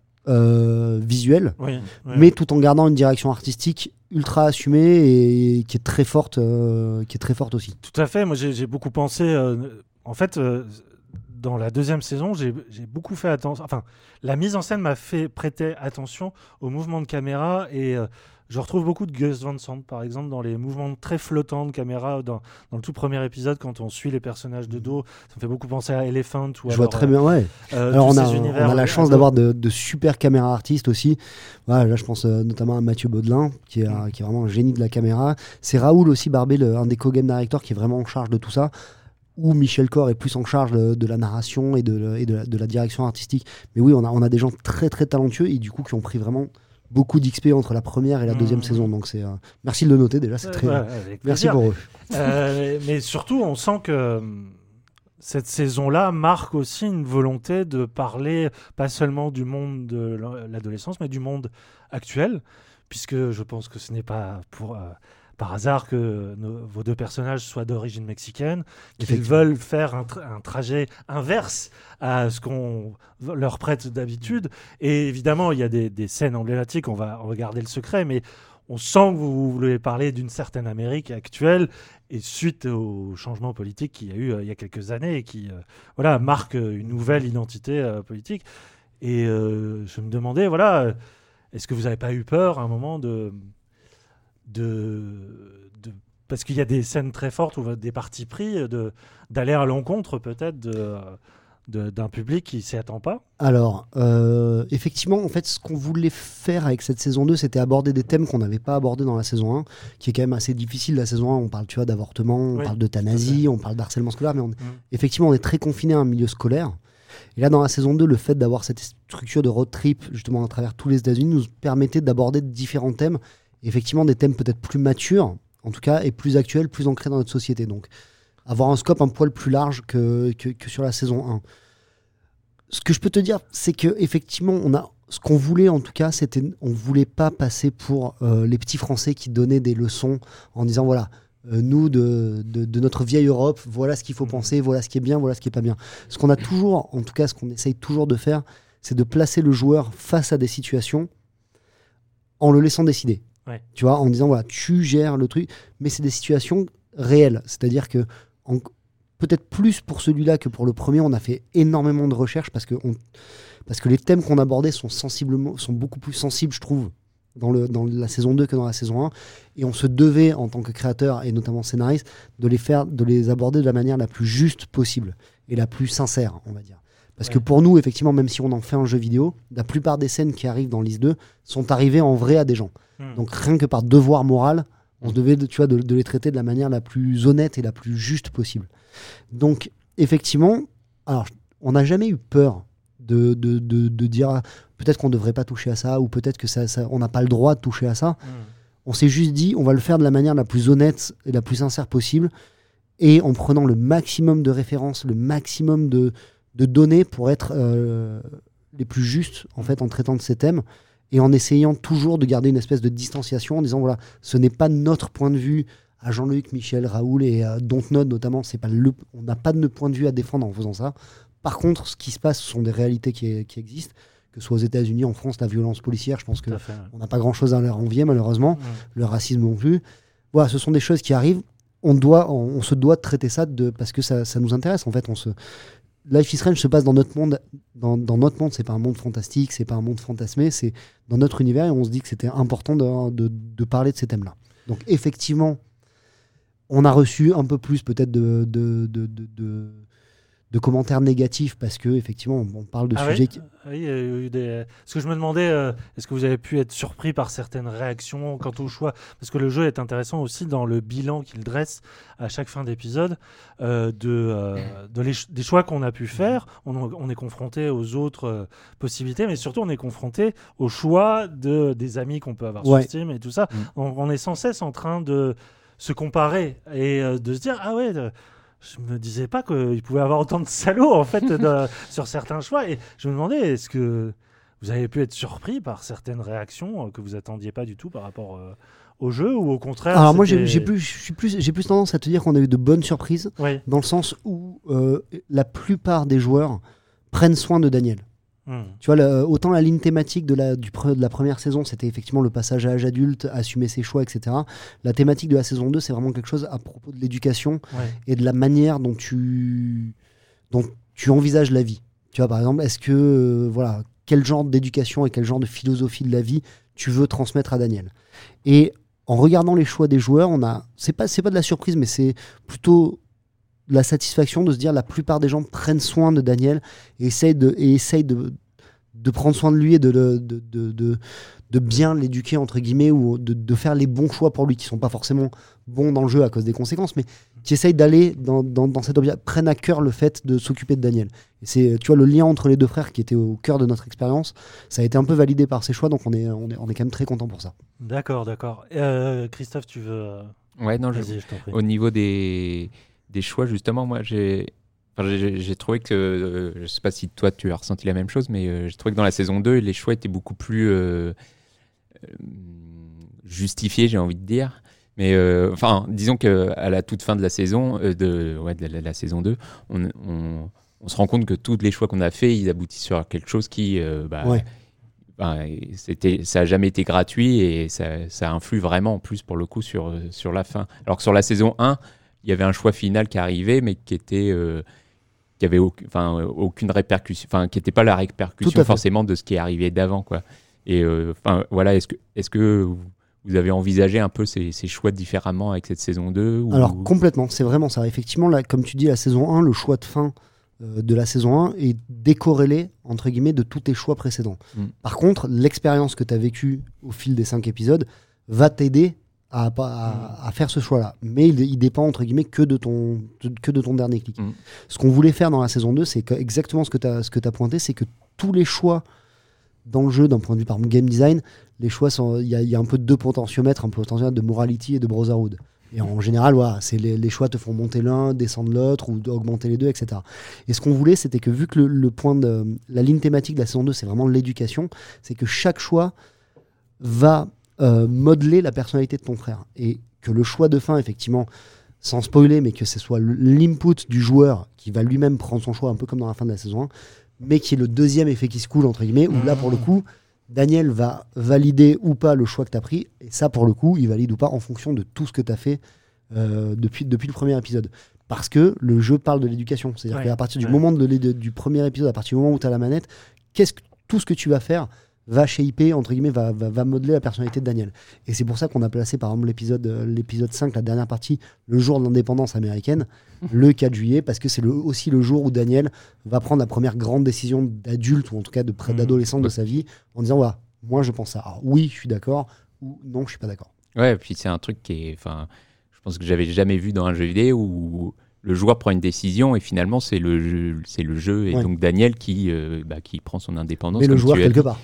visuel, mais tout en gardant une direction artistique ultra assumée et qui est très forte aussi. Tout à fait. Moi, j'ai beaucoup pensé. En fait. Dans la deuxième saison, j'ai beaucoup fait attention. Enfin, la mise en scène m'a fait prêter attention aux mouvements de caméra et je retrouve beaucoup de Gus Van Sant, par exemple, dans les mouvements très flottants de caméra dans le tout premier épisode quand on suit les personnages de dos. Ça me fait beaucoup penser à Elephant. Je vois très bien, ouais. Alors on a la chance d'avoir de super caméra artistes aussi. Voilà, là, je pense notamment à Mathieu Baudelin, qui est vraiment un génie de la caméra. C'est Raoul aussi Barbé, un des co-game directors, qui est vraiment en charge de tout ça. Où Michel Cor est plus en charge de la narration et de la direction artistique. Mais oui, on a des gens très très talentueux et du coup qui ont pris vraiment beaucoup d'XP entre la première et la deuxième saison. Donc c'est merci de le noter déjà, c'est très merci pour eux. Mais surtout, on sent que cette saison-là marque aussi une volonté de parler pas seulement du monde de l'adolescence, mais du monde actuel, puisque je pense que ce n'est pas par hasard que vos deux personnages soient d'origine mexicaine, qu'ils veulent faire un trajet inverse à ce qu'on leur prête d'habitude. Et évidemment, il y a des scènes emblématiques, on va garder le secret, mais on sent que vous voulez parler d'une certaine Amérique actuelle et suite au changement politique qu'il y a eu il y a quelques années et qui marque une nouvelle identité politique. Et je me demandais, est-ce que vous n'avez pas eu peur à un moment parce qu'il y a des scènes très fortes ou des partis pris d'aller à l'encontre peut-être d'un public qui s'y attend pas. Alors effectivement, en fait, ce qu'on voulait faire avec cette saison 2, c'était aborder des thèmes qu'on n'avait pas abordés dans la saison 1, qui est quand même assez difficile. La saison 1, on parle d'avortement, on parle d'euthanasie, on parle d'harcèlement scolaire, mais effectivement on est très confiné à un milieu scolaire. Et là, dans la saison 2, le fait d'avoir cette structure de road trip justement à travers tous les États-Unis nous permettait d'aborder différents thèmes. Effectivement, des thèmes peut-être plus matures, en tout cas, et plus actuels, plus ancrés dans notre société. Donc, avoir un scope un poil plus large que sur la saison 1. Ce que je peux te dire, c'est qu'effectivement, ce qu'on voulait en tout cas, on ne voulait pas passer pour les petits Français qui donnaient des leçons en disant voilà, nous de notre vieille Europe, voilà ce qu'il faut penser, voilà ce qui est bien, voilà ce qui n'est pas bien. Ce qu'on a toujours, en tout cas ce qu'on essaye toujours de faire, c'est de placer le joueur face à des situations en le laissant décider. Ouais. Tu vois, en disant voilà, tu gères le truc, mais c'est des situations réelles. C'est-à-dire que peut-être plus pour celui-là que pour le premier, on a fait énormément de recherches parce que les thèmes qu'on abordait sont beaucoup plus sensibles, je trouve, dans la saison 2 que dans la saison 1. Et on se devait, en tant que créateur et notamment scénariste, de les aborder de la manière la plus juste possible et la plus sincère, on va dire. Parce que pour nous, effectivement, même si on en fait un jeu vidéo, la plupart des scènes qui arrivent dans Lys 2 sont arrivées en vrai à des gens. Donc rien que par devoir moral, on se devait de les traiter de la manière la plus honnête et la plus juste possible. Donc effectivement, alors on n'a jamais eu peur de dire peut-être qu'on ne devrait pas toucher à ça, ou peut-être que on n'a pas le droit de toucher à ça. On s'est juste dit on va le faire de la manière la plus honnête et la plus sincère possible, et en prenant le maximum de références, le maximum de données pour être les plus justes en fait en traitant de ces thèmes, et en essayant toujours de garder une espèce de distanciation en disant voilà, ce n'est pas notre point de vue à Jean-Luc, Michel, Raoul et Dontnod notamment, on n'a pas de point de vue à défendre en faisant ça. Par contre, ce qui se passe, ce sont des réalités qui existent, que ce soit aux États-Unis, en France, la violence policière, je pense qu'on n'a pas grand-chose à leur envier malheureusement, le racisme non plus. Voilà, ce sont des choses qui arrivent, on se doit de traiter ça parce que ça nous intéresse en fait. Life is Strange se passe dans notre monde, dans notre monde, c'est pas un monde fantastique, c'est pas un monde fantasmé, c'est dans notre univers, et on se dit que c'était important de parler de ces thèmes-là. Donc effectivement, on a reçu un peu plus peut-être de commentaires négatifs parce que effectivement on parle de sujets qui... Oui, il y a eu Parce que je me demandais, est-ce que vous avez pu être surpris par certaines réactions quant au choix, parce que le jeu est intéressant aussi dans le bilan qu'il dresse à chaque fin d'épisode des choix qu'on a pu faire. On est confronté aux autres possibilités, mais surtout on est confronté aux choix des amis qu'on peut avoir sur Steam et tout ça. On est sans cesse en train de se comparer et de se dire ah ouais, je me disais pas qu'il pouvait y avoir autant de salauds en fait sur certains choix, et je me demandais est-ce que vous avez pu être surpris par certaines réactions que vous attendiez pas du tout par rapport au jeu, ou au contraire? Alors moi j'ai plus tendance à te dire qu'on a eu de bonnes surprises, dans le sens où la plupart des joueurs prennent soin de Daniel. Tu vois, autant la ligne thématique de la première saison, c'était effectivement le passage à l'âge adulte, assumer ses choix, etc. La thématique de la saison 2, c'est vraiment quelque chose à propos de l'éducation et de la manière dont tu envisages la vie. Tu vois, par exemple, est-ce que quel genre d'éducation et quel genre de philosophie de la vie tu veux transmettre à Daniel? Et en regardant les choix des joueurs, c'est pas de la surprise, mais c'est plutôt de la satisfaction de se dire la plupart des gens prennent soin de Daniel et essayent de prendre soin de lui et de bien l'éduquer entre guillemets, ou de faire les bons choix pour lui, qui sont pas forcément bons dans le jeu à cause des conséquences, mais qui essayent d'aller dans cet objet, prennent à cœur le fait de s'occuper de Daniel. Et c'est, tu vois, le lien entre les deux frères qui était au cœur de notre expérience, ça a été un peu validé par ces choix, donc on est quand même très content pour ça. D'accord. Christophe, tu veux Ouais, non, vas-y, je t'en prie. Au niveau des choix, justement, moi j'ai trouvé que, je sais pas si toi tu as ressenti la même chose, mais j'ai trouvé que dans la saison 2, les choix étaient beaucoup plus justifiés, j'ai envie de dire. Mais disons qu'à la toute fin de la saison, de la saison 2, on se rend compte que tous les choix qu'on a faits, ils aboutissent sur quelque chose qui, ça n'a jamais été gratuit, et ça influe vraiment en plus pour le coup sur la fin. Alors que sur la saison 1, il y avait un choix final qui arrivait, mais qui avait aucune répercussion, qui n'était pas la répercussion forcément de ce qui est arrivé d'avant, quoi. Et voilà, est-ce que vous avez envisagé un peu ces choix différemment avec cette saison 2 ou... Alors complètement, c'est vraiment ça. Effectivement, là, comme tu dis, la saison 1, le choix de fin de la saison 1 est décorrélé, entre guillemets, de tous tes choix précédents. Par contre, l'expérience que tu as vécue au fil des 5 épisodes va t'aider à faire ce choix-là. Mais il dépend, entre guillemets, que de ton dernier clic. Ce qu'on voulait faire dans la saison 2, c'est exactement ce que tu as pointé, c'est que tous les choix dans le jeu, d'un point de vue par game design, les choix sont, il y a un peu deux potentiomètres, un potentiomètre de morality et de brotherhood. Et en général, voilà, les choix te font monter l'un, descendre l'autre ou augmenter les deux, etc. Et ce qu'on voulait, c'était que vu que le point de la ligne thématique de la saison 2, c'est vraiment l'éducation, c'est que chaque choix va modeler la personnalité de ton frère. Et que le choix de fin, effectivement, sans spoiler, mais que ce soit l'input du joueur qui va lui-même prendre son choix, un peu comme dans la fin de la saison 1, mais qui est le deuxième effet qui se coule, entre guillemets, où là, pour le coup, Daniel va valider ou pas le choix que tu as pris, et ça, pour le coup, il valide ou pas en fonction de tout ce que tu as fait depuis le premier épisode. Parce que le jeu parle de l'éducation. C'est-à-dire qu'à partir du moment du premier épisode, à partir du moment où tu as la manette, tout ce que tu vas faire va shaper, entre guillemets, va modeler la personnalité de Daniel. Et c'est pour ça qu'on a placé, par exemple, l'épisode 5, la dernière partie, le jour de l'indépendance américaine, le 4 juillet, parce que c'est aussi le jour où Daniel va prendre la première grande décision d'adulte, ou en tout cas d'adolescent de sa vie, en disant, voilà, moi je pense ça. Alors, oui, je suis d'accord, ou non, je suis pas d'accord. Ouais, et puis c'est un truc qui est... Je pense que j'avais jamais vu dans un jeu vidéo où le joueur prend une décision et finalement c'est le jeu et donc Daniel qui prend son indépendance. Mais le joueur quelque part.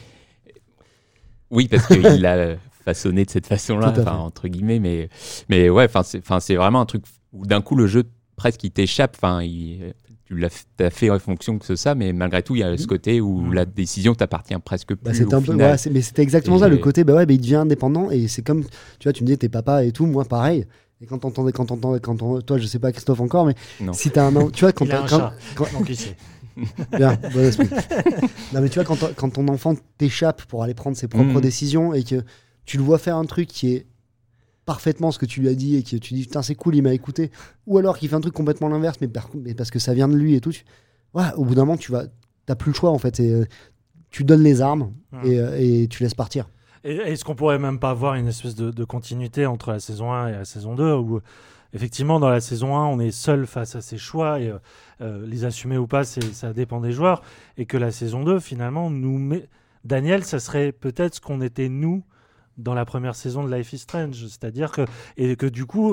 Oui, parce qu'il l'a façonné de cette façon-là, entre guillemets. Mais ouais, c'est vraiment un truc où d'un coup le jeu presque il t'échappe. Tu l'as fait en fonction que ça, mais malgré tout il y a ce côté où la décision t'appartient presque plus. C'était un peu, mais c'était exactement ça, le côté. Il devient indépendant et c'est comme, tu vois, tu me dis t'es papa et tout, moi pareil. Et quand toi je sais pas Christophe encore, mais non. Si t'as un, tu vois quand il a un chat, donc il sait. Bien, bon esprit. Non mais tu vois quand ton enfant t'échappe pour aller prendre ses propres décisions et que tu le vois faire un truc qui est parfaitement ce que tu lui as dit et que tu dis putain c'est cool il m'a écouté, ou alors qu'il fait un truc complètement l'inverse mais parce que ça vient de lui et tout, au bout d'un moment t'as plus le choix en fait, et tu donnes les armes et tu laisses partir. Et est-ce qu'on pourrait même pas avoir une espèce de continuité entre la saison 1 et la saison 2 où effectivement dans la saison 1 on est seul face à ses choix et les assumer ou pas ça dépend des joueurs, et que la saison 2 finalement Daniel ça serait peut-être ce qu'on était nous dans la première saison de Life is Strange, c'est-à-dire que du coup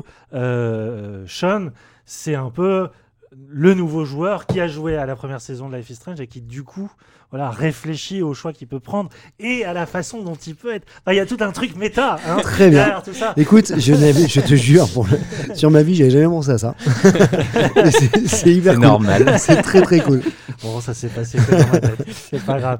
Sean c'est un peu le nouveau joueur qui a joué à la première saison de Life is Strange et qui du coup réfléchit aux choix qu'il peut prendre et à la façon dont il peut être. Il y a tout un truc méta. Très bien. Tout ça. Écoute, je te jure, sur ma vie, j'avais jamais pensé à ça. c'est hyper cool. Normal. C'est très très cool. Bon, ça s'est passé dans ma tête. C'est pas grave.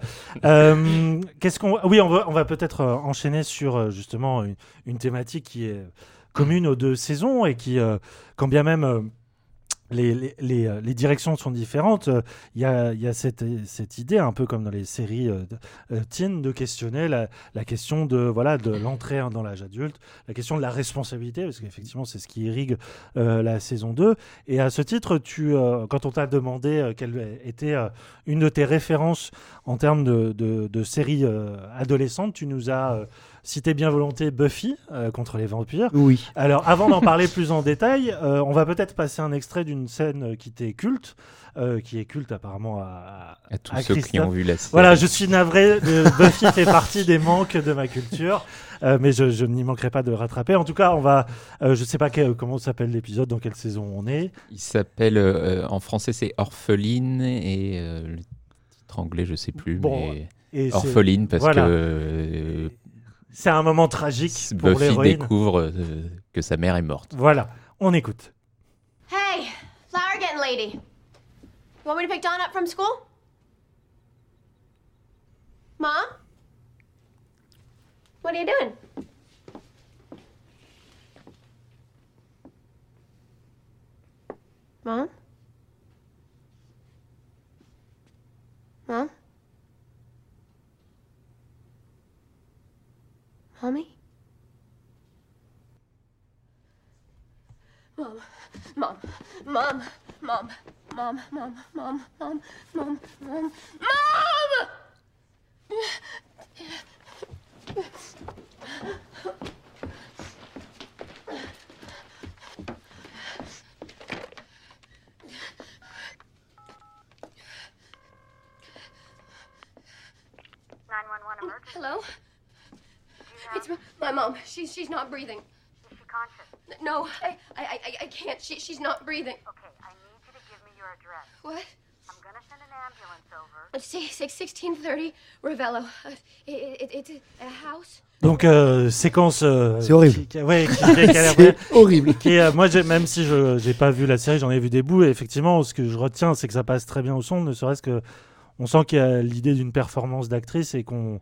On va peut-être enchaîner sur justement une thématique qui est commune aux deux saisons et qui, quand bien même les directions sont différentes, il y a cette idée un peu comme dans les séries teen de questionner la question de l'entrée dans l'âge adulte, la question de la responsabilité, parce qu'effectivement c'est ce qui irrigue la saison 2. Et à ce titre, quand on t'a demandé quelle était une de tes références en termes de séries adolescentes, tu nous as cité bien volontiers Buffy contre les vampires. Oui. Alors avant d'en parler plus en détail, on va peut-être passer un extrait d'une scène qui est culte apparemment à tous ceux qui ont vu la série. Voilà, je suis navré, Buffy fait partie des manques de ma culture, mais je n'y manquerai pas de rattraper. En tout cas, on va, je sais pas comment s'appelle l'épisode, dans quelle saison on est. Il s'appelle, en français c'est Orpheline, et le titre anglais je sais plus, mais Orpheline parce que... c'est un moment tragique pour Buffy l'héroïne. découvre que sa mère est morte. Voilà, on écoute. Hey, flower getting lady. You want me to pick Dawn up from school? Mom? What are you doing? Mom? Mom? Mommy? Mom, Mom, Mom, Mom, Mom, Mom, Mom, Mom, Mom, Mom, Mom! 911 emergency. Hello? It's my mom. She's not breathing. Is she conscious? No, I can't. She's not breathing. Okay, I need you to give me your address. What? 1630 Ravello. It's a house. Donc séquence c'est horrible. Qui a c'est horrible. Moi même si je j'ai pas vu la série, j'en ai vu des bouts et effectivement ce que je retiens c'est que ça passe très bien au son, ne serait-ce que on sent qu'il y a l'idée d'une performance d'actrice et qu'on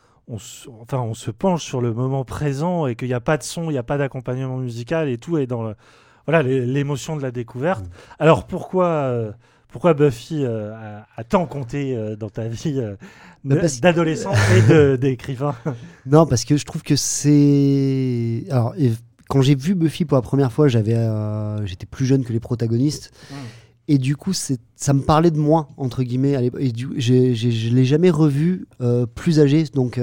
se penche sur le moment présent et qu'il n'y a pas de son, il n'y a pas d'accompagnement musical et tout est dans l'émotion de la découverte. Alors pourquoi Buffy a tant compté dans ta vie d'adolescent et d'écrivain? Non, parce que je trouve que c'est... Alors, quand j'ai vu Buffy pour la première fois, j'étais plus jeune que les protagonistes. Et du coup, ça me parlait de moi, entre guillemets. Et je ne l'ai jamais revu plus âgé, donc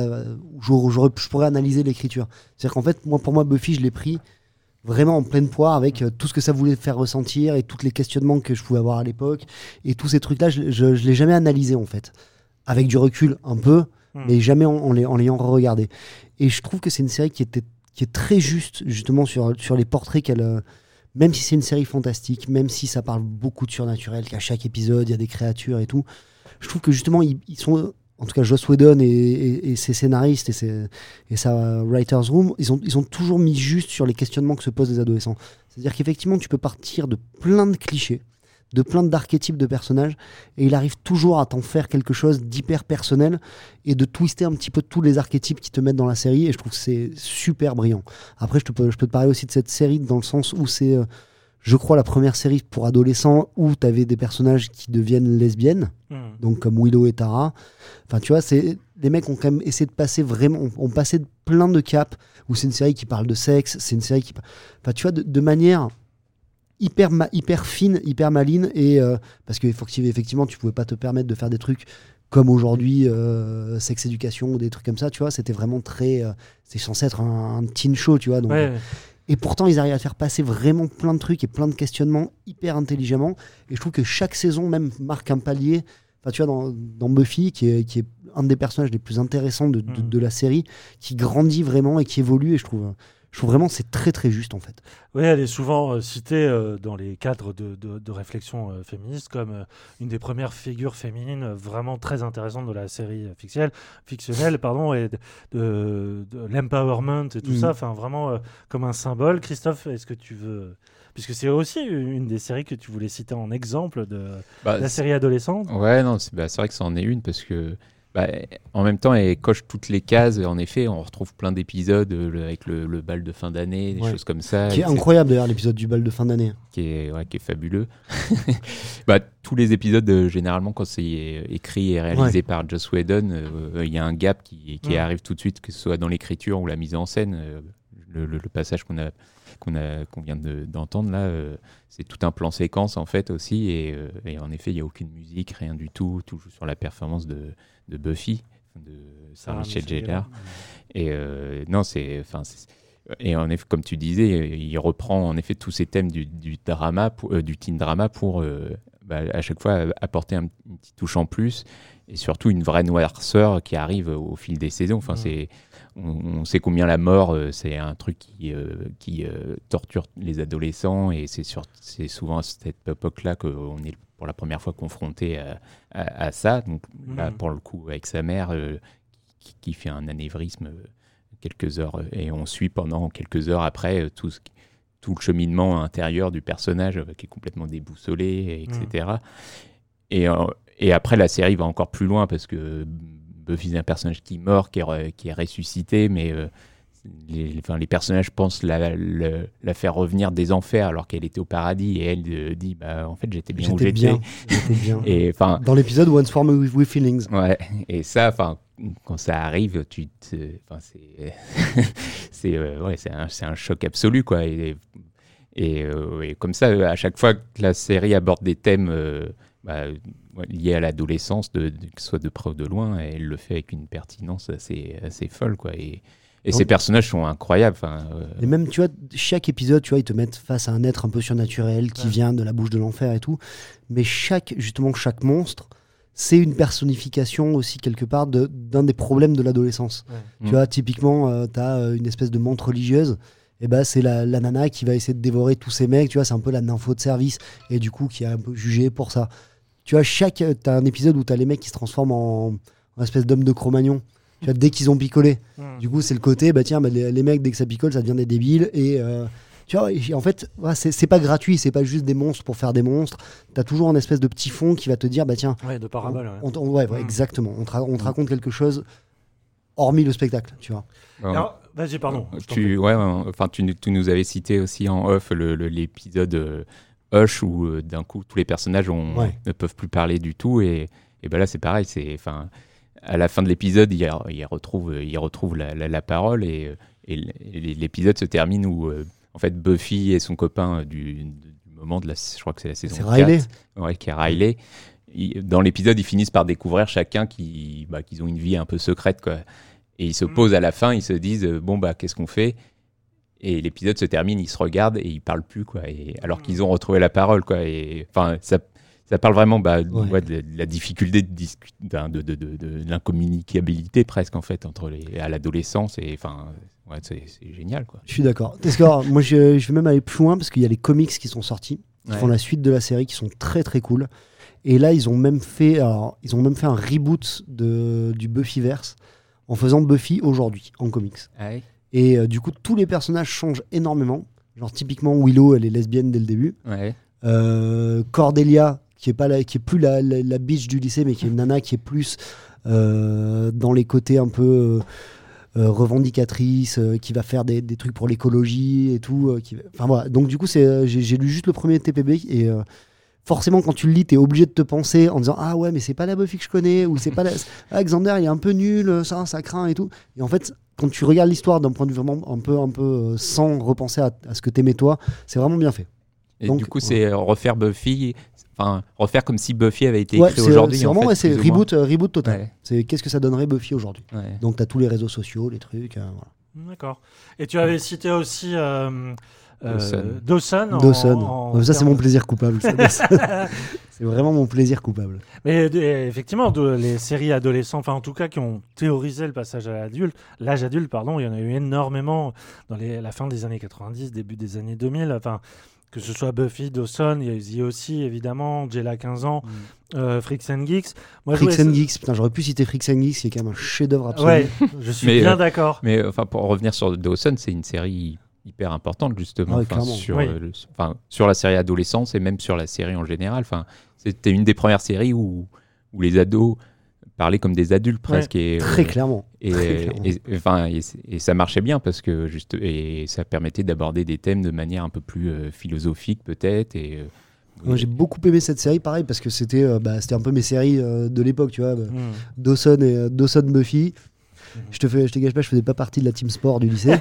je pourrais analyser l'écriture. C'est-à-dire qu'en fait, pour moi, Buffy, je l'ai pris vraiment en pleine poire avec tout ce que ça voulait faire ressentir et tous les questionnements que je pouvais avoir à l'époque. Et tous ces trucs-là, je ne l'ai jamais analysé, en fait. Avec du recul, un peu, mais jamais en l'ayant regardé. Et je trouve que c'est une série qui est très juste, justement, sur les portraits qu'elle... même si c'est une série fantastique, même si ça parle beaucoup de surnaturel, qu'à chaque épisode, il y a des créatures et tout, je trouve que, justement, ils sont... En tout cas, Joss Whedon et ses scénaristes et sa writer's room, ils ont toujours mis juste sur les questionnements que se posent les adolescents. C'est-à-dire qu'effectivement, tu peux partir de plein de clichés, de plein d'archétypes de personnages, et il arrive toujours à t'en faire quelque chose d'hyper personnel et de twister un petit peu tous les archétypes qui te mettent dans la série, et je trouve que c'est super brillant. Après, je peux te parler aussi de cette série dans le sens où c'est, je crois, la première série pour adolescents où tu avais des personnages qui deviennent lesbiennes, donc comme Willow et Tara. Enfin, tu vois, les mecs ont quand même essayé de passer ont passé plein de caps, où c'est une série qui parle de sexe, c'est une série qui... Enfin, tu vois, de manière hyper fine, hyper maligne, et parce que effectivement, tu pouvais pas te permettre de faire des trucs comme aujourd'hui, sex éducation ou des trucs comme ça, tu vois, c'était vraiment très... c'est censé être un teen show, tu vois, donc... Ouais. Et pourtant, ils arrivent à faire passer vraiment plein de trucs et plein de questionnements hyper intelligemment. Et je trouve que chaque saison même marque un palier. Enfin, tu vois, dans Buffy, qui est un des personnages les plus intéressants de la série, qui grandit vraiment et qui évolue. Et je trouve vraiment c'est très très juste en fait. Oui, elle est souvent citée dans les cadres de réflexion féministe comme une des premières figures féminines vraiment très intéressantes de la série fictionnelle et de l'empowerment et tout ça, enfin vraiment comme un symbole. Christophe, est-ce que tu veux... Puisque c'est aussi une des séries que tu voulais citer en exemple de la série adolescente. Ouais, non, c'est vrai que ça en est une parce que en même temps, elle coche toutes les cases. En effet, on retrouve plein d'épisodes avec le bal de fin d'année, des choses comme ça. Qui est incroyable d'ailleurs, l'épisode du bal de fin d'année. Qui est fabuleux. Tous les épisodes, généralement, quand c'est écrit et réalisé par Joss Whedon, il y a un gap qui arrive tout de suite, que ce soit dans l'écriture ou la mise en scène. Le passage qu'on vient d'entendre là, c'est tout un plan séquence en fait aussi, et en effet il n'y a aucune musique, rien du tout joue sur la performance de Buffy, de Sarah Michelle Gellar. Et non, et en effet, comme tu disais, il reprend en effet tous ces thèmes du drama, du teen drama pour à chaque fois apporter une petite touche en plus, et surtout une vraie noirceur qui arrive au fil des saisons. Enfin, on sait combien la mort, c'est un truc qui torture les adolescents, et c'est souvent à cette époque-là qu'on est pour la première fois confronté à ça. Donc là, pour le coup, avec sa mère qui fait un anévrisme quelques heures, et on suit pendant quelques heures après tout le cheminement intérieur du personnage qui est complètement déboussolé, etc. Et après, la série va encore plus loin parce que Buffy est un personnage qui meurt, qui est ressuscité, mais les personnages pensent la faire revenir des enfers alors qu'elle était au paradis, et elle dit en fait j'étais bien où j'étais. Et dans l'épisode Once More with Feelings. Ouais. Et ça, quand ça arrive, c'est un choc absolu, quoi. Et comme ça, à chaque fois que la série aborde des thèmes liés à l'adolescence, que ce soit de près ou de loin, elle le fait avec une pertinence assez folle, quoi. Et ces personnages sont incroyables. Et même, tu vois, chaque épisode, tu vois, ils te mettent face à un être un peu surnaturel qui vient de la bouche de l'enfer et tout. Mais chaque monstre, c'est une personnification aussi, quelque part, d'un des problèmes de l'adolescence. Tu vois, typiquement, tu as une espèce de menthe religieuse. Et c'est la nana qui va essayer de dévorer tous ces mecs. Tu vois, c'est un peu la nympho de service. Et du coup, qui est un peu jugée pour ça. tu vois, t'as un épisode où t'as les mecs qui se transforment en espèce d'homme de Cro-Magnon. Tu vois, dès qu'ils ont picolé. Du coup, c'est le côté, les mecs, dès que ça picole, ça devient des débiles. Et tu vois, en fait, c'est pas gratuit, c'est pas juste des monstres pour faire des monstres. T'as toujours un espèce de petit fond qui va te dire, Ouais, de parabole. Exactement. On te raconte quelque chose hormis le spectacle, tu vois. Alors, vas-y, pardon. Tu nous avais cité aussi en off l'épisode Hush où d'un coup tous les personnages ne peuvent plus parler du tout et là c'est pareil, à la fin de l'épisode il retrouve la parole et l'épisode se termine où en fait Buffy et son copain du moment de je crois que c'est la saison 4, Riley. Qui est Riley. Dans l'épisode ils finissent par découvrir chacun qu'ils ont une vie un peu secrète quoi. Et ils se posent à la fin, ils se disent qu'est-ce qu'on fait ? Et l'épisode se termine, ils se regardent et ils parlent plus quoi. Alors qu'ils ont retrouvé la parole quoi. Et enfin ça parle vraiment de la difficulté de l'incommunicabilité presque en fait à l'adolescence et c'est génial quoi. Je suis d'accord. Parce que moi je vais même aller plus loin parce qu'il y a les comics qui sont sortis, qui font la suite de la série, qui sont très très cool. Et là ils ont même fait un reboot du Buffyverse en faisant Buffy aujourd'hui en comics. Ah oui. Et du coup, tous les personnages changent énormément. Genre, typiquement, Willow, elle est lesbienne dès le début. Ouais. Cordelia, qui est plus la bitch du lycée, mais qui est une nana qui est plus dans les côtés un peu revendicatrice, qui va faire des trucs pour l'écologie et tout. Enfin, voilà. Donc, du coup, j'ai lu juste le premier TPB et... forcément, quand tu le lis, t'es obligé de te penser en disant ah ouais, mais c'est pas la Buffy que je connais, ou c'est pas Xander, il est un peu nul, ça craint et tout. Et en fait, quand tu regardes l'histoire d'un point de vue vraiment un peu sans repenser à ce que t'aimais toi, c'est vraiment bien fait. Et donc, du coup, c'est refaire Buffy, refaire comme si Buffy avait été écrit aujourd'hui. C'est vraiment c'est reboot total. Ouais. C'est qu'est-ce que ça donnerait Buffy aujourd'hui. Ouais. Donc t'as tous les réseaux sociaux, les trucs. Voilà. D'accord. Et tu avais cité aussi. Dawson. Ça, c'est mon plaisir coupable. C'est vraiment mon plaisir coupable. Mais effectivement, les séries adolescentes, en tout cas qui ont théorisé le passage à l'âge adulte, il y en a eu énormément dans la fin des années 90, début des années 2000. Que ce soit Buffy, Dawson, il y a The aussi évidemment, Jella 15 ans, Freaks and Geeks. Freaks and Geeks, putain, j'aurais pu citer Freaks and Geeks, qui est quand même un chef-d'œuvre absolu. Ouais, je suis bien d'accord. Mais pour revenir sur Dawson, c'est une série hyper importante justement sur la série adolescence et même sur la série en général. C'était une des premières séries où les ados parlaient comme des adultes presque. Et, très clairement. Et ça marchait bien parce que et ça permettait d'aborder des thèmes de manière un peu plus philosophique peut-être. Moi, j'ai beaucoup aimé cette série, pareil, parce que c'était un peu mes séries de l'époque, tu vois. Dawson, Buffy. Je te gâche pas, je faisais pas partie de la team sport du lycée.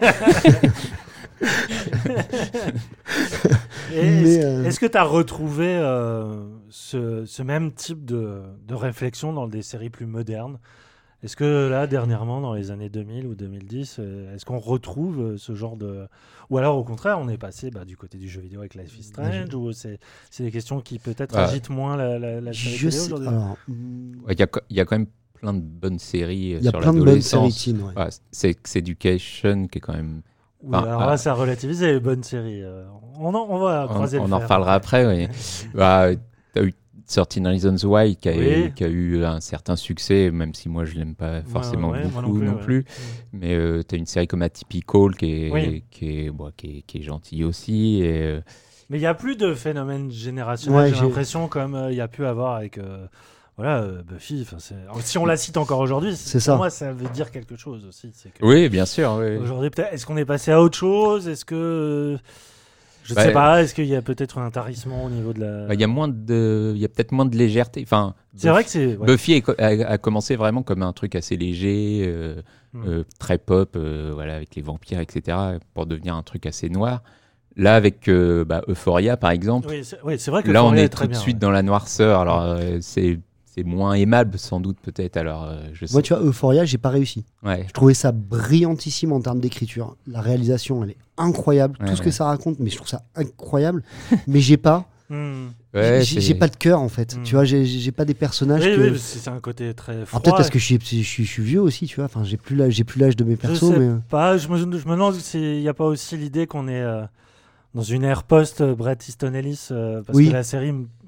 Est-ce que tu as retrouvé ce même type de réflexion dans des séries plus modernes ? Est-ce que là, dernièrement, dans les années 2000 ou 2010, est-ce qu'on retrouve ce genre de... Ou alors, au contraire, on est passé du côté du jeu vidéo avec Life is Strange, ou c'est des questions qui peut-être agitent moins la série vidéo aujourd'hui ? Il y a quand même plein de bonnes séries sur l'adolescence. Il y a plein de bonnes séries teen, Sex Education, qui est quand même... alors là, ça a relativisé les bonnes séries. On va croiser le fer. On en reparlera après, oui. Tu as eu 13 Reasons Why qui a eu un certain succès, même si moi je l'aime pas forcément beaucoup non plus. Mais tu as une série comme Atypical qui est gentille aussi. Mais il n'y a plus de phénomène générationnel, j'ai l'impression, comme il y a pu avoir avec... Buffy, si on la cite encore aujourd'hui, pour moi ça veut dire quelque chose aussi. Oui, bien sûr. Oui. Aujourd'hui, peut-être, est-ce qu'on est passé à autre chose ? Est-ce que... Je ne sais pas, est-ce qu'il y a peut-être un tarissement au niveau de la... Il y a peut-être moins de légèreté. C'est vrai que c'est... Buffy a commencé vraiment comme un truc assez léger, très pop, avec les vampires, etc., pour devenir un truc assez noir. Là, avec Euphoria, par exemple, c'est vrai que là, on est très tout de suite dans la noirceur. Alors, c'est moins aimable, sans doute, peut-être. Alors, moi, tu vois, Euphoria, j'ai pas réussi. Ouais. Je trouvais ça brillantissime en termes d'écriture. La réalisation, elle est incroyable. Tout ce que ça raconte, mais je trouve ça incroyable. Mais j'ai pas... j'ai pas de cœur, en fait. Tu vois, j'ai pas des personnages Oui, c'est un côté très froid. Peut-être parce que je suis vieux aussi, tu vois. Enfin, j'ai plus l'âge de mes persos. Je me demande s'il n'y a pas aussi l'idée qu'on est... dans une ère post Bret Easton Ellis, parce que la série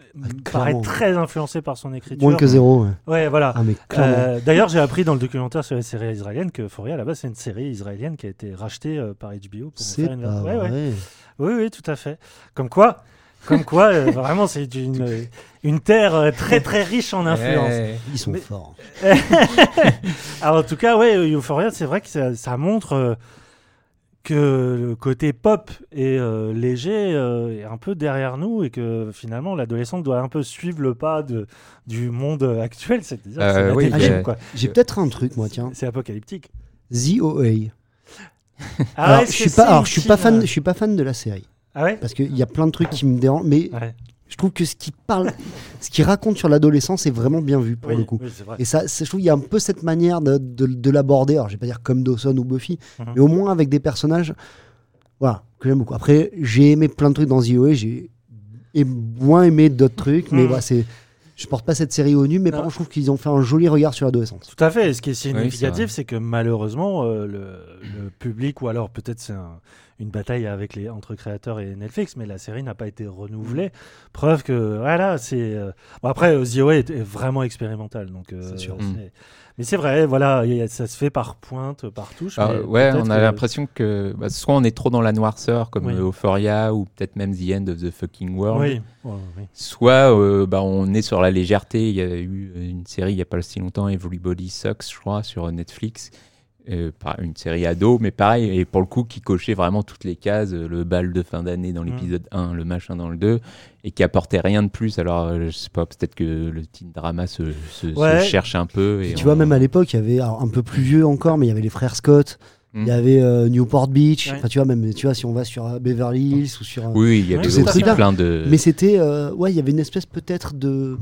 paraît très influencé par son écriture. Moins que zéro. Ouais, voilà. Ah, mais d'ailleurs, j'ai appris dans le documentaire sur les séries israéliennes que Euphoria, à la base, c'est une série israélienne qui a été rachetée par HBO pour faire une version. Ouais. Oui, tout à fait. Comme quoi, vraiment, c'est une terre très très riche en influence. Ils sont forts. Alors, en tout cas, Euphoria, c'est vrai que ça montre que le côté pop et léger est un peu derrière nous et que finalement l'adolescent doit un peu suivre le pas du monde actuel, c'est-à-dire c'est la télévision, quoi. J'ai peut-être un truc, moi, tiens. C'est apocalyptique. The OA. Alors, je suis pas fan de la série. Ah ouais? Parce qu'il y a plein de trucs qui me dérangent, mais je trouve que ce qu'il raconte sur l'adolescence est vraiment bien vu pour le coup. Oui, c'est vrai. Et ça, je trouve qu'il y a un peu cette manière de l'aborder. Alors, je vais pas dire comme Dawson ou Buffy, mais au moins avec des personnages, voilà, que j'aime beaucoup. Après, j'ai aimé plein de trucs dans The OA, j'ai moins aimé d'autres trucs, mais voilà, je porte pas cette série au nu, mais par contre, je trouve qu'ils ont fait un joli regard sur l'adolescence. Tout à fait. Et ce qui est significatif, c'est que malheureusement, le public, ou alors peut-être c'est une bataille entre créateurs et Netflix, mais la série n'a pas été renouvelée. Preuve que, voilà, c'est... Bon, après, The OA est vraiment expérimental, donc... c'est sûr. Mais c'est vrai, voilà, ça se fait par pointe, par touche. Ouais, on a l'impression que soit on est trop dans la noirceur, comme Euphoria, ou peut-être même The End of the Fucking World. Oui. Soit on est sur la légèreté. Il y a eu une série il n'y a pas si longtemps, Everybody Sucks, je crois, sur Netflix. Une série ado, mais pareil, et pour le coup, qui cochait vraiment toutes les cases, le bal de fin d'année dans l'épisode 1, le machin dans le 2, et qui apportait rien de plus. Alors, je sais pas, peut-être que le teen drama se cherche un peu. Et tu vois, même à l'époque, il y avait un peu plus vieux encore, mais il y avait les frères Scott. Il y avait Newport Beach. Enfin, tu vois, si on va sur Beverly Hills ou sur. Oui, il y avait aussi plein de. Mais c'était, il y avait une espèce peut-être de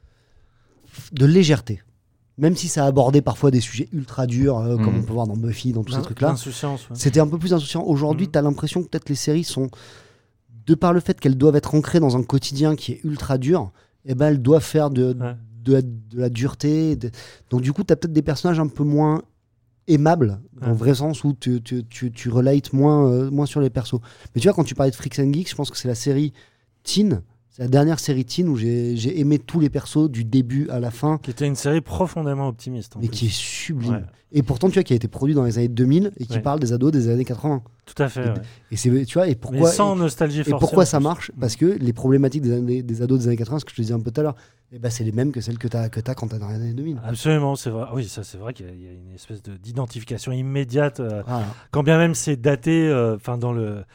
légèreté. Même si ça abordait parfois des sujets ultra durs, comme on peut voir dans Buffy, dans tous ces trucs-là. C'était un peu plus insouciant. Aujourd'hui, tu as l'impression que peut-être les séries sont, de par le fait qu'elles doivent être ancrées dans un quotidien qui est ultra dur, elles doivent faire de la dureté. Donc du coup, tu as peut-être des personnages un peu moins aimables, dans le vrai sens où tu relates moins sur les persos. Mais tu vois, quand tu parlais de Freaks and Geeks, je pense que c'est la série teen. C'est la dernière série teen où j'ai aimé tous les persos du début à la fin. Qui était une série profondément optimiste. Mais qui est sublime. Ouais. Et pourtant, tu vois, qui a été produit dans les années 2000 et qui parle des ados des années 80. Tout à fait. Et c'est, tu vois, et pourquoi, mais sans nostalgie forcée. Et pourquoi ça marche? Parce que les problématiques des ados des années 80, ce que je te disais un peu tout à l'heure, c'est les mêmes que celles que tu as quand tu as dans les années 2000. Absolument, c'est vrai. Oui, ça, c'est vrai qu'il y a une espèce d'identification immédiate. Quand bien même c'est daté, dans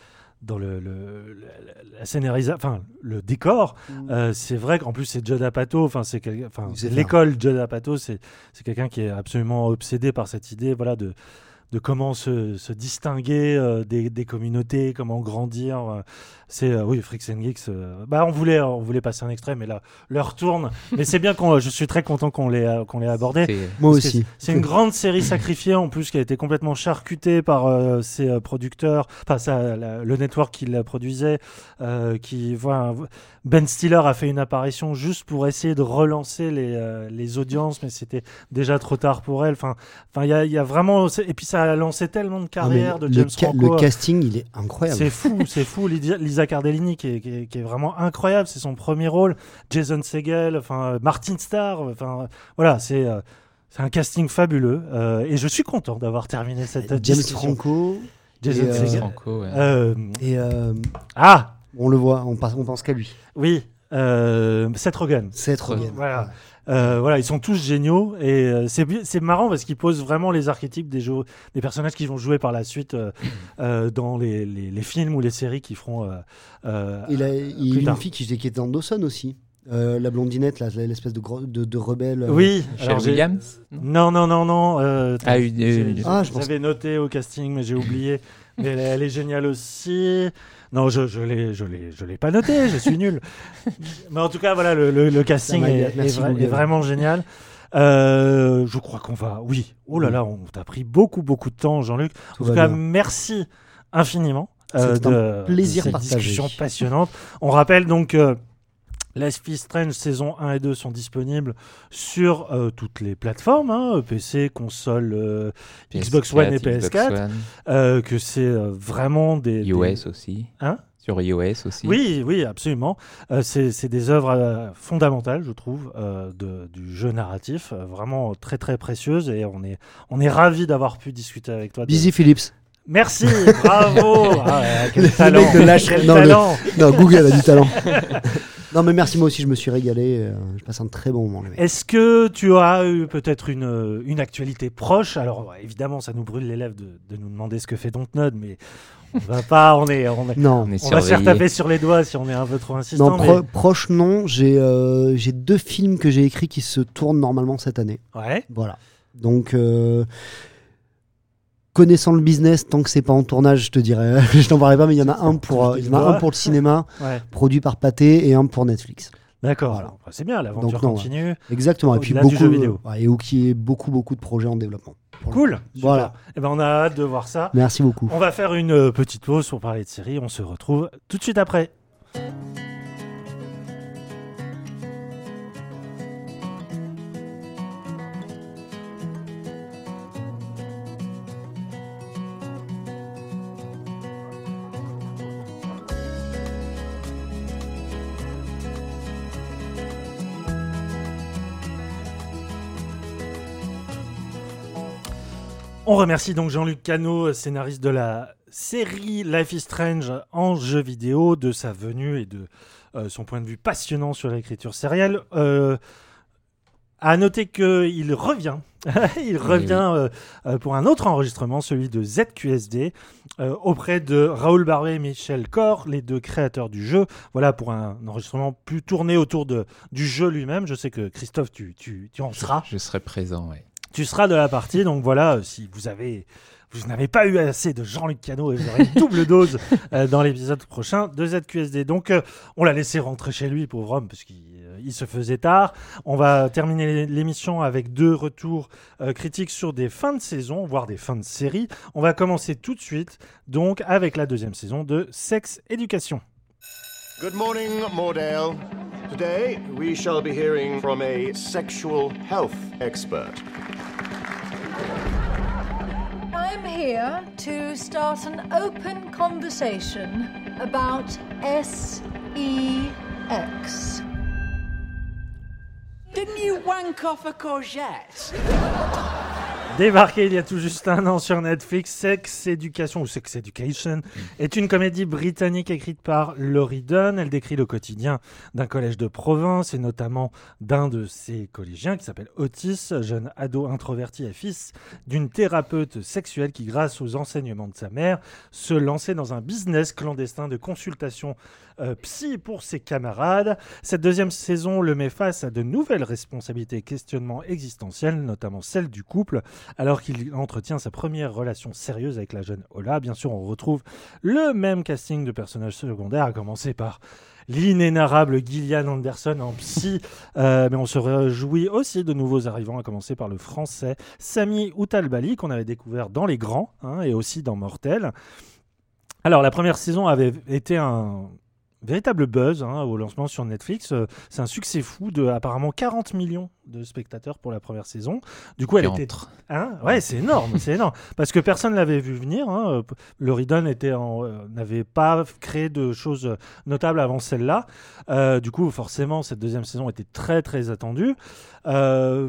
la scénarisation, le décor, c'est vrai qu'en plus c'est Judd Apatow, c'est l'école Judd Apatow, c'est quelqu'un qui est absolument obsédé par cette idée, voilà, de comment se distinguer des communautés, comment grandir. Oui, Freaks and Geeks. On voulait passer un extrait, mais là, l'heure tourne. Mais c'est bien je suis très content qu'on l'ait abordé. Moi aussi. C'est une grande série sacrifiée en plus qui a été complètement charcutée par ses producteurs, le network qui la produisait. Ben Stiller a fait une apparition juste pour essayer de relancer les audiences, mais c'était déjà trop tard pour elle. Il y a vraiment, et puis ça a lancé tellement de carrières de James Franco. Le casting, il est incroyable. C'est fou. Lisa Cardellini qui est vraiment incroyable, c'est son premier rôle. Jason Segel, Martin Starr, voilà, c'est un casting fabuleux. Et je suis content d'avoir terminé cette discussion. Jason Franco. Ouais. On le voit, on pense qu'à lui. Oui, Seth Rogen. Voilà. Voilà, ils sont tous géniaux et c'est marrant parce qu'ils posent vraiment les archétypes des personnages qui vont jouer par la suite dans les films ou les séries qui feront. Il y a une fille qui était dans Dawson aussi. La blondinette, là, l'espèce de rebelle. Oui, Michelle Williams. Non. J'avais noté au casting, mais j'ai oublié. Mais elle est géniale aussi. Non, je l'ai pas noté, je suis nul. Mais en tout cas, voilà, le casting est vraiment génial. Je crois qu'on va... Oui. Oh là là, on t'a pris beaucoup de temps, Jean-Luc. En tout cas, merci infiniment un plaisir de cette discussion passionnante. On rappelle donc... Life is Strange saison 1 et 2 sont disponibles sur toutes les plateformes, PC, console, PS4, Xbox One et PS4. Que c'est vraiment des... iOS aussi. Hein ? sur iOS aussi. Oui, absolument. C'est des œuvres fondamentales, je trouve, du jeu narratif, vraiment très très précieuses, et on est ravis d'avoir pu discuter avec toi. Busy Phillips. Merci, bravo. Quel talent. Le mec de lâche. Non, Google a du talent. Non, mais merci, moi aussi, je me suis régalé. Je passe un très bon moment. Est-ce que tu as eu peut-être une actualité proche? Alors, évidemment, ça nous brûle les lèvres de nous demander ce que fait Dontnod, mais on va pas, on va se faire taper sur les doigts si on est un peu trop insistant. Non, proche, non. J'ai 2 films que j'ai écrits qui se tournent normalement cette année. Ouais. Voilà. Donc, connaissant le business, tant que c'est pas en tournage, je te dirais, je t'en parlerai pas, mais il y en a un pour le cinéma, produit par Pathé, et un pour Netflix. D'accord. Voilà. C'est bien, l'aventure continue. Exactement. Et puis du jeu vidéo. Et qui est beaucoup de projets en développement. Cool. Voilà. Et ben on a hâte de voir ça. Merci beaucoup. On va faire une petite pause pour parler de série. On se retrouve tout de suite après. On remercie donc Jean-Luc Cano, scénariste de la série Life is Strange en jeu vidéo, de sa venue et de son point de vue passionnant sur l'écriture sérielle. À noter qu'il revient, pour un autre enregistrement, celui de ZQSD, auprès de Raoul Barbet et Michel Cor, les 2 créateurs du jeu. Voilà, pour un enregistrement plus tourné autour du jeu lui-même. Je sais que Christophe, tu en seras. Je serai présent, oui. Tu seras de la partie, donc voilà, si vous n'avez pas eu assez de Jean-Luc Cano, et vous aurez une double dose dans l'épisode prochain de ZQSD. Donc on l'a laissé rentrer chez lui, pauvre homme, parce qu'il se faisait tard. On va terminer l'émission avec 2 retours critiques sur des fins de saison, voire des fins de série. On va commencer tout de suite, donc, avec la 2e saison de Sex Education. Good morning, Mordale. Today, we shall be hearing from a sexual health expert. I'm here to start an open conversation about SEX. Didn't you wank off a courgette? Débarqué il y a tout juste un an sur Netflix, Sex Education est une comédie britannique écrite par Laurie Dunn. Elle décrit le quotidien d'un collège de province et notamment d'un de ses collégiens qui s'appelle Otis, jeune ado introverti et fils d'une thérapeute sexuelle qui, grâce aux enseignements de sa mère, se lançait dans un business clandestin de consultation psy pour ses camarades. Cette 2e saison le met face à de nouvelles responsabilités et questionnements existentiels, notamment celle du couple, alors qu'il entretient sa première relation sérieuse avec la jeune Ola. Bien sûr, on retrouve le même casting de personnages secondaires, à commencer par l'inénarrable Gillian Anderson en psy, mais on se réjouit aussi de nouveaux arrivants, à commencer par le français Sami Outalbali, qu'on avait découvert dans Les Grands, et aussi dans Mortel. Alors, la première saison avait été un véritable buzz au lancement sur Netflix. C'est un succès fou de apparemment 40 millions de spectateurs pour la première saison. Du coup, elle était... ouais, c'est énorme, c'est énorme. Parce que personne ne l'avait vu venir. Laurie Dunn n'avait pas créé de choses notables avant celle-là. Du coup, forcément, cette 2e saison était très, très attendue. Que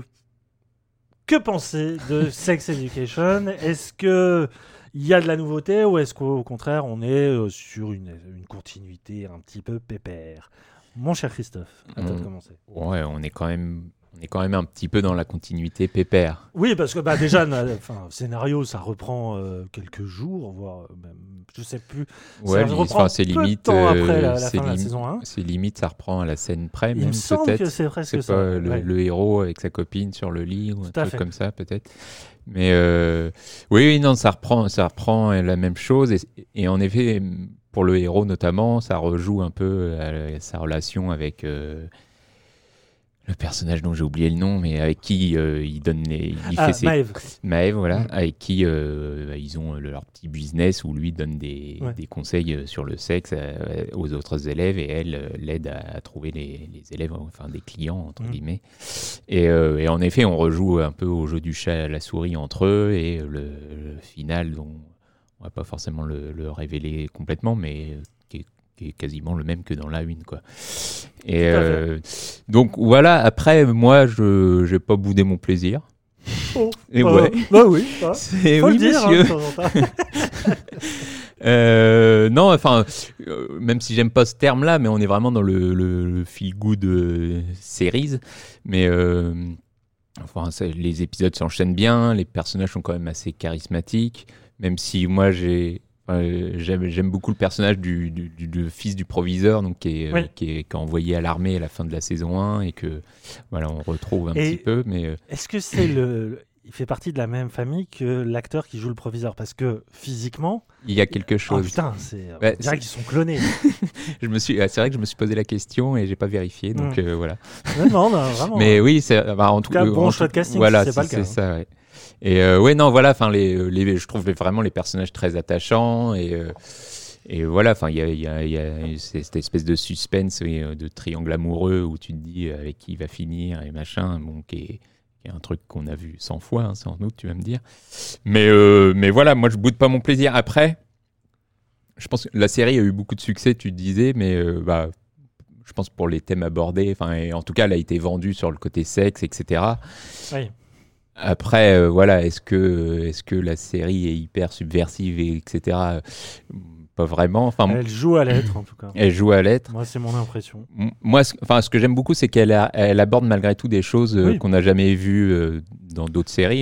penser de Sex Education? Est-ce que il y a de la nouveauté ou est-ce qu'au contraire on est sur une continuité un petit peu pépère? Mon cher Christophe, à toi de commencer. Ouais, on est quand même un petit peu dans la continuité pépère. Oui, parce que déjà, scénario, ça reprend quelques jours, voire même, je sais plus. Ouais, c'est limite. Temps après la fin de la saison 1. C'est limite, ça reprend à la scène près, même peut-être. Il me semble que c'est presque ça. Pas le héros avec sa copine sur le lit ou un truc comme ça, peut-être. Mais oui, non, ça reprend la même chose. Et en effet, pour le héros notamment, ça rejoue un peu sa relation avec le personnage dont j'ai oublié le nom, mais avec qui il donne Maëv, voilà, avec qui ils ont leur petit business où lui donne des conseils sur le sexe aux autres élèves et elle l'aide à trouver les élèves, enfin des clients entre guillemets. Et en effet, on rejoue un peu au jeu du chat à la souris entre eux et le final dont on va pas forcément le révéler complètement, mais qui est quasiment le même que dans la 1, quoi. Et donc voilà, après, moi, je n'ai pas boudé mon plaisir. Oh, et bah oui, c'est faut oui, le dire, monsieur. de temps en temps. Non, enfin, même si j'aime pas ce terme-là, mais on est vraiment dans le feel-good series. Mais les épisodes s'enchaînent bien, les personnages sont quand même assez charismatiques, même si moi j'aime beaucoup le personnage du fils du proviseur, donc qui est envoyé à l'armée à la fin de la saison 1 et que voilà, on retrouve un petit peu. Mais est-ce que c'est il fait partie de la même famille que l'acteur qui joue le proviseur, parce que physiquement il y a quelque chose. Oh putain, on dirait qu'ils sont clonés. C'est vrai que je me suis posé la question et j'ai pas vérifié, donc voilà. Non, vraiment. Mais oui, c'est en tout cas bon choix de casting. Voilà, si c'est pas le cas. C'est ça. Ouais. Et non, voilà, enfin je trouve vraiment les personnages très attachants et voilà, enfin il y a cette espèce de suspense de triangle amoureux où tu te dis avec qui il va finir et machin, bon, qui est un truc qu'on a vu 100 fois, hein, sans doute, tu vas me dire. Mais voilà, moi je boude pas mon plaisir. Après, je pense que la série a eu beaucoup de succès, tu disais, mais je pense pour les thèmes abordés, et en tout cas, elle a été vendue sur le côté sexe, etc. Oui. Après, voilà, est-ce que la série est hyper subversive, etc. Pas vraiment. Elle joue à l'être, en tout cas. Elle joue à l'être. Moi, c'est mon impression. Moi, ce que j'aime beaucoup, c'est qu'elle aborde malgré tout des choses qu'on n'a jamais vues dans d'autres séries,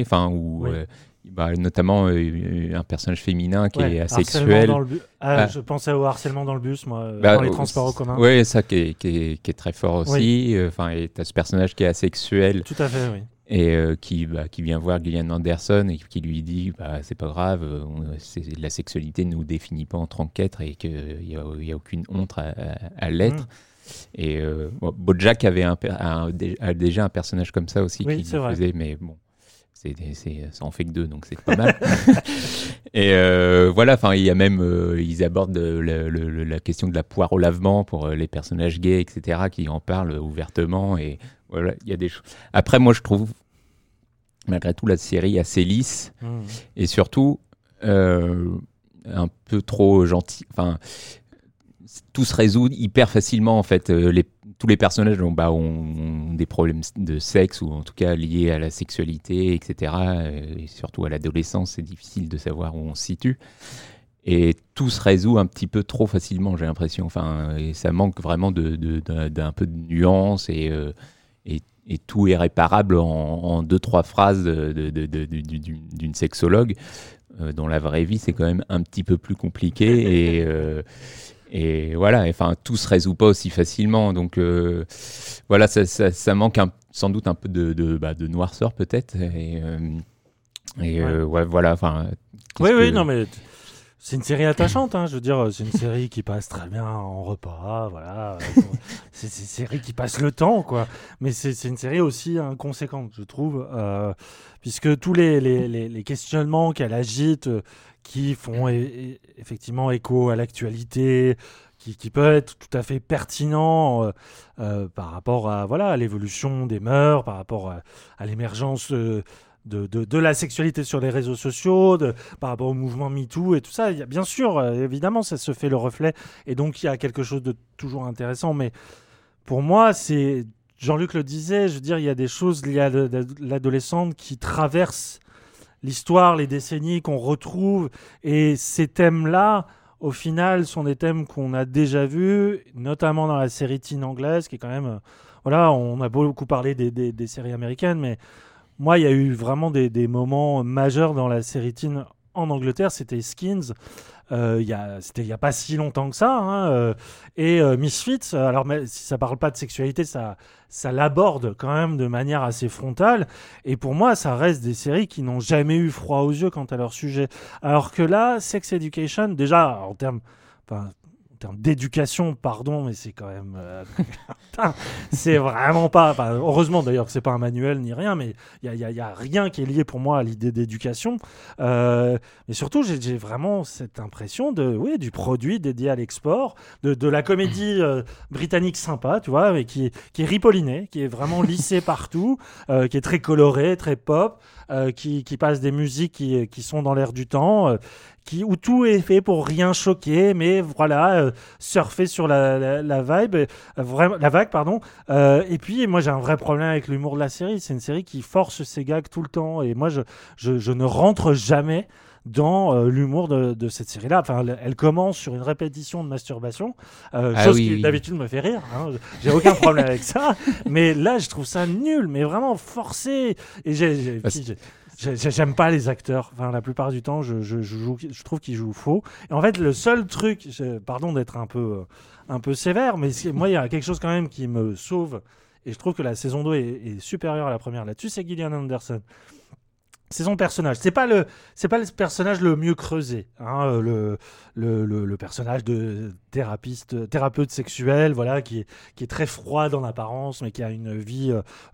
notamment un personnage féminin qui est asexuel. Je pensais au harcèlement dans le bus, moi, dans les transports en commun. Oui, ça qui est très fort aussi. Et tu as ce personnage qui est asexuel. Tout à fait, oui. Et qui vient voir Gillian Anderson et qui lui dit c'est pas grave, la sexualité ne nous définit pas en tant qu'être et qu'il n'y a aucune honte à l'être. Et BoJack avait a déjà un personnage comme ça aussi qui le faisait, mais bon, ça en fait que 2, donc c'est pas mal. Et voilà, il y a même ils abordent la question de la poire au lavement pour les personnages gays, etc., qui en parlent ouvertement. Et voilà, il y a des choses. Après, moi, je trouve malgré tout la série assez lisse et surtout un peu trop gentil. Enfin, tout se résout hyper facilement en fait. Tous les personnages ont des problèmes de sexe ou en tout cas liés à la sexualité, etc. Et surtout à l'adolescence, c'est difficile de savoir où on se situe. Et tout se résout un petit peu trop facilement, j'ai l'impression. Et ça manque vraiment d'un peu de nuance et tout est réparable en 2-3 phrases d'une sexologue, dont la vraie vie, c'est quand même un petit peu plus compliqué. Et voilà, tout se résout pas aussi facilement. Donc voilà, ça manque sans doute un peu de noirceur peut-être. Voilà. Oui, non mais c'est une série attachante, hein, je veux dire, c'est une série qui passe très bien en repas, voilà. C'est une série qui passe le temps, quoi. Mais c'est une série aussi inconséquente, je trouve, puisque tous les questionnements qu'elle agite, qui font effectivement écho à l'actualité, qui peut être tout à fait pertinent par rapport à l'évolution des mœurs, par rapport à l'émergence de la sexualité sur les réseaux sociaux, par rapport au mouvement MeToo et tout ça. Bien sûr, évidemment, ça se fait le reflet. Et donc, il y a quelque chose de toujours intéressant. Mais pour moi, c'est... Jean-Luc le disait, je veux dire, il y a des choses liées à l'adolescente qui traversent l'histoire, les décennies, qu'on retrouve. Et ces thèmes-là, au final, sont des thèmes qu'on a déjà vus, notamment dans la série teen anglaise, qui est quand même... Voilà, on a beaucoup parlé des séries américaines, mais... Moi, il y a eu vraiment des moments majeurs dans la série teen en Angleterre. C'était Skins, il y a pas si longtemps que ça. Et Misfits, alors si ça parle pas de sexualité, ça l'aborde quand même de manière assez frontale. Et pour moi, ça reste des séries qui n'ont jamais eu froid aux yeux quant à leur sujet. Alors que là, Sex Education, déjà, en termes d'éducation, pardon, mais c'est quand même... c'est vraiment pas... heureusement d'ailleurs que c'est pas un manuel ni rien, mais il y a rien qui est lié pour moi à l'idée d'éducation. Mais surtout, j'ai vraiment cette impression du produit dédié à l'export, de la comédie britannique sympa, tu vois, mais qui est ripollinée, qui est vraiment lissée partout, qui est très colorée, très pop, qui passe des musiques qui sont dans l'air du temps, où tout est fait pour rien choquer, mais voilà, surfer sur la vibe, vraiment, la vague, pardon. Et puis, moi, j'ai un vrai problème avec l'humour de la série. C'est une série qui force ses gags tout le temps, et moi, je ne rentre jamais dans l'humour de cette série-là. Enfin, elle commence sur une répétition de masturbation, chose qui d'habitude me fait rire. Hein. J'ai aucun problème avec ça, mais là, je trouve ça nul, mais vraiment forcé. Et j'aime pas les acteurs. Enfin, la plupart du temps, je trouve qu'ils jouent faux. Et en fait, le seul truc, pardon d'être un peu sévère, mais moi, il y a quelque chose quand même qui me sauve. Et je trouve que la saison 2 est supérieure à la première là-dessus, c'est Gillian Anderson. C'est son personnage. C'est pas le personnage le mieux creusé. Hein, le personnage de thérapeute sexuel, voilà, qui est très froid dans l'apparence, mais qui a une vie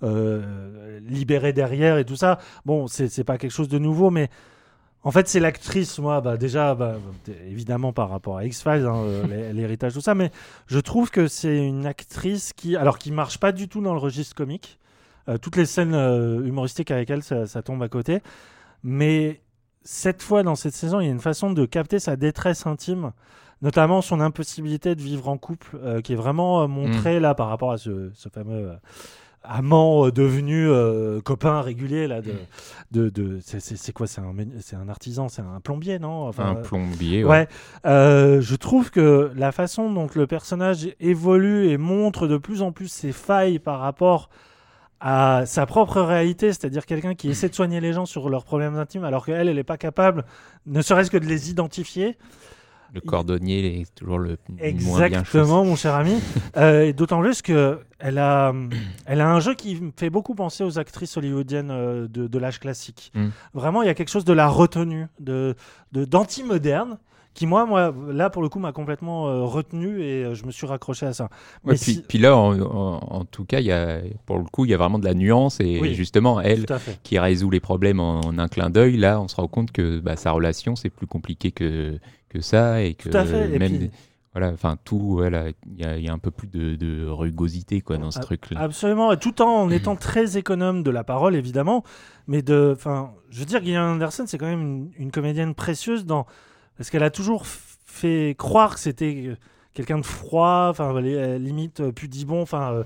libérée derrière et tout ça. Bon, c'est pas quelque chose de nouveau, mais en fait, c'est l'actrice, moi, évidemment par rapport à X-Files, hein, l'héritage, tout ça, mais je trouve que c'est une actrice qui marche pas du tout dans le registre comique. Toutes les scènes humoristiques avec elle, ça tombe à côté. Mais cette fois, dans cette saison, il y a une façon de capter sa détresse intime, notamment son impossibilité de vivre en couple, qui est vraiment montrée là par rapport à ce fameux amant devenu copain régulier là c'est quoi, c'est un artisan, c'est un plombier, non, enfin, un plombier, ouais. Je trouve que la façon dont le personnage évolue et montre de plus en plus ses failles par rapport à sa propre réalité, c'est-à-dire quelqu'un qui essaie de soigner les gens sur leurs problèmes intimes alors qu'elle n'est pas capable, ne serait-ce que de les identifier. Le cordonnier est toujours le moins bien choisi. Exactement, mon cher ami. Et d'autant plus qu'elle a un jeu qui me fait beaucoup penser aux actrices hollywoodiennes de l'âge classique. Vraiment, il y a quelque chose de la retenue, d'anti-moderne, qui moi là pour le coup m'a complètement retenu et je me suis raccroché à ça. Ouais, puis là en tout cas pour le coup il y a vraiment de la nuance et justement elle qui résout les problèmes en un clin d'œil, là on se rend compte que sa relation c'est plus compliqué que ça et que tout à fait. même et puis, voilà, enfin tout, voilà, il y a un peu plus de rugosité quoi dans ce truc-là. Absolument, tout en étant très économe de la parole évidemment, mais je veux dire, Gillian Anderson c'est quand même une comédienne précieuse parce qu'elle a toujours fait croire que c'était quelqu'un de froid, enfin limite pudibond, enfin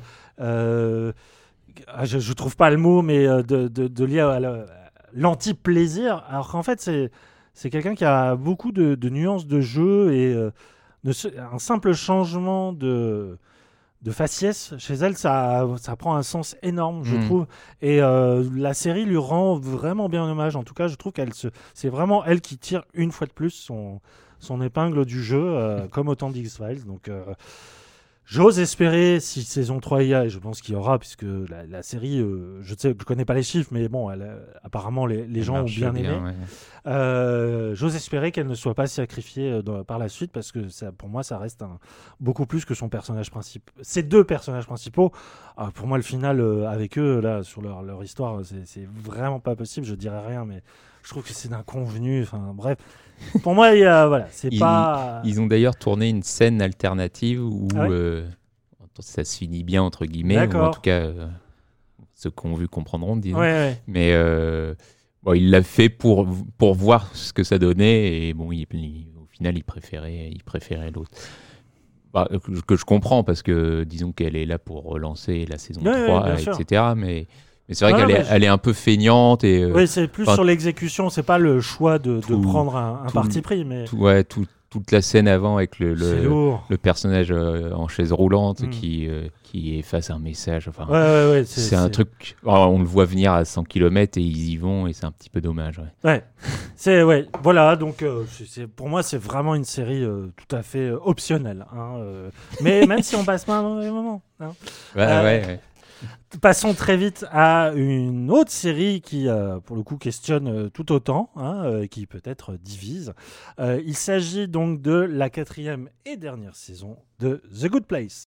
je trouve pas le mot, mais de lié à l'anti-plaisir, alors qu'en fait c'est quelqu'un qui a beaucoup de nuances de jeu et un simple changement de faciès chez elle, ça prend un sens énorme, je trouve. Et la série lui rend vraiment bien hommage. En tout cas, je trouve c'est vraiment elle qui tire une fois de plus son épingle du jeu, comme au temps d'X-Files. Donc, j'ose espérer, si saison 3 il y a, et je pense qu'il y aura, puisque la série, je connais pas les chiffres, mais bon, apparemment les gens ont bien aimé. Ouais. J'ose espérer qu'elle ne soit pas sacrifiée par la suite, parce que pour moi, ça reste beaucoup plus que son personnage principal. Ces deux personnages principaux, pour moi, le final avec eux, là, sur leur histoire, c'est vraiment pas possible. Je dirais rien, mais je trouve que c'est d'inconvenu. Enfin, bref. Pour moi, ils ont d'ailleurs tourné une scène alternative où ça se finit bien, entre guillemets, ou en tout cas, ceux qui ont vu comprendront, disons. Ouais. Mais il l'a fait pour voir ce que ça donnait, et bon, au final, il préférait l'autre. Que je comprends, parce que disons qu'elle est là pour relancer la saison 3, etc. Mais c'est vrai qu'elle est un peu feignante. Oui, c'est plus sur l'exécution, c'est pas le choix de prendre un parti pris. Mais... Toute la scène avant avec le personnage en chaise roulante qui efface un message. Enfin, c'est un truc. On le voit venir à 100 km et ils y vont, et c'est un petit peu dommage. Voilà, donc pour moi, c'est vraiment une série tout à fait optionnelle. Hein, mais même si on passe pas un mauvais moment. Hein. Passons très vite à une autre série qui, pour le coup, questionne tout autant, qui peut-être divise. Il s'agit donc de la 4e et dernière saison de The Good Place.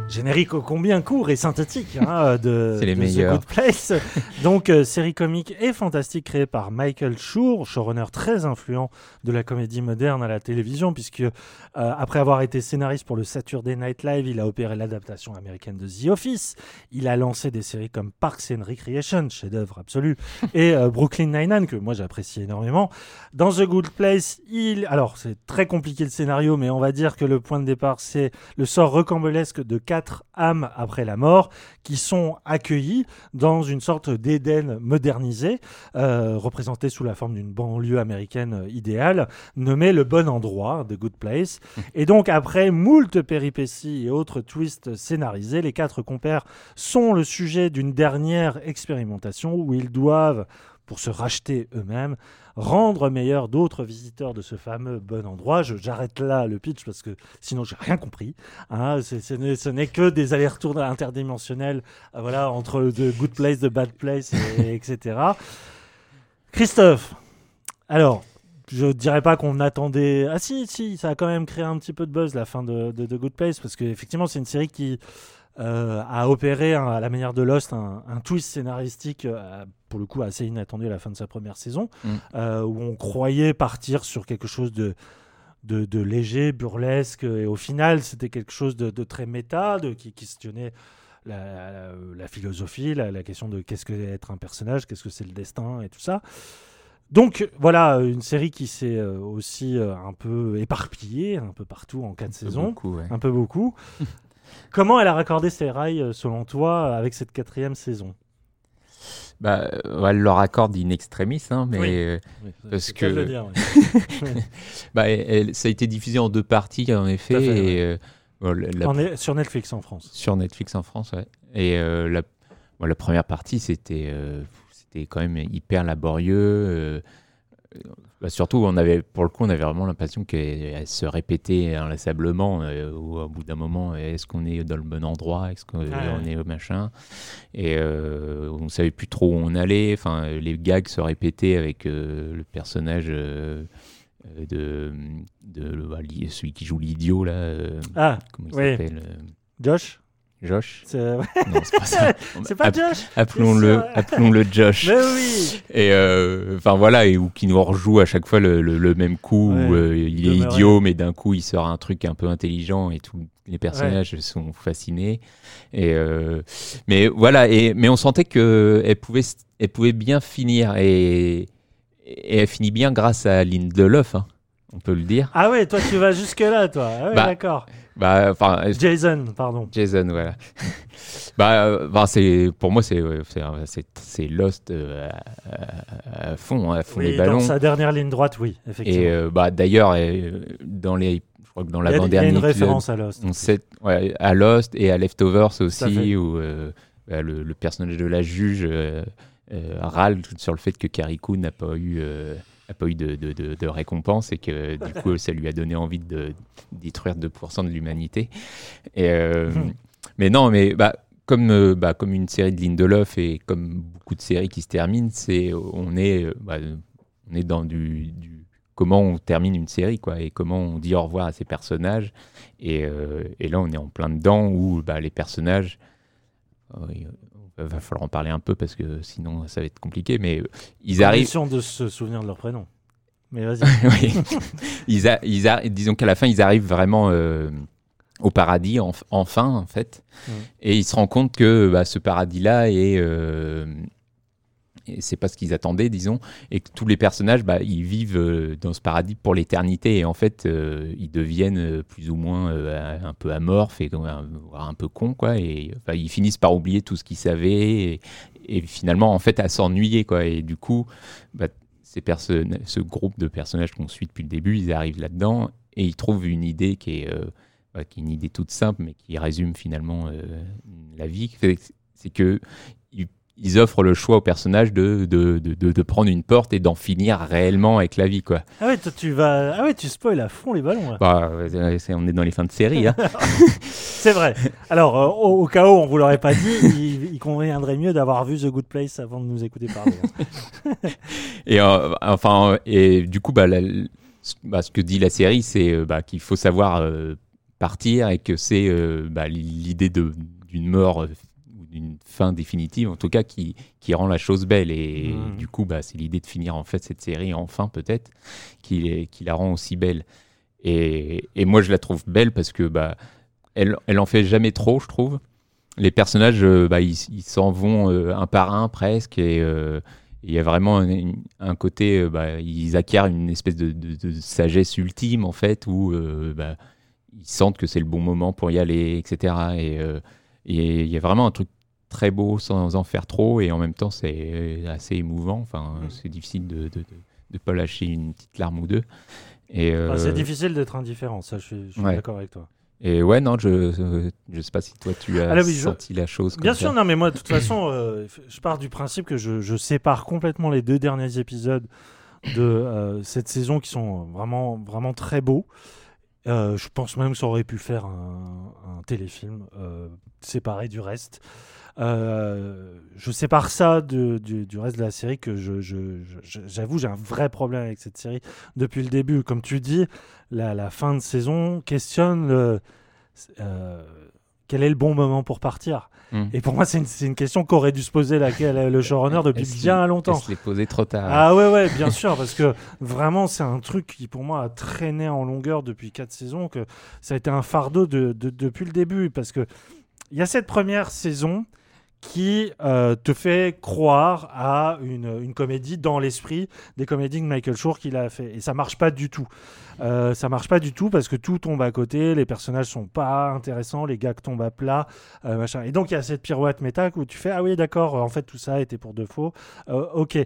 Générique ô combien court et synthétique de les The meilleurs. Good Place. Donc, série comique et fantastique créée par Michael Schur, showrunner très influent de la comédie moderne à la télévision, puisque après avoir été scénariste pour le Saturday Night Live, il a opéré l'adaptation américaine de The Office. Il a lancé des séries comme Parks and Recreation, chef-d'œuvre absolu, et Brooklyn Nine-Nine, que moi j'apprécie énormément. Dans The Good Place, alors c'est très compliqué le scénario, mais on va dire que le point de départ, c'est le sort rocambolesque de 4 âmes après la mort qui sont accueillies dans une sorte d'Éden modernisé, représenté sous la forme d'une banlieue américaine idéale, nommée le bon endroit, The Good Place. Et donc après moult péripéties et autres twists scénarisés, les 4 compères sont le sujet d'une dernière expérimentation où ils doivent, pour se racheter eux-mêmes, rendre meilleurs d'autres visiteurs de ce fameux bon endroit. J'arrête là le pitch parce que sinon j'ai rien compris. Ce n'est que des allers-retours interdimensionnels entre The Good Place, The Bad Place, etc. Christophe, alors, je ne dirais pas qu'on attendait... Ah si, ça a quand même créé un petit peu de buzz la fin de The Good Place, parce qu'effectivement c'est une série qui a opéré à la manière de Lost un twist scénaristique pour le coup assez inattendu à la fin de sa première saison, où on croyait partir sur quelque chose de léger, burlesque, et au final c'était quelque chose de très méta, qui questionnait la philosophie, la question de qu'est-ce que être un personnage, qu'est-ce que c'est le destin et tout ça. Donc voilà, une série qui s'est aussi un peu éparpillée, un peu partout en 4 saisons, un peu beaucoup. Comment elle a raccordé ses rails, selon toi, avec cette 4e saison ? Elle leur accorde in extremis, mais parce que le dire, oui. Ça a été diffusé en 2 parties en effet. Sur Netflix en France. Sur Netflix en France, ouais. Et la première partie, c'était quand même hyper laborieux. Surtout, on avait vraiment l'impression qu'elle se répétait inlassablement. Au bout d'un moment, est-ce qu'on est dans le bon endroit ? Est-ce qu'on est au machin ? Et on ne savait plus trop où on allait. Enfin, les gags se répétaient avec le personnage de celui qui joue l'idiot, là. Comment il s'appelle ? Josh. Non, c'est pas ça. C'est pas Josh. Appelons-le Josh. Mais oui. Et ou qui nous rejoue à chaque fois le même coup où il est idiot, mais d'un coup il sort un truc un peu intelligent et tous les personnages sont fascinés. Et mais on sentait que elle pouvait bien finir et elle finit bien grâce à Lindelof, on peut le dire. Ah ouais, toi tu vas jusque là, toi. Ah ouais, d'accord. Jason, pardon. Jason, voilà. Pour moi, c'est Lost à fond les ballons. Dans sa dernière ligne droite, oui, effectivement. Et d'ailleurs, je crois que dans l'avant-dernier, il y a une référence à Lost. À Lost et à Leftovers aussi, où le personnage de la juge râle sur le fait que Carrie Coon n'a pas eu de récompense et que du coup ça lui a donné envie de détruire 2% de l'humanité. Comme une série de Lindelof et comme beaucoup de séries qui se terminent, on est dans du comment on termine une série, quoi, et comment on dit au revoir à ces personnages. Et là on est en plein dedans où les personnages, va falloir en parler un peu parce que sinon ça va être compliqué, mais ils arrivent... Question de se souvenir de leur prénom. Mais vas-y. Oui. Disons qu'à la fin, ils arrivent vraiment au paradis, enfin, en fait. Et ils se rendent compte que ce paradis-là et c'est pas ce qu'ils attendaient, disons, et que tous les personnages, ils vivent dans ce paradis pour l'éternité, et en fait, ils deviennent plus ou moins un peu amorphes et un peu cons, quoi, et ils finissent par oublier tout ce qu'ils savaient, et finalement, en fait, à s'ennuyer, quoi, et du coup, ce groupe de personnages qu'on suit depuis le début, ils arrivent là-dedans, et ils trouvent une idée qui est une idée toute simple, mais qui résume finalement la vie, c'est que ils offrent le choix au personnage de prendre une porte et d'en finir réellement avec la vie, quoi. Ah ouais, toi tu spoil à fond les ballons. On est dans les fins de série. C'est vrai. Alors, au cas où on vous l'aurait pas dit, il conviendrait mieux d'avoir vu The Good Place avant de nous écouter parler. Et du coup, ce que dit la série, c'est qu'il faut savoir partir et que c'est l'idée d'une mort ou d'une fin définitive, en tout cas, qui rend la chose belle. Et du coup, c'est l'idée de finir en fait cette série enfin peut-être qui la rend aussi belle. Et moi, je la trouve belle parce que elle en fait jamais trop, je trouve. Les personnages, ils s'en vont un par un presque, et il y a vraiment un côté, ils acquièrent une espèce de sagesse ultime en fait, où ils sentent que c'est le bon moment pour y aller, etc. Et il y a vraiment un truc très beau sans en faire trop, et en même temps c'est assez émouvant. Enfin, c'est difficile de pas lâcher une petite larme ou deux. Et c'est difficile d'être indifférent, ça, je suis d'accord avec toi. Et ouais, non, je sais pas si toi tu as senti la chose comme bien ça. sûr, non, mais moi de toute façon, je pars du principe que je sépare complètement les 2 derniers épisodes de cette saison qui sont vraiment, vraiment très beaux. Je pense même que ça aurait pu faire un téléfilm séparé du reste. Je sépare ça du reste de la série, que j'avoue, j'ai un vrai problème avec cette série depuis le début. Comme tu dis, la fin de saison questionne quel est le bon moment pour partir. Et pour moi, c'est une question qu'aurait dû se poser le showrunner depuis bien longtemps. Elle se l'est posée trop tard. Ah ouais, bien sûr, parce que vraiment, c'est un truc qui, pour moi, a traîné en longueur depuis 4 saisons, que ça a été un fardeau depuis le début, parce que il y a cette première saison qui te fait croire à une comédie dans l'esprit des comédies de Michael Schur qu'il a fait. Et ça marche pas du tout. Ça marche pas du tout parce que tout tombe à côté, les personnages sont pas intéressants, les gags tombent à plat, machin. Et donc il y a cette pirouette méta où tu fais ah oui d'accord, en fait tout ça était pour de faux. Ok.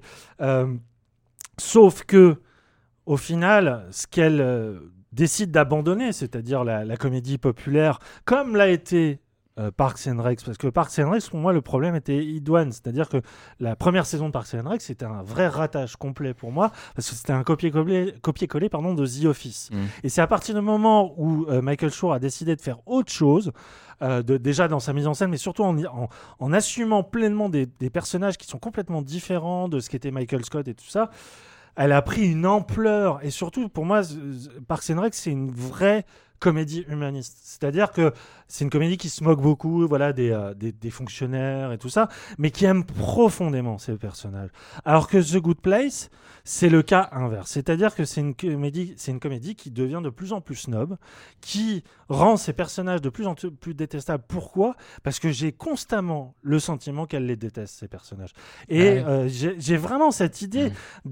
Sauf que au final, ce qu'elle décide d'abandonner, c'est-à-dire la comédie populaire, comme l'a été Parks and Rec, parce que Parks and Rec, pour moi, le problème était idoine, c'est-à-dire que la première saison de Parks and Rec, c'était un vrai ratage complet pour moi, parce que c'était un copier-coller de The Office. Et c'est à partir du moment où Michael Schur a décidé de faire autre chose, déjà dans sa mise en scène, mais surtout en assumant pleinement des personnages qui sont complètement différents de ce qu'était Michael Scott et tout ça, elle a pris une ampleur. Et surtout, pour moi, Parks and Rec, c'est une vraie comédie humaniste. C'est-à-dire que c'est une comédie qui se moque beaucoup, voilà, des fonctionnaires et tout ça, mais qui aime profondément ces personnages. Alors que The Good Place, c'est le cas inverse. C'est-à-dire que c'est une comédie qui devient de plus en plus snob, qui rend ces personnages de plus en plus détestables. Pourquoi ? Parce que j'ai constamment le sentiment qu'elle les déteste, ces personnages. Et j'ai vraiment cette idée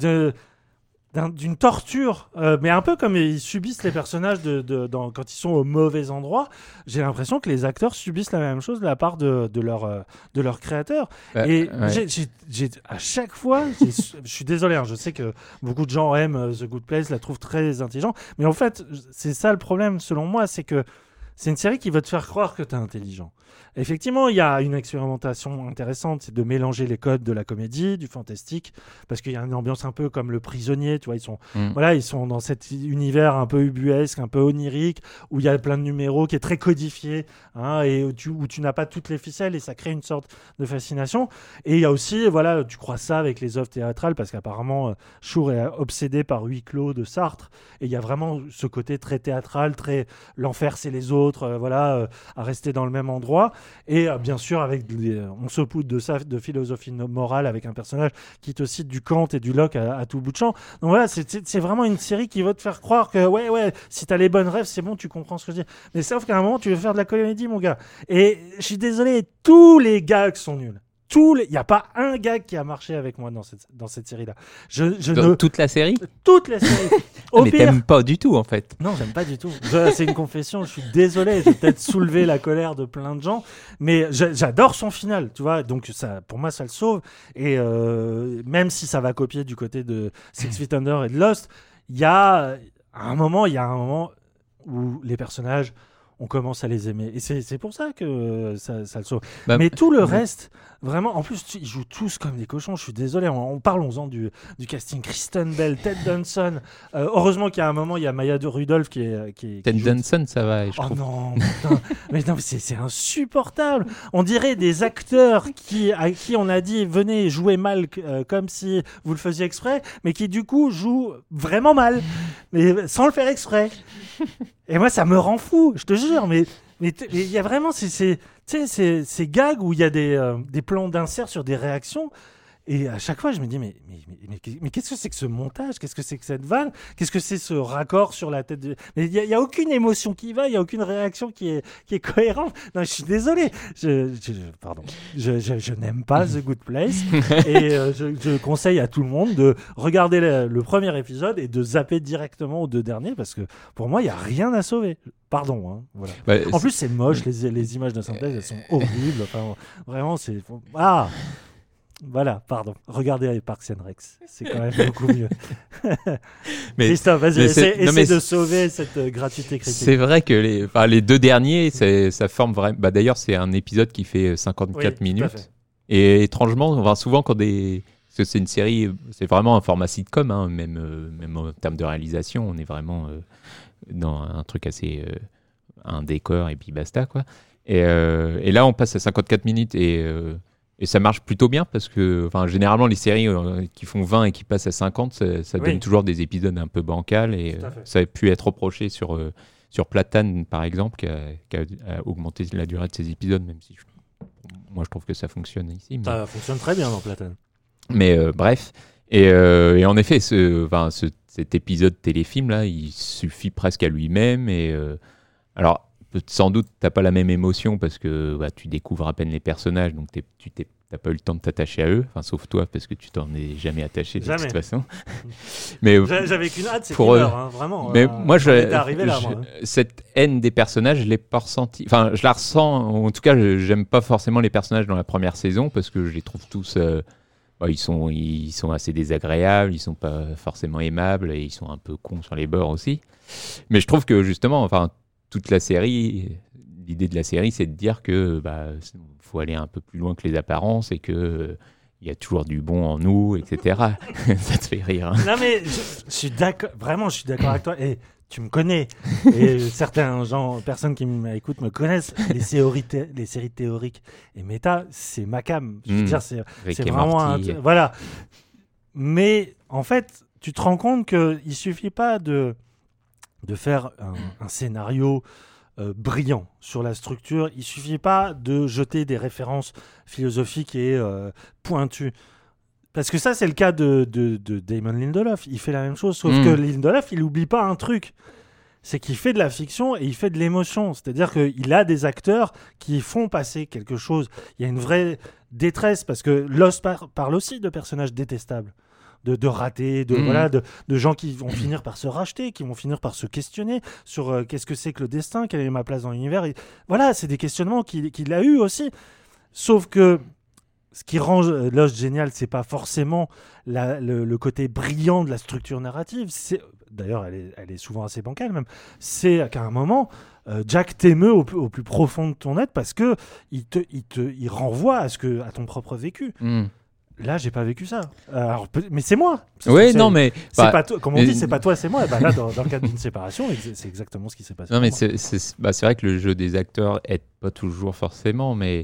d'une torture, mais un peu comme ils subissent les personnages quand ils sont au mauvais endroit. J'ai l'impression que les acteurs subissent la même chose de la part de leur créateur. J'ai à chaque fois, je suis désolé, hein, je sais que beaucoup de gens aiment The Good Place, la trouvent très intelligent, mais en fait, c'est ça le problème selon moi, c'est que c'est une série qui veut te faire croire que tu es intelligent. Effectivement, il y a une expérimentation intéressante, c'est de mélanger les codes de la comédie, du fantastique, parce qu'il y a une ambiance un peu comme Le Prisonnier, tu vois, ils sont dans cet univers un peu ubuesque, un peu onirique, où il y a plein de numéros qui est très codifié, hein, et où tu n'as pas toutes les ficelles, et ça crée une sorte de fascination. Et il y a aussi, voilà, tu crois ça avec les œuvres théâtrales, parce qu'apparemment, Schur est obsédé par Huis clos de Sartre, et il y a vraiment ce côté très théâtral, très l'enfer c'est les autres, à rester dans le même endroit. Et bien sûr, on se poutre de philosophie morale avec un personnage qui te cite du Kant et du Locke à tout bout de champ. Donc voilà, c'est vraiment une série qui veut te faire croire que ouais, si t'as les bonnes rêves, c'est bon, tu comprends ce que je dis. Mais sauf qu'à un moment, tu veux faire de la comédie, mon gars. Et je suis désolé, tous les gags sont nuls. Il n'y a pas un gag qui a marché avec moi dans cette série-là. Toute la série ? Toute la série. Mais t'aimes pas du tout, en fait. Non, j'aime pas du tout. C'est une confession, je suis désolé. Je vais peut-être soulever la colère de plein de gens, mais j'adore son final, tu vois. Donc, pour moi, ça le sauve. Et même si ça va copier du côté de Six Feet Under et de Lost, il y a un moment où les personnages, on commence à les aimer. Et c'est pour ça que ça le sauve. Mais tout le reste, vraiment, en plus, ils jouent tous comme des cochons. Je suis désolé. Parlons-en du casting. Kristen Bell, Ted Danson. Heureusement qu'il y a un moment, il y a Maya Rudolph qui Ted Danson, ça va, je trouve. Non, mais c'est insupportable. On dirait des acteurs à qui on a dit venez jouer mal comme si vous le faisiez exprès, mais qui du coup jouent vraiment mal, mais sans le faire exprès. Et moi, ça me rend fou, je te jure. Mais il y a vraiment ces gags où il y a des plans d'insert sur des réactions. Et à chaque fois, je me dis, mais qu'est-ce que c'est que ce montage ? Qu'est-ce que c'est que cette vanne ? Qu'est-ce que c'est ce raccord sur la tête de... Mais il n'y a aucune émotion qui va, il n'y a aucune réaction qui est cohérente. Non, je suis désolé. Pardon. Je n'aime pas The Good Place. Et je conseille à tout le monde de regarder le premier épisode et de zapper directement aux 2 derniers parce que pour moi, il n'y a rien à sauver. Pardon. Hein, voilà. En plus, c'est moche. Les images de synthèse, elles sont horribles. Enfin, vraiment, c'est... Ah ! Voilà, pardon. Regardez Parks and Rec, c'est quand même beaucoup mieux. Christophe, vas-y, essaie de sauver cette gratuité critique. C'est vrai que les 2 derniers, ça forme vraiment... d'ailleurs, c'est un épisode qui fait 54 minutes. Et étrangement, souvent quand parce que c'est une série, c'est vraiment un format sitcom, hein, même en termes de réalisation, on est vraiment dans un truc assez... un décor et puis basta, quoi. Et là, on passe à 54 minutes et ça marche plutôt bien parce que généralement les séries qui font 20 et qui passent à 50, ça donne toujours des épisodes un peu bancals et ça a pu être reproché sur Platane par exemple qui a augmenté la durée de ses épisodes, même si moi je trouve que ça fonctionne ici. Mais... Ça fonctionne très bien dans Platane. Mais bref, et en effet cet épisode téléfilm là, il suffit presque à lui-même et alors sans doute, t'as pas la même émotion parce que tu découvres à peine les personnages, donc t'as pas eu le temps de t'attacher à eux, sauf toi parce que tu t'en es jamais attaché de toute façon. Mais j'avais qu'une hâte, c'est qu'ils meurent, vraiment. Mais moi, cette haine des personnages, je l'ai pas ressentie. Enfin, je la ressens. En tout cas, j'aime pas forcément les personnages dans la première saison parce que je les trouve tous. Ils sont assez désagréables, ils sont pas forcément aimables et ils sont un peu cons sur les bords aussi. Mais je trouve que justement, toute la série, l'idée de la série, c'est de dire que faut aller un peu plus loin que les apparences et que il y a toujours du bon en nous, etc. Ça te fait rire. Hein. Non mais je suis d'accord, vraiment, je suis d'accord avec toi. Et tu me connais. Et personnes qui m'écoutent me connaissent. Les séries théoriques et méta, c'est ma cam. Je veux dire, c'est vraiment voilà. Mais en fait, tu te rends compte qu'il suffit pas de faire un scénario brillant sur la structure. Il suffit pas de jeter des références philosophiques et pointues. Parce que ça, c'est le cas de Damon Lindelof. Il fait la même chose, sauf que Lindelof, il n'oublie pas un truc. C'est qu'il fait de la fiction et il fait de l'émotion. C'est-à-dire qu'il a des acteurs qui font passer quelque chose. Il y a une vraie détresse, parce que Lost parle aussi de personnages détestables. De ratés, de gens qui vont finir par se racheter, qui vont finir par se questionner sur qu'est-ce que c'est que le destin, quelle est ma place dans l'univers. Et voilà, c'est des questionnements qu'il a eu aussi. Sauf que ce qui rend Lost génial, c'est pas forcément le côté brillant de la structure narrative. D'ailleurs, elle est souvent assez bancale même. C'est qu'à un moment, Jack t'émeut au plus profond de ton être parce que il renvoie à ton propre vécu. Là, j'ai pas vécu ça. Alors, mais c'est moi. Oui, non, mais c'est pas toi. Comme on dit, c'est pas toi, c'est moi. Là, dans le cadre d'une séparation, c'est exactement ce qui s'est passé. Non, mais c'est vrai que le jeu des acteurs aide pas toujours forcément, mais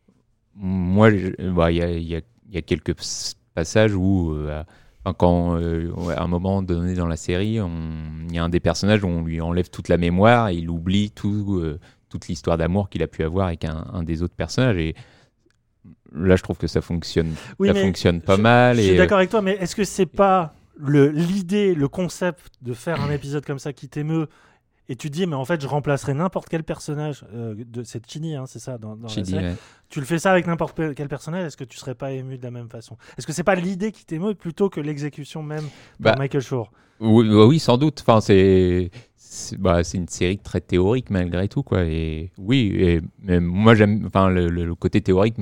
moi, il y a quelques passages où, quand à un moment donné dans la série, il y a un des personnages où on lui enlève toute la mémoire et il oublie toute l'histoire d'amour qu'il a pu avoir avec un des autres personnages. Et là, je trouve que ça fonctionne pas mal. Je suis d'accord avec toi, mais est-ce que c'est pas l'idée, le concept de faire un épisode comme ça qui t'émeut et tu dis, mais en fait, je remplacerai n'importe quel personnage c'est Chidi, hein, c'est ça, dans Chidi, la série. Ouais. Tu le fais ça avec n'importe quel personnage, est-ce que tu serais pas ému de la même façon ? Est-ce que c'est pas l'idée qui t'émeut plutôt que l'exécution même de Michael Shore ? Oui, sans doute. Enfin, c'est une série très théorique malgré tout, quoi. Et oui, mais moi j'aime. Enfin, le côté théorique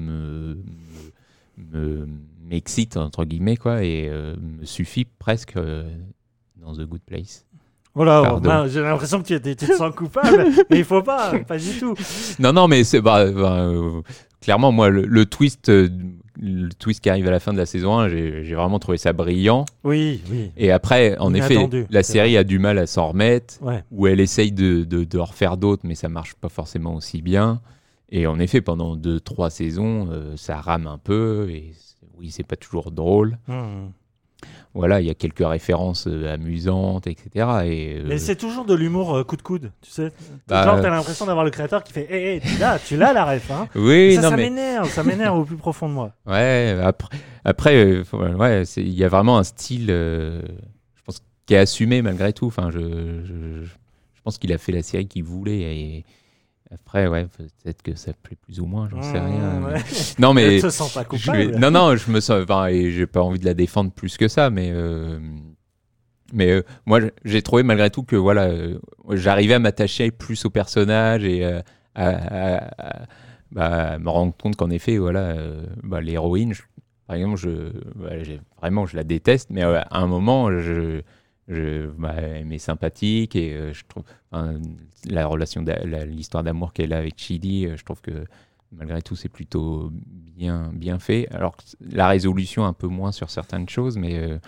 m'excite entre guillemets, quoi, et me suffit presque dans The Good Place. Voilà, j'ai l'impression que tu te sens coupable, mais il faut pas du tout. Non, mais c'est clairement moi le twist qui arrive à la fin de la saison 1, j'ai vraiment trouvé ça brillant. Oui. Et après, en effet, la série a du mal à s'en remettre, où elle essaye de refaire d'autres, mais ça marche pas forcément aussi bien. Et en effet, pendant 2-3 saisons, ça rame un peu, et oui, c'est pas toujours drôle. voilà, il y a quelques références amusantes, etc. Mais c'est toujours de l'humour coup de coude, tu sais. Bah, genre, t'as l'impression d'avoir le créateur qui fait hey, tu l'as la ref, hein. Oui, ça m'énerve au plus profond de moi. Ouais, après ouais, il y a vraiment un style, je pense, qui est assumé malgré tout. Enfin, je pense qu'il a fait la série qu'il voulait et après, ouais, peut-être que ça plaît plus ou moins, j'en sais rien. Ouais. Non, mais je te sens pas coupable. Non, je me sens, et j'ai pas envie de la défendre plus que ça, mais moi, j'ai trouvé malgré tout que voilà, j'arrivais à m'attacher plus au personnage et à me rendre compte qu'en effet, voilà, l'héroïne, par exemple, je la déteste, mais à un moment, elle m'est sympathique et je trouve la relation, l'histoire d'amour qu'elle a avec Chidi, je trouve que malgré tout c'est plutôt bien fait. Alors la résolution un peu moins sur certaines choses, mais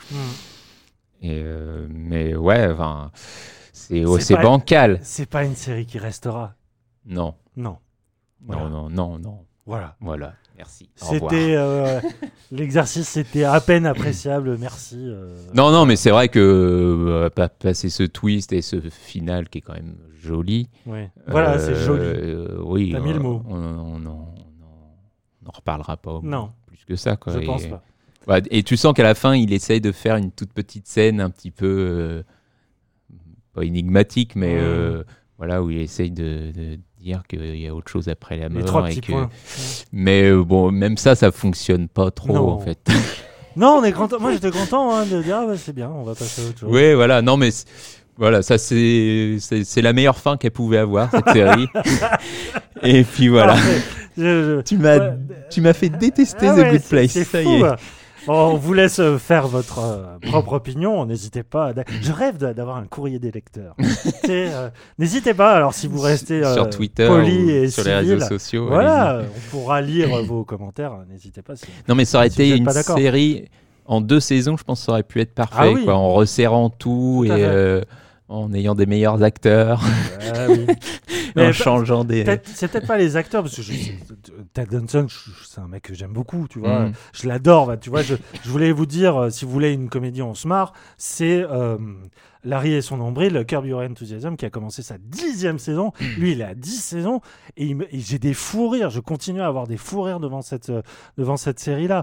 ouais, enfin c'est bancal. C'est pas une série qui restera. Non. Voilà. Non. Voilà. Merci. C'était l'exercice, c'était à peine appréciable. Merci. Non, mais c'est vrai que passer ce twist et ce final qui est quand même joli. Ouais. Voilà, c'est joli. Oui. T'as mis le mot. On en reparlera pas. Non. Plus que ça, quoi. Je pense pas. Ouais, et tu sens qu'à la fin, il essaye de faire une toute petite scène un petit peu pas énigmatique, mais voilà, où il essaye de dire qu'il y a autre chose après la mort. Les 3 petits points. Mais bon, même ça fonctionne pas trop, en fait. Non, on est content. Moi, j'étais content de dire c'est bien, on va passer à autre chose. Oui, voilà. Non, mais voilà, ça c'est la meilleure fin qu'elle pouvait avoir, cette série. Et puis voilà. Tu m'as fait détester The Good Place. C'est ça fou, y est. On vous laisse faire votre propre opinion. N'hésitez pas. Je rêve d'avoir un courrier des lecteurs. N'hésitez pas. Alors, si vous restez sur Twitter poli et sur civil, les réseaux sociaux, voilà, on pourra lire vos commentaires. N'hésitez pas. Non, mais ça aurait été une série en 2 saisons. Je pense que ça aurait pu être parfait, quoi, en resserrant tout et en ayant des meilleurs acteurs. Oui. En changeant des. C'est peut-être pas les acteurs, parce que Ted Danson, c'est un mec que j'aime beaucoup, tu vois. Je l'adore, tu vois. Je voulais vous dire, si vous voulez une comédie, on se marre, c'est Larry et son nombril, Curb Your Enthusiasm, qui a commencé sa 10e saison. Lui, il est à 10 saisons, et j'ai des fous rires. Je continue à avoir des fous rires devant cette série-là.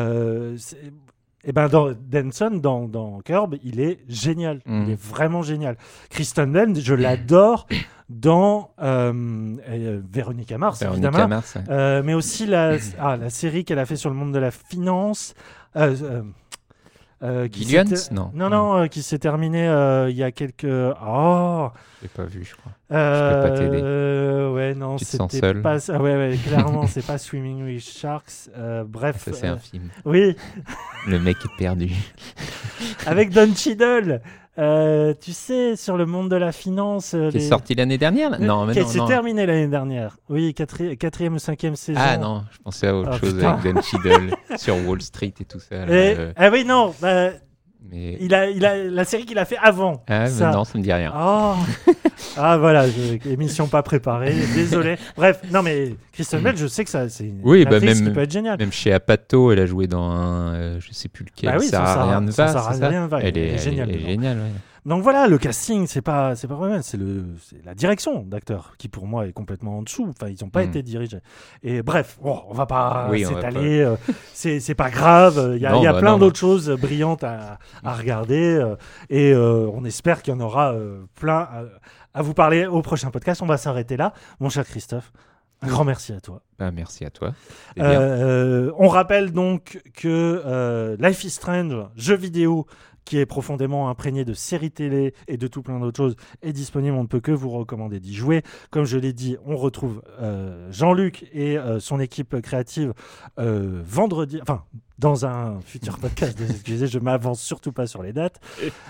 Et ben Danson dans Curb, il est génial, il est vraiment génial. Kristen Bell, je l'adore dans Véronica Mars, évidemment, mais aussi la série qu'elle a fait sur le monde de la finance. Gillians, non, qui s'est terminée il y a quelques. J'ai pas vu, je crois. Je peux pas t'aider. Ouais, non, tu te sens c'était seul. pas. Ouais, clairement, c'est pas Swimming with Sharks. Bref. Ça, c'est un film. Oui. Le mec est perdu. Avec Don Cheadle. Tu sais, sur le monde de la finance. Qui est sorti l'année dernière Non, mais qui s'est terminé l'année dernière. Oui, 4e ou 5e saison. Ah non, je pensais à autre chose avec Don Cheadle sur Wall Street et tout ça. Ah oui, non. Mais... Il a la série qu'il a fait avant. Ah, ça. Non, ça me dit rien. Voilà, émission pas préparée, désolé. Bref, non mais Kristen Bell, je sais que ça, c'est une actrice qui peut être géniale. Même chez Apatow, elle a joué dans un, je sais plus lequel. Ça rien ne va. Elle est géniale. Elle est géniale. Ouais. Donc voilà, le casting, c'est pas vrai, c'est la direction d'acteurs qui pour moi est complètement en dessous. Enfin, ils n'ont pas été dirigés. Et bref, on va pas s'étaler. C'est pas grave. Il y a plein d'autres choses brillantes à regarder. Et on espère qu'il y en aura plein à vous parler au prochain podcast. On va s'arrêter là, mon cher Christophe. Un grand merci à toi. Merci à toi. On rappelle donc que Life is Strange, jeu vidéo qui est profondément imprégné de séries télé et de tout plein d'autres choses, est disponible. On ne peut que vous recommander d'y jouer. Comme je l'ai dit, on retrouve Jean-Luc et son équipe créative vendredi, enfin dans un futur podcast. Excusez, je m'avance surtout pas sur les dates.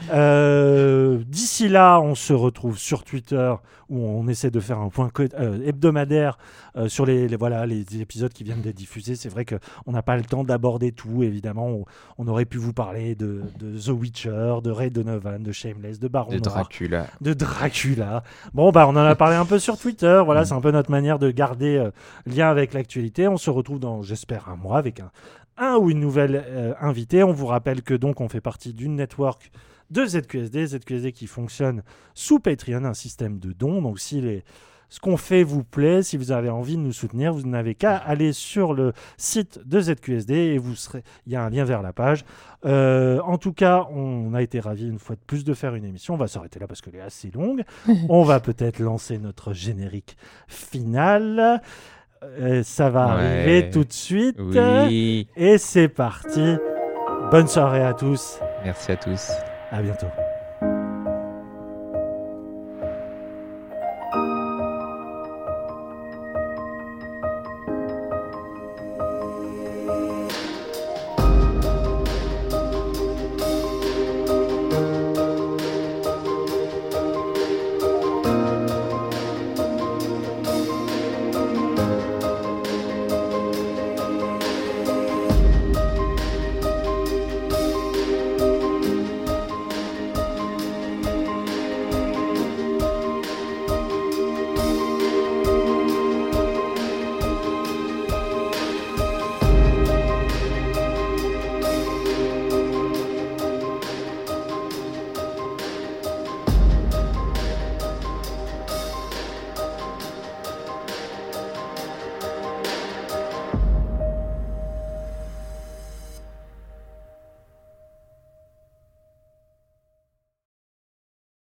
D'ici là, on se retrouve sur Twitter où on essaie de faire un point hebdomadaire sur les épisodes qui viennent d'être diffusés. C'est vrai qu'on n'a pas le temps d'aborder tout, évidemment. On aurait pu vous parler de The Witcher, de Ray Donovan, de Shameless, de Baron Noir, de Dracula. Bon, on en a parlé un peu sur Twitter. Voilà, c'est un peu notre manière de garder lien avec l'actualité. On se retrouve dans, j'espère, un mois avec un ou une nouvelle invitée. On vous rappelle que donc on fait partie d'une network de ZQSD qui fonctionne sous Patreon, un système de dons. Donc si ce qu'on fait vous plaît, si vous avez envie de nous soutenir, vous n'avez qu'à aller sur le site de ZQSD et il y a un lien vers la page. En tout cas, on a été ravis une fois de plus de faire une émission. On va s'arrêter là parce qu'elle est assez longue. On va peut-être lancer notre générique final. Ça va arriver tout de suite. Oui. Et c'est parti. Bonne soirée à tous. Merci à tous. À bientôt.